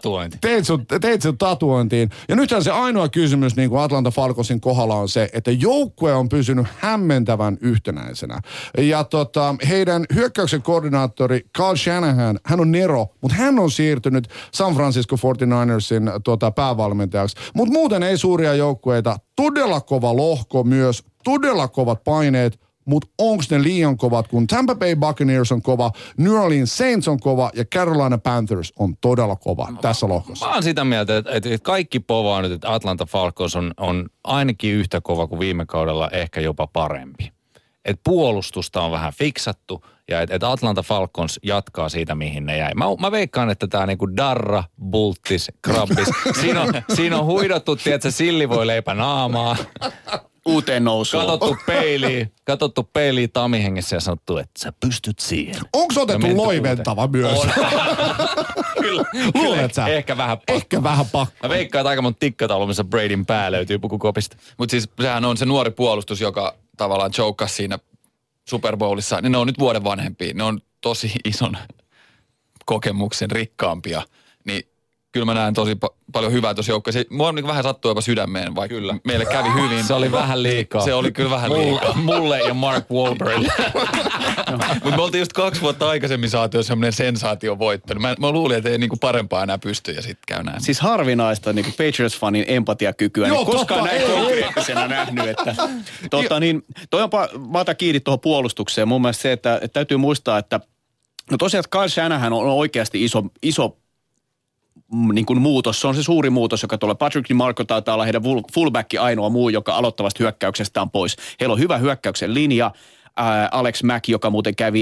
Teit sen tatuointiin. Ja nythän se ainoa kysymys niin kuin Atlanta Falconsin kohdalla on se, että joukkue on pysynyt hämmentävän yhtenäisenä. Ja heidän hyökkäyksen koordinaattori Kyle Shanahan, hän on Nero, mutta hän on siirtynyt San Francisco 49ersin päävalmentajaksi. Mutta muuten ei suuria joukkueita. Todella kova lohko myös, todella kovat paineet. Mutta onko ne liian kovat, kun Tampa Bay Buccaneers on kova, New Orleans Saints on kova ja Carolina Panthers on todella kova tässä lohkossa? Mä oon sitä mieltä, että kaikki povaa nyt, että Atlanta Falcons on ainakin yhtä kova kuin viime kaudella, ehkä jopa parempi. Että puolustusta on vähän fiksattu ja että Atlanta Falcons jatkaa siitä, mihin ne jäi. Mä veikkaan, että tää niinku darra, bulttis, krabbis, siinä on huidottu, tiedätkö, sillivoileipä naamaa. Uuteen nousuun. Katsottu peiliin tamihengessä ja sanottu, että sä pystyt siihen. Onko otettu loiventava myös? Kyllä. Luulet sä? Ehkä vähän pakko. Ehkä vähän pakko. Mä veikkaan, että aika monta tikkataulu, missä Bradyn pää löytyy pukukopista. Mutta siis sehän on se nuori puolustus, joka tavallaan chokasi siinä Super Bowlissa. Ne on nyt vuoden vanhempia. Ne on tosi ison kokemuksen rikkaampia. Niin kyllä mä näen tosi paljon hyvää tuossa joukkueessa. Mua niin vähän sattuu jopa sydämeen, vaikka kyllä. Meille kävi hyvin. Se oli vähän liikaa. Se oli kyllä vähän liikaa. Mulle ja Mark Wahlbergille. Mutta me oltiin just 2 vuotta aikaisemmin saatu jo semmoinen sensaatiovoitto. Mä luulin, että ei niinku parempaa enää pysty ja sitten käy näin. Siis harvinaista niinku Patriots-fanin empatiakykyä. Joo, niin koskaan näin konkreettisena nähnyt. Että, toi mä otan kiinni tuohon puolustukseen. Mun mielestä se, että täytyy muistaa, että no tosiaan, että Kyle Shanahan on oikeasti iso niin kuin muutos. Se on se suuri muutos, joka tulee. Patrick DiMarco taitaa olla heidän fullback ainoa muu, joka aloittavasta hyökkäyksestä on pois. Heillä on hyvä hyökkäyksen linja. Alex Mack, joka muuten kävi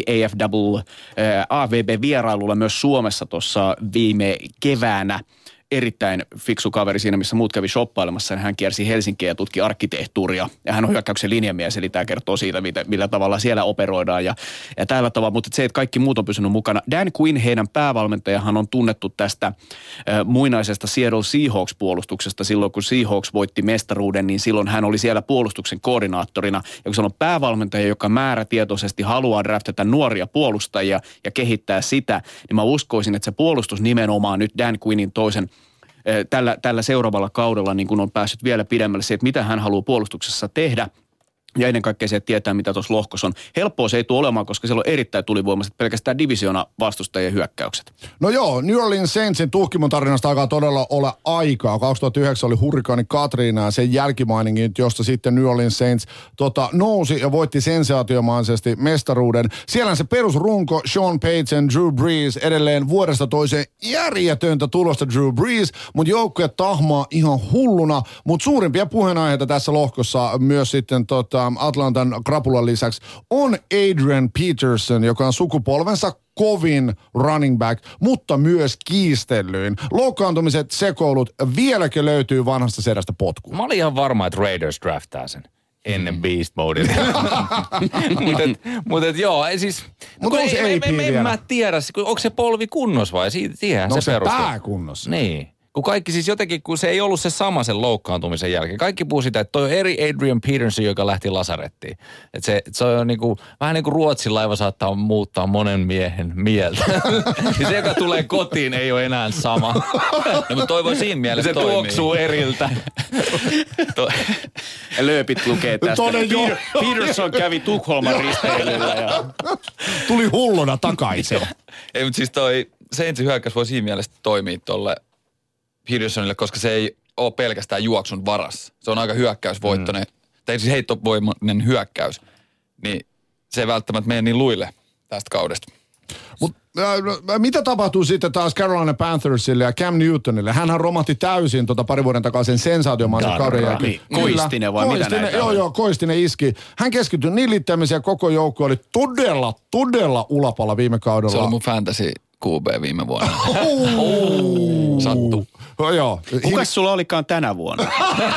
AVB-vierailulla myös Suomessa tuossa viime keväänä. Erittäin fiksu kaveri siinä, missä muut kävi shoppailemassa. Hän kiersi Helsinkiä ja tutki arkkitehtuuria. Ja hän on hyökkäyksen linjamies, eli tämä kertoo siitä, millä tavalla siellä operoidaan. Ja tällä tavalla, mutta se, että kaikki muut on pysynyt mukana. Dan Quinn, heidän päävalmentajahan on tunnettu tästä muinaisesta Seattle Seahawks-puolustuksesta. Silloin, kun Seahawks voitti mestaruuden, niin silloin hän oli siellä puolustuksen koordinaattorina. Ja kun se on päävalmentaja, joka määrätietoisesti haluaa draftata nuoria puolustajia ja kehittää sitä, niin mä uskoisin, että se puolustus nimenomaan nyt Dan Quinnin toisen tällä seuraavalla kaudella niin kun on päässyt vielä pidemmälle se, että mitä hän haluaa puolustuksessa tehdä. Ja ennen kaikkea se, että tietää, mitä tuossa lohkossa on. Helppoa se ei tule olemaan, koska siellä on erittäin tulivoimaiset pelkästään divisioona vastustajien hyökkäykset. No joo, New Orleans Saintsin tuhkimon tarinasta alkaa todella olla aikaa. 2009 oli hurrikaani Katrina ja sen jälkimainingin, josta sitten New Orleans Saints nousi ja voitti sensaatiomaisesti mestaruuden. Siellä se perusrunko, Sean Payton, Drew Brees, edelleen vuodesta toiseen järjetöntä tulosta Drew Brees, mutta joukkue tahmaa ihan hulluna. Mutta suurimpia puheenaiheita tässä lohkossa myös sitten Atlantan krapulan lisäksi on Adrian Peterson, joka on sukupolvensa kovin running back, mutta myös kiistellyin. Loukkaantumiset, sekoilut, vieläkö löytyy vanhasta sedästä potkua? Mä olin ihan varma, että Raiders draftaa sen ennen Beast Modea. Mutta joo, siis... Mutta onko se en mä tiedä, onko se polvi kunnossa vai? Siihen no, se perustuu. Pää kunnossa. Niin. Kun kaikki siis jotenkin, kun se ei ollut se sama sen loukkaantumisen jälkeen. Kaikki puhuu sitä, että toi on eri Adrian Peterson, joka lähti lasarettiin. Että se on niinku, vähän niin kuin Ruotsin laiva saattaa muuttaa monen miehen mieltä. Ja se, joka tulee kotiin, ei ole enää sama. No, mutta toi voi siinä mielessä se toimii. tuoksuu eriltä. Lööpit lukee tästä. Peterson kävi Tukholman risteilyllä ja tuli hulluna takaisin. Ei, mutta siis toi Saintsin hyökkäys voi siinä mielessä toimia tolle Petersonille, koska se ei ole pelkästään juoksun varassa. Se on aika hyökkäysvoittoinen, tai siis heittovoimainen hyökkäys. Niin se ei välttämättä mene niin luille tästä kaudesta. Mutta mitä tapahtuu sitten taas Carolina Panthersille ja Cam Newtonille? Hänhän romahti täysin pari vuoden takaisin sensaatiomaisen kauden jälkeen. Koistinen vai mitä näitä? Joo, Koistinen iski. Hän keskittyi nillittämiseen ja koko joukko oli todella ulapalla viime kaudella. Se oli mun fantasy QB viime vuonna. Sattu. Joo. Kukas sulla olikaan tänä vuonna?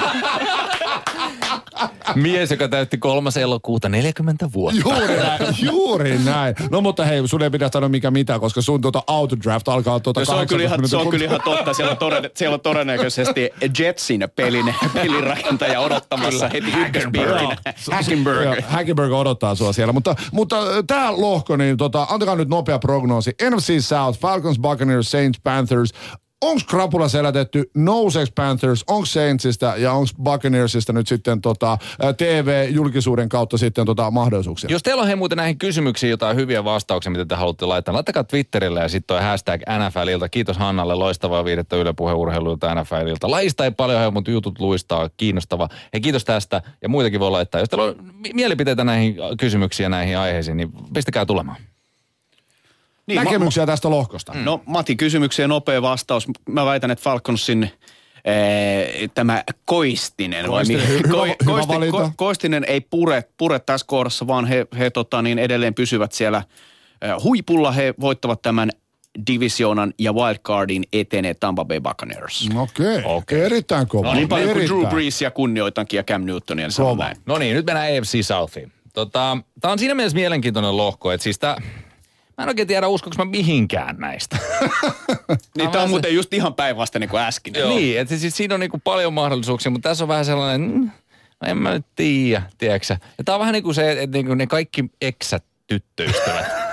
Mies, joka täytti 3. elokuuta 40 vuotta. Juuri näin. No mutta hei, sun ei pidä sanoa mikä mitään, koska sun autodraft alkaa se on kyllä ihan totta. Siellä on todennäköisesti Jetsin pelirakentaja odottamassa heti ykköspiirin. Hackenberg odottaa sua siellä. Mutta tää lohko, niin antakaa nyt nopea prognoosi. NFC South, Falcons, Buccaneers, Saints, Panthers. Onko krapula selätetty, nouseeko Panthers, onko Saintsista ja onko Buccaneersista nyt sitten TV-julkisuuden kautta sitten mahdollisuuksia? Jos teillä on muuten näihin kysymyksiin jotain hyviä vastauksia, mitä te haluatte laittaa, laittakaa Twitterille ja sitten toi hashtag NFL-ilta. Kiitos Hannalle, loistavaa viidettä Yle Puheen urheiluilta NFL-ilta. Lajista ei paljon, mutta jutut luistaa, kiinnostava. Hei, kiitos tästä ja muitakin voi laittaa. Jos teillä on mielipiteitä näihin kysymyksiin näihin aiheisiin, niin pistäkää tulemaan. Niin, näkemyksiä tästä lohkosta. No Matti, kysymykseen nopea vastaus. Mä väitän, että Falconsin tämä Koistinen. Koistinen ei pure tässä kohdassa, vaan he edelleen pysyvät siellä huipulla. He voittavat tämän divisioonan ja wildcardin etenee Tampa Bay Buccaneers. Okei. Erittäin kova. No niin paljon kuin Drew Breesia kunnioitankin ja Cam Newtonia. No niin, nyt mennään AFC Southiin. Tää on siinä mielessä mielenkiintoinen lohko, että siis mä en oikein tiedä, uskonko mä mihinkään näistä. Niin tää on muuten just ihan päinvastainen kuin äsken. Niin, että siis siinä on niinku paljon mahdollisuuksia, mutta tässä on vähän sellainen, en mä nyt tiedä, tiedätkö. Ja tää on vähän niin kuin se, että niinku ne kaikki eksät tyttöystävät.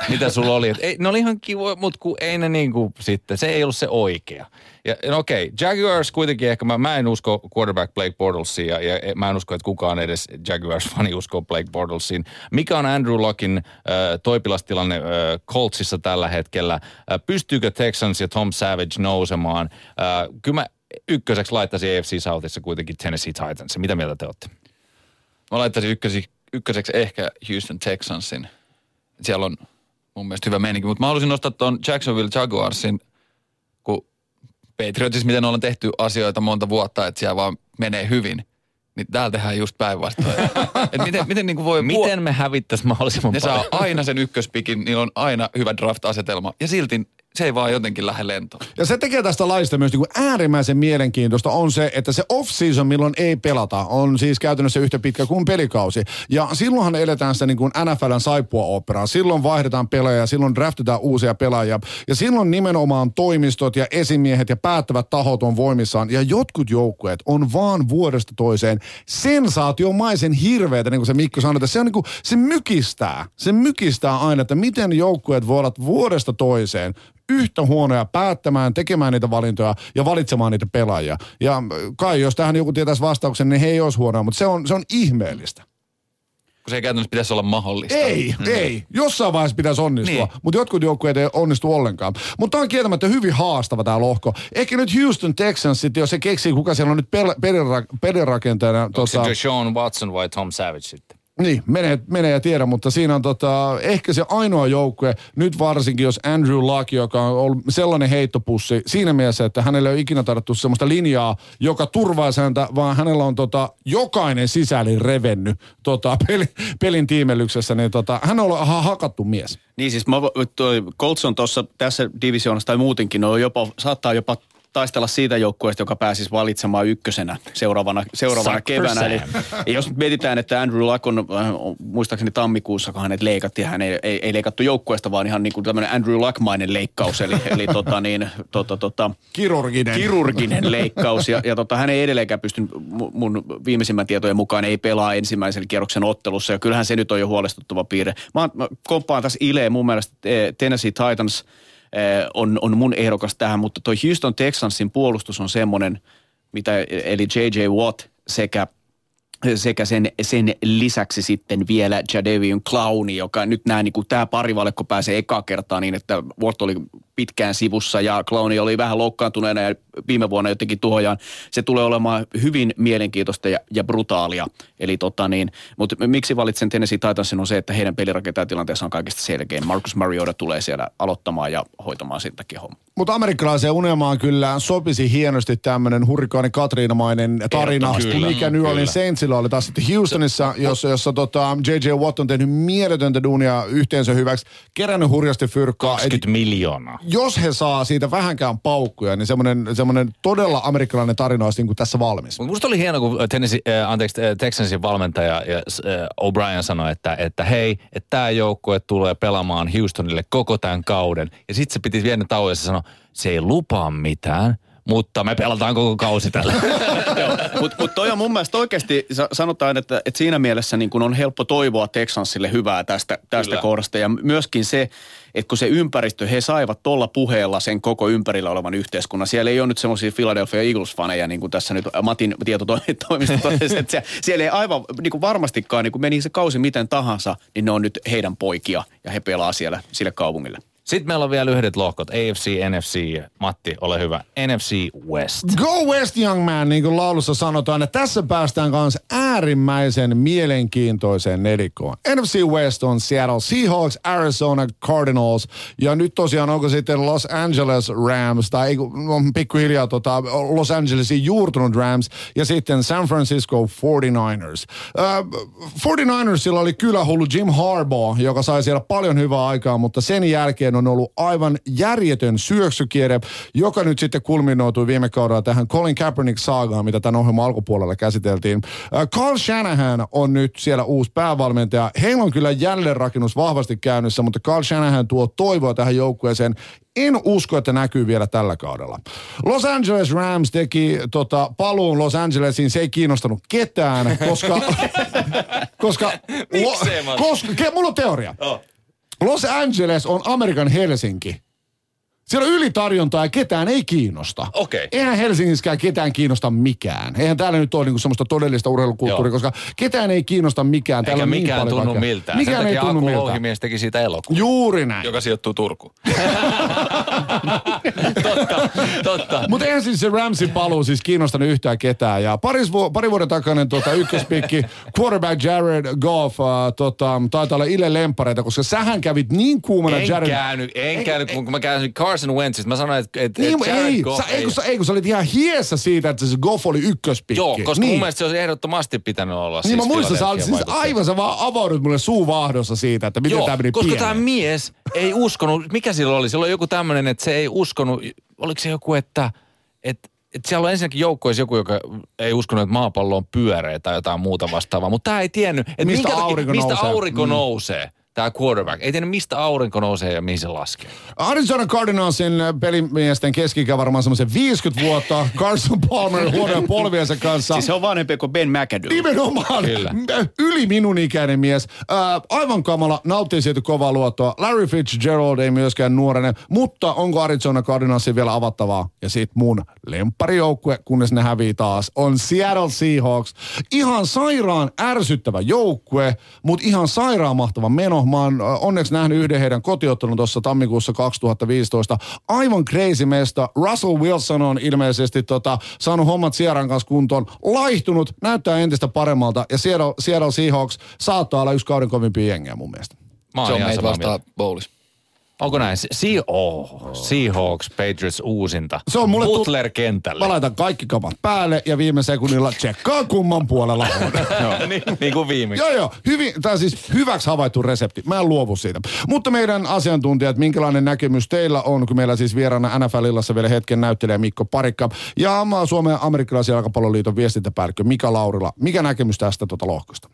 mitä sulla oli. Ei, ne oli ihan kivoja, mutta ei ne niinku sitten, se ei ollut se oikea. Ja no okei, Jaguars kuitenkin ehkä, mä en usko quarterback Blake Bortlesiin ja mä en usko, että kukaan edes Jaguars-fani uskoo Blake Bortlesiin. Mikä on Andrew Luckin toipilastilanne Coltsissa tällä hetkellä? Pystyykö Texans ja Tom Savage nousemaan? Kyllä mä ykköseksi laittaisin AFC Southissa kuitenkin Tennessee Titans. Mitä mieltä te olette? Mä laittaisin ykköseksi ehkä Houston Texansin. Siellä on mun mielestä hyvä meininki, mutta mä haluaisin nostaa tuon Jacksonville Jaguarsin, kun Patriotsissa, miten ollaan tehty asioita monta vuotta, että siellä vaan menee hyvin. Niin täällä tehdään just päinvastoin. miten niin kuin voi... Miten me hävittäisiin mahdollisimman ne paljon? Ne saa aina sen ykköspikin, niillä on aina hyvä draft-asetelma. Ja silti se ei vaan jotenkin lähde lentoon. Ja se tekee tästä laista myös niin kuin äärimmäisen mielenkiintoista on se, että se off-season, milloin ei pelata, on siis käytännössä yhtä pitkä kuin pelikausi. Ja silloinhan eletään sitä niin kuin NFL:n saippua-operaa. Silloin vaihdetaan pelaajia, silloin draftetaan uusia pelaajia. Ja silloin nimenomaan toimistot ja esimiehet ja päättävät tahot on voimissaan. Ja jotkut joukkueet on vaan vuodesta toiseen sensaatiomaisen hirveitä, niin kuin se Mikko sanoi. Että se on niin kuin, se mykistää aina, että miten joukkueet voivat vuodesta toiseen yhtä huonoja päättämään, tekemään niitä valintoja ja valitsemaan niitä pelaajia. Ja kai jos tähän joku tietäisi vastauksen, niin he ei olisi huonoja, mutta se on ihmeellistä. Kun se ei käytännössä pitäisi olla mahdollista. Ei. Jossain vaiheessa pitäisi onnistua, niin. Mutta jotkut joukkueet ei onnistu ollenkaan. Mutta on kieltämättä hyvin haastava tämä lohko. Ehkä nyt Houston Texans sitten, jos se keksii, kuka siellä on nyt pelirakentajana. Onko se Deshaun Watson vai Tom Savage sitten? Niin, menee ja tiedä, mutta siinä on ehkä se ainoa joukkue, nyt varsinkin jos Andrew Luck, joka on ollut sellainen heittopussi siinä mielessä, että hänelle ei ole ikinä tarvittu semmoista linjaa, joka turvaisi häntä, vaan hänellä on jokainen sisällin revennyt pelin tiimellyksessä, niin hän on ollut hakattu mies. Niin siis Colts on tässä divisioonassa tai muutenkin, saattaa jopa taistella siitä joukkueesta, joka pääsisi valitsemaan ykkösenä seuraavana keväänä. Eli jos mietitään, että Andrew Luck on, muistaakseni tammikuussakaan hänet leikattiin, hän ei leikattu joukkueesta, vaan ihan niin kuin tämmöinen Andrew Luck-mainen leikkaus, eli kirurginen leikkaus. Ja hän ei edelleenkään pystynyt, mun viimeisimmän tietojen mukaan ei pelaa ensimmäisen kierroksen ottelussa, ja kyllähän se nyt on jo huolestuttava piirre. Mä komppaan tässä Ileen, mun mielestä Tennessee Titans on mun ehdokas tähän, mutta toi Houston Texansin puolustus on semmoinen, eli J.J. Watt sekä sen lisäksi sitten vielä Jadeveon Clowney, joka nyt niin tämä parivalekko pääsee ekaa kertaa niin, että Watt oli pitkään sivussa ja Clowney oli vähän loukkaantuneena ja viime vuonna jotenkin tuhojaan. Se tulee olemaan hyvin mielenkiintoista ja brutaalia. Eli mutta miksi valitsen Tennessee Titansin on se, että heidän pelirakentajatilanteessa on kaikista selkein. Marcus Mariota tulee siellä aloittamaan ja hoitamaan sen takia homma. Mutta amerikkalaiseen unelmaan kyllä sopisi hienosti tämmöinen hurrikaani Katriinamainen tarina, mikä New Orleans Saintsilla oli taas sitten Houstonissa, jossa J.J. Watt on tehnyt mieletöntä duunia yhteensä hyväksi, kerännyt hurjasti fyrkkaa. 20 miljoonaa. Jos he saa siitä vähänkään paukkuja, niin semmoinen todella amerikkalainen tarina olisi niin kuin tässä valmis. Musta oli hieno, kun Texansin valmentaja O'Brien sanoi, että hei, että tämä joukkue tulee pelaamaan Houstonille koko tämän kauden. Ja sitten se piti viedä tauon ja se sanoi, se ei lupaa mitään, mutta me pelataan koko kausi tällä. Mutta toi on mun mielestä oikeasti, sanotaan, että siinä mielessä niin kun on helppo toivoa Texansille hyvää tästä kohdasta. Ja myöskin se, että kun se ympäristö, he saivat tuolla puheella sen koko ympärillä olevan yhteiskunnan. Siellä ei ole nyt semmoisia Philadelphia Eagles-faneja, niin kuin tässä nyt Matin tietotoimisto totesi, että siellä ei aivan niin kuin varmastikaan, niin kuin meni se kausi miten tahansa, niin ne on nyt heidän poikia ja he pelaa siellä sille kaupungille. Sitten meillä on vielä yhdet lohkot. AFC, NFC. Matti, ole hyvä. NFC West. Go West, young man, niin kuin laulussa sanotaan. Ja tässä päästään kanssa äärimmäisen mielenkiintoiseen nelikkoon. NFC West on Seattle Seahawks, Arizona Cardinals. Ja nyt tosiaan onko sitten Los Angeles Rams, tai pikkuhiljaa Los Angelesiin juurtunut Rams. Ja sitten San Francisco 49ers. 49ersilla oli kylähullu Jim Harbaugh, joka sai siellä paljon hyvää aikaa, mutta sen jälkeen on ollut aivan järjetön syöksykierre, joka nyt sitten kulminoitui viime kaudella tähän Colin Kaepernick-saagaan, mitä tämän ohjelman alkupuolella käsiteltiin. Kyle Shanahan on nyt siellä uusi päävalmentaja. Heillä on kyllä jälleenrakennus vahvasti käynnissä, mutta Kyle Shanahan tuo toivoa tähän joukkueeseen. En usko, että näkyy vielä tällä kaudella. Los Angeles Rams teki paluun Los Angelesiin. Se ei kiinnostanut ketään, koska mulla on teoria. Los Angeles on Amerikan Helsinki. Siellä on ylitarjontaa ja ketään ei kiinnosta. Okei. Eihän Helsingissäkään ketään kiinnosta mikään. Eihän täällä nyt ole niinku semmoista todellista urheilukulttuuria, koska ketään ei kiinosta mikään. Eikä mikään tunnu miltään. Mikään sen ei takia tunnu Aku miltään. Louhimies teki siitä elokuvan. Juuri näin. Joka sijoittuu Turkuun. Totta. Mutta eihän siis se Ramsin paluu siis kiinnostanut yhtään ketään. Ja pari vuoden takainen ykköspikki quarterback Jared Goff taitaa olla Ile lempareita, koska sähän kävit niin kuumana Jared... En käynyt, kun mä käyn Carson Wentzistä. Mä sanoin, että Niin, Jared Goff kun sä olit ihan hiessä siitä, että se Goff oli ykköspikki. Joo, koska niin. mun mielestä se olisi ehdottomasti pitänyt olla. Niin siis mä muistan, sä olit siis Philadelphia sä vaan avaudut mulle suuvahdossa siitä, että miten tää meni koska pieleen. tämä mies ei uskonut, mikä sillä oli? Sillä oli joku tämmöinen, että se ei uskonut, oliko se joku, että siellä on ensinnäkin joukkueessa joku, joka ei uskonut, että maapallo on pyöreä tai jotain muuta vastaavaa, mutta tämä ei tiennyt, että Mistä aurinko nousee. Tämä quarterback. Ei tiedä, mistä aurinko nousee ja mihin se laskee. Arizona Cardinalsin pelimiesten keski-ikä varmaan semmoisen 50 vuotta. Carson Palmer huonoja polviensa kanssa. Siis se on vanhempi kuin Ben McAdoo. Nimenomaan. Kyllä. Yli minun ikäinen mies. Aivan kamala, nauttii siitä kovaa luottoa. Larry Fitzgerald ei myöskään nuorene, mutta onko Arizona Cardinalsin vielä avattavaa? Ja sit mun lempparijoukkue, kunnes ne hävii taas, on Seattle Seahawks. Ihan sairaan ärsyttävä joukkue, mutta ihan sairaan mahtava meno. Mä oon onneksi nähnyt yhden heidän kotiottelun tuossa tammikuussa 2015. Aivan crazy mesta. Russell Wilson on ilmeisesti saanut hommat Sierran kanssa kuntoon. Laihtunut, näyttää entistä paremmalta. Ja Seattle Seahawks saattaa olla yksi kauden kovimpia jengiä mun mielestä. Mä oon Se on ihan meitä samaa vastaan mieltä. bowlis. Onko näin? Seahawks, Patriots uusinta. Se on mulle Butler kentälle. Mä laitan kaikki kamat päälle ja viime sekunnilla tsekkaa kumman puolella on. niin kuin viimeksi. Joo, tämä siis hyväksi havaittu resepti. Mä en luovu siitä. Mutta meidän asiantuntijat, minkälainen näkemys teillä on, kun meillä siis vieraana NFL-illassa vielä hetken näyttelijä Mikko Parikka ja Suomen amerikkalaisen jalkapalloliiton viestintäpäällikkö Mika Laurila. Mikä näkemys tästä lohkosta?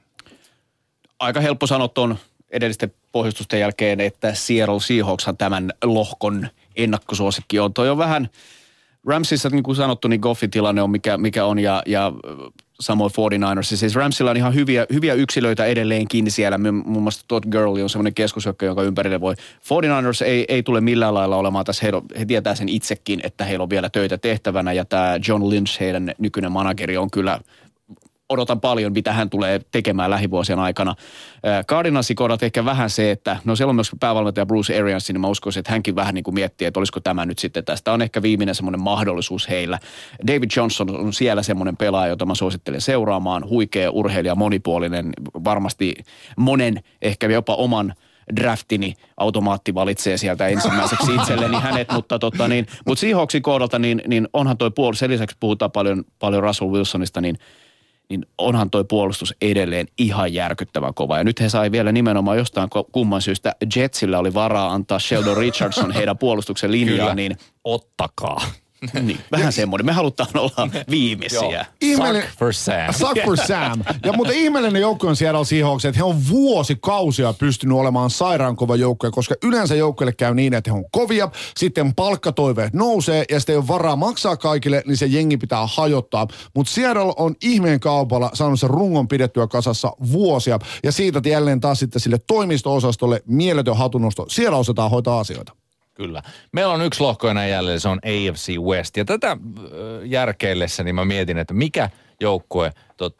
Aika helppo sanoa tuon edellisten pohjustusten jälkeen, että Seattle Seahawkshan tämän lohkon ennakkosuosikki on. Toi on vähän Ramsissa, niin kuin sanottu, niin Goffin tilanne on mikä on ja samoin 49ers. Siis Ramsilla on ihan hyviä yksilöitä edelleenkin siellä. Muun muassa Todd Gurley on semmoinen keskusjoukko, jonka ympärille voi. 49ers ei tule millään lailla olemaan tässä. He tietää sen itsekin, että heillä on vielä töitä tehtävänä ja tämä John Lynch, heidän nykyinen manageri, on kyllä... Odotan paljon, mitä hän tulee tekemään lähivuosien aikana. Cardinalsin kohdalta ehkä vähän se, että no siellä on myös päävalmentaja Bruce Arians, niin mä uskoisin, että hänkin vähän niin kuin miettii, että olisiko tämä nyt sitten tästä. On ehkä viimeinen semmoinen mahdollisuus heillä. David Johnson on siellä semmoinen pelaaja, jota mä suosittelen seuraamaan. Huikea urheilija, monipuolinen, varmasti monen, ehkä jopa oman draftini automaatti valitsee sieltä ensimmäiseksi itselleni hänet, mutta Seahawksin kohdalta niin onhan toi puolustus, sen lisäksi puhutaan paljon Russell Wilsonista, niin onhan toi puolustus edelleen ihan järkyttävän kova. Ja nyt he sai vielä nimenomaan jostain kumman syystä Jetsillä oli varaa antaa Sheldon Richardson heidän puolustuksen linjaan. Niin ottakaa. Niin, vähän semmoinen. Me halutaan olla viimeisiä. Suck for Sam. Suck for Sam. Ja mutta ihmeellinen joukko on Seattle Seahawks, että he on vuosikausia pystynyt olemaan sairaankova joukkoja, koska yleensä joukkoille käy niin, että he on kovia, sitten palkkatoiveet nousee ja sitten ei ole varaa maksaa kaikille, niin se jengi pitää hajottaa. Mutta Seattle on ihmeen kaupalla saanut sen rungon pidettyä kasassa vuosia ja siitä jälleen taas sitten sille toimisto-osastolle mieletön hatunnosto. Siellä osataan hoitaa asioita. Kyllä. Meillä on yksi lohko enää jäljellä, se on AFC West. Ja tätä järkeillessä niin mä mietin, että mikä joukkue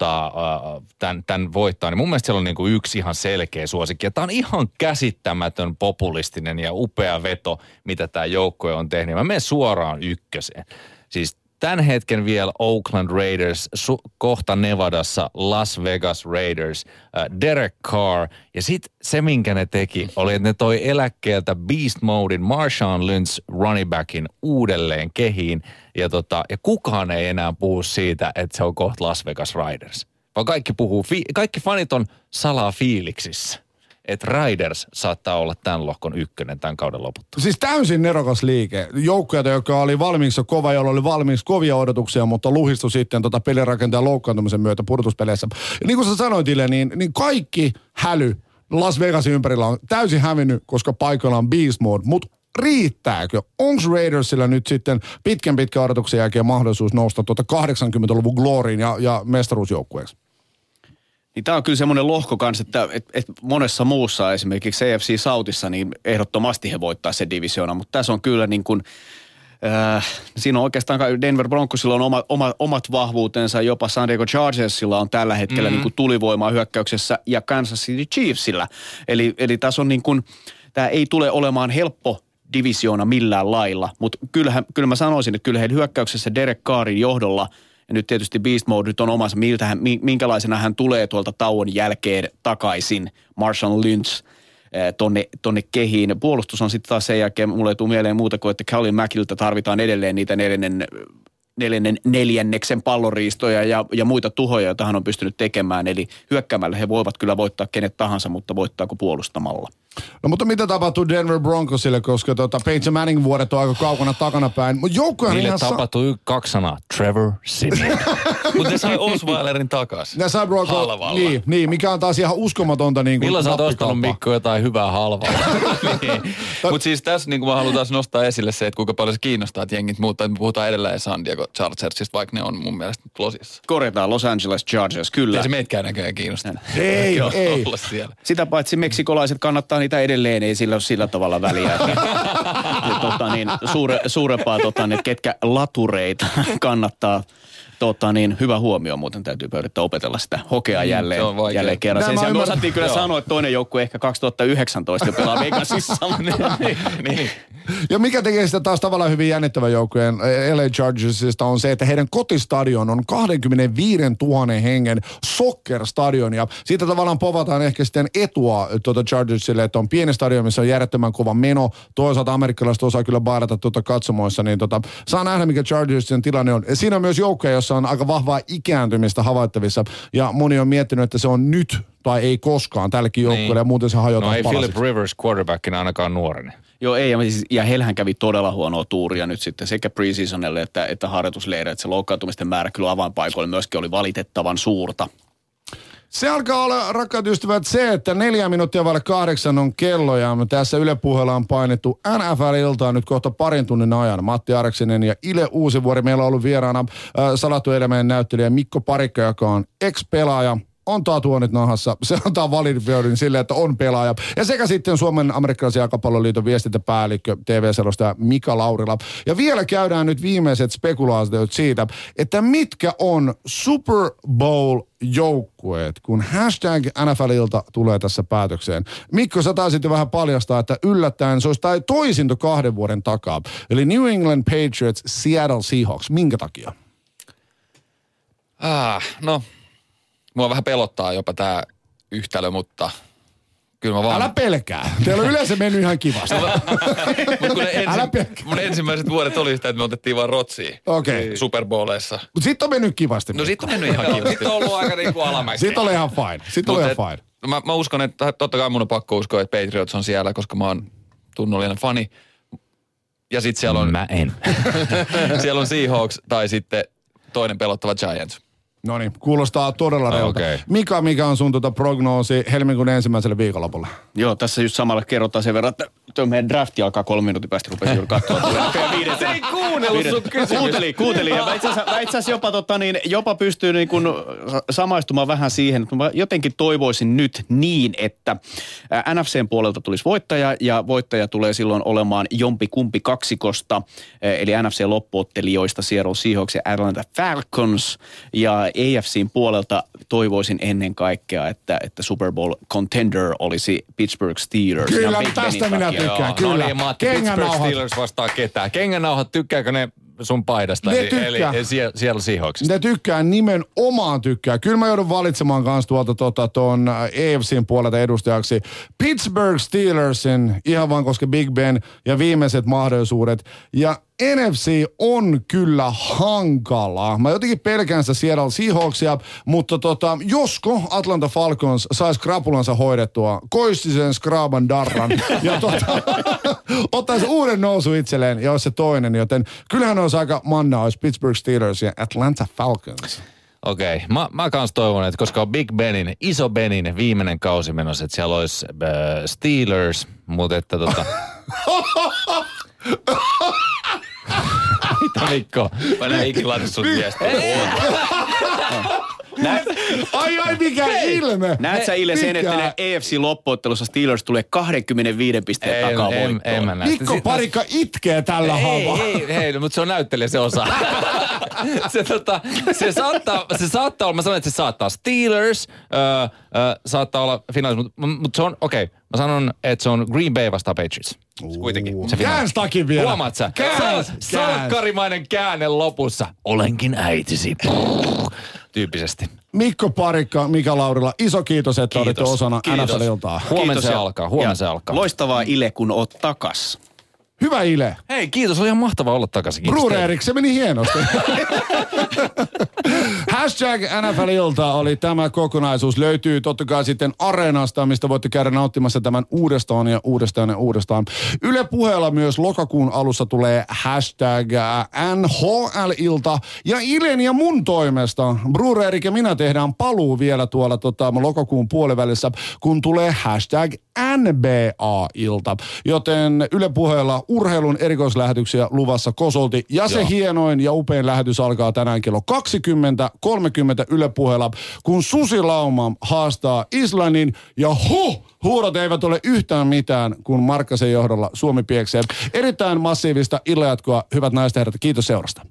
tämän voittaa. Niin mun mielestä siellä on niin kuin yksi ihan selkeä suosikki. Ja tämä on ihan käsittämätön populistinen ja upea veto, mitä tämä joukkue on tehnyt. Mä menen suoraan ykköseen. Siis tämän hetken vielä Oakland Raiders, kohta Nevadassa Las Vegas Raiders, Derek Carr. Ja sitten se, minkä ne teki, oli, että ne toi eläkkeeltä Beast Modein Marshawn Lynch running backin uudelleen kehiin. Ja kukaan ei enää puhu siitä, että se on kohta Las Vegas Raiders. Vaan kaikki fanit on salaa fiiliksissä. Että Raiders saattaa olla tämän lohkon ykkönen tämän kauden loputtua. Siis täysin nerokas liike. Joukkueita, joka oli valmiiksi kova, jolla oli valmiiksi kovia odotuksia, mutta luhistui sitten pelirakentajan loukkaantumisen myötä pudotuspeleissä. Ja niin kuin sä sanoit, Ile, niin kaikki häly Las Vegasin ympärillä on täysin hävinnyt, koska paikoilla on beast mode. Mutta riittääkö? Onko Raidersilla nyt sitten pitkän odotuksen jälkeen mahdollisuus nousta 80-luvun gloriin ja mestaruusjoukkueeksi? Niin tämä on kyllä semmoinen lohko kanssa, että monessa muussa, esimerkiksi AFC Southissa, niin ehdottomasti he voittaa se divisioona, mutta tässä on kyllä niin kuin, siinä on oikeastaan Denver Broncosilla on omat vahvuutensa, jopa San Diego Chargersilla on tällä hetkellä niin kuin tulivoimaa hyökkäyksessä ja Kansas City Chiefsillä. Eli tässä on niin kuin, tämä ei tule olemaan helppo divisioona millään lailla, mutta kyllä mä sanoisin, että kyllä heidän hyökkäyksessä Derek Carrin johdolla, ja nyt tietysti Beast Mode nyt on omassa, minkälaisena hän tulee tuolta tauon jälkeen takaisin, Marshawn Lynch, tonne kehiin. Puolustus on sitten taas sen jälkeen, mulle ei tule mieleen muuta kuin, että Khalil Mackilta tarvitaan edelleen niitä neljänneksen pallonriistoja ja muita tuhoja, joita hän on pystynyt tekemään. Eli hyökkäämällä he voivat kyllä voittaa kenet tahansa, mutta voittaako puolustamalla. No mutta mitä tapahtuu Denver Broncosille, koska Peyton Manning vuodet on aika kaukana takanapäin. Niille tapahtui 2 sanaa, Trevor Siemian. Mutta ne sai Osweilerin takaisin. Ne sai halvalla. Niin, mikä on taas ihan uskomatonta. Niin milloin sä oot ostanut, Mikko, jotain hyvää halvalla? Niin. Mutta siis tässä niin mä haluan taas nostaa esille se, että kuinka paljon se kiinnostaa, että jengit muuttaa. Me puhutaan edelleen San Diego Chargersista, vaikka ne on mun mielestä losissa. Korjataan Los Angeles Chargers, kyllä. Ei se meitkään näköjään kiinnostaa. Ei. Sitä paitsi meksikolaiset kannattaa niitä edelleen, ei sillä ole sillä tavalla väliä. Suurempaa, ketkä latureita kannattaa. Hyvä huomio, muuten täytyy yrittää opetella sitä hokeaa jälleen kerran. Sen sijaan me osattiin kyllä sanoa, että toinen joukkue ehkä 2019 pelaa Vegasissa. niin. Ja mikä tekee sitä taas tavallaan hyvin jännittävän joukkueen LA Chargersista on se, että heidän kotistadion on 25 000 hengen soccer-stadion. Ja siitä tavallaan povataan ehkä sitten etua Chargersille, että on pieni stadion, missä on järjettömän kova meno. Toisaalta amerikkalaiset osaa kyllä baarata katsomoissa, niin saa nähdä, mikä Chargersin tilanne on. Siinä on myös joukkoja, jossa on aika vahvaa ikääntymistä havaittavissa. Ja moni on miettinyt, että se on nyt tai ei koskaan tällekin joukkueelle, ja muuten se hajotaan palasiksi. No ei Philip Rivers quarterbackina ainakaan nuorinen. Joo, ei, ja heillähän kävi todella huonoa tuuria nyt sitten sekä preseasonille että harjoitusleirille, että se loukkaantumisten määrä kyllä avainpaikoille myöskin oli valitettavan suurta. Se alkaa olla, rakkaat ystävät, se, että 4 minuuttia vaille 8 on kello ja tässä Yle Puheella on painettu NFL-iltaa nyt kohta parin tunnin ajan. Matti Arksinen ja Ile Uusivuori. Meillä on ollut vieraana Salattu elämän näyttelijä Mikko Parikka, joka on ex-pelaaja. On tatuoinnit nahassa. Se antaa validifioidin silleen, että on pelaaja. Ja sekä sitten Suomen amerikkalaisen jalkapalloliiton viestintäpäällikkö, TV-selostaja Mika Laurila. Ja vielä käydään nyt viimeiset spekulaatiot siitä, että mitkä on Super Bowl-joukkueet, kun hashtag NFL-ilta tulee tässä päätökseen. Mikko, sä taisit jo vähän paljastaa, että yllättäen se olisi toisinto 2 vuoden takaa. Eli New England Patriots, Seattle Seahawks. Minkä takia? No... Mua vähän pelottaa jopa tää yhtälö, mutta kyllä mä vaan... Älä pelkää. Teillä on yleensä mennyt ihan kivasti. Mun ensimmäiset vuodet oli sitä, että me otettiin vaan rotsiin Super Bowleissa. Mutta sit on mennyt kivasti. No sit on mennyt ihan kivasti. Sit on ollut aika niinku alamäkeä. Sit oli ihan fine. Mä uskon, että totta kai mun on pakko uskoa, että Patriots on siellä, koska mä oon tunnollinen fani. Ja sit siellä on... Mä en. Siellä on Seahawks tai sitten toinen pelottava Giants. No niin, kuulostaa todella reilta. Okay. Mikä on sun prognoosi helmikuun ensimmäiselle viikonlopulla? Joo, tässä just samalla kerrotaan sen verran, että tuo meidän drafti alkaa 3 minuutin päästä, rupesin juuri katsoa. Se ei kuunnellut sun kysymys. Kuuntelin. Ja mä itse asiassa jopa pystyy niin kuin samaistumaan vähän siihen, että mä jotenkin toivoisin nyt niin, että NFCn puolelta tulisi voittaja, ja voittaja tulee silloin olemaan jompikumpi kaksikosta, eli NFC-loppuottelijoista Seattle Seahawks ja Atlanta Falcons, ja AFCn puolelta toivoisin ennen kaikkea, että Super Bowl contender olisi Pittsburgh Steelers. Kyllä, tästä minä tykkään. Kyllä. No niin, Matti, Pittsburgh Steelers vastaa ketään. Kengännauhat, tykkääkö ne sun paidasta? Ne tykkää. Eli siellä Seahawksista. Ne nimenomaan tykkää. Kyllä mä joudun valitsemaan kans tuolta tuon AFCn puolelta edustajaksi Pittsburgh Steelersin, ihan vaan koska Big Ben ja viimeiset mahdollisuudet. Ja NFC on kyllä hankala. Mä jotenkin pelkään sitä Seattle Seahawksia, mutta josko Atlanta Falcons sais krapulansa hoidettua, koisti sen skraban darran ja ottaisi uuden nousu itselleen ja olisi se toinen, joten kyllähän olisi aika manna, olisi Pittsburgh Steelers ja Atlanta Falcons. Okei. Mä kans toivon, että koska on Big Benin, iso Benin viimeinen kausi menossa, että siellä olisi Steelers, mutta että Mitä Mikko? Mä näin ikin laita sun viestiä. Ai mikä ilme. Näet sä Ile sen, että Mikä? ne EFC-loppuottelussa Steelers tulee 25 pisteen takaa voittoon? En mä näe. Mikko Parikka itkee tällä haavaa. Ei, mutta se on näyttelijä, se osaa. se saattaa olla, mä sanon, että se saattaa Steelers, saattaa olla finaalissa, mutta se on, okei, mä sanon, että se on Green Bay vastaan Patriots. Kuitenkin se finaali. Käänsi takin vielä. Huomaat sä? Salkkarimainen käänne lopussa. Olenkin äitisi. Tyyppisesti. Mikko Parikka, Mika Laurila, iso kiitos, että olitte osana NFL-iltaa. Huomenna se ja- alkaa, Loistavaa Ile, kun oot takas. Hyvä Ile. Hei, kiitos, oli ihan mahtavaa olla takaisin. Kiitos Bruder teille. Erik, se meni hienosti. Hashtag NFL-ilta oli tämä kokonaisuus. Löytyy totta kai sitten Areenasta, mistä voitte käydä nauttimassa tämän uudestaan ja uudestaan ja uudestaan. Yle Puheella myös lokakuun alussa tulee hashtag NHL-ilta. Ja Ilen ja mun toimesta Bruder Erik ja minä tehdään paluu vielä tuolla lokakuun puolivälissä, kun tulee hashtag NBA-ilta. Joten Yle Puheella urheilun erikoislähetyksiä luvassa kosolti. Ja se hienoin ja upein lähetys alkaa tänään kello 20:30 Yle Puheella, kun Susi Lauma haastaa Islannin ja huudot eivät ole yhtään mitään, kun Markkasen johdolla Suomi pieksee. Erittäin massiivista illanjatkoa, hyvät naiset ja herrat. Kiitos seurasta.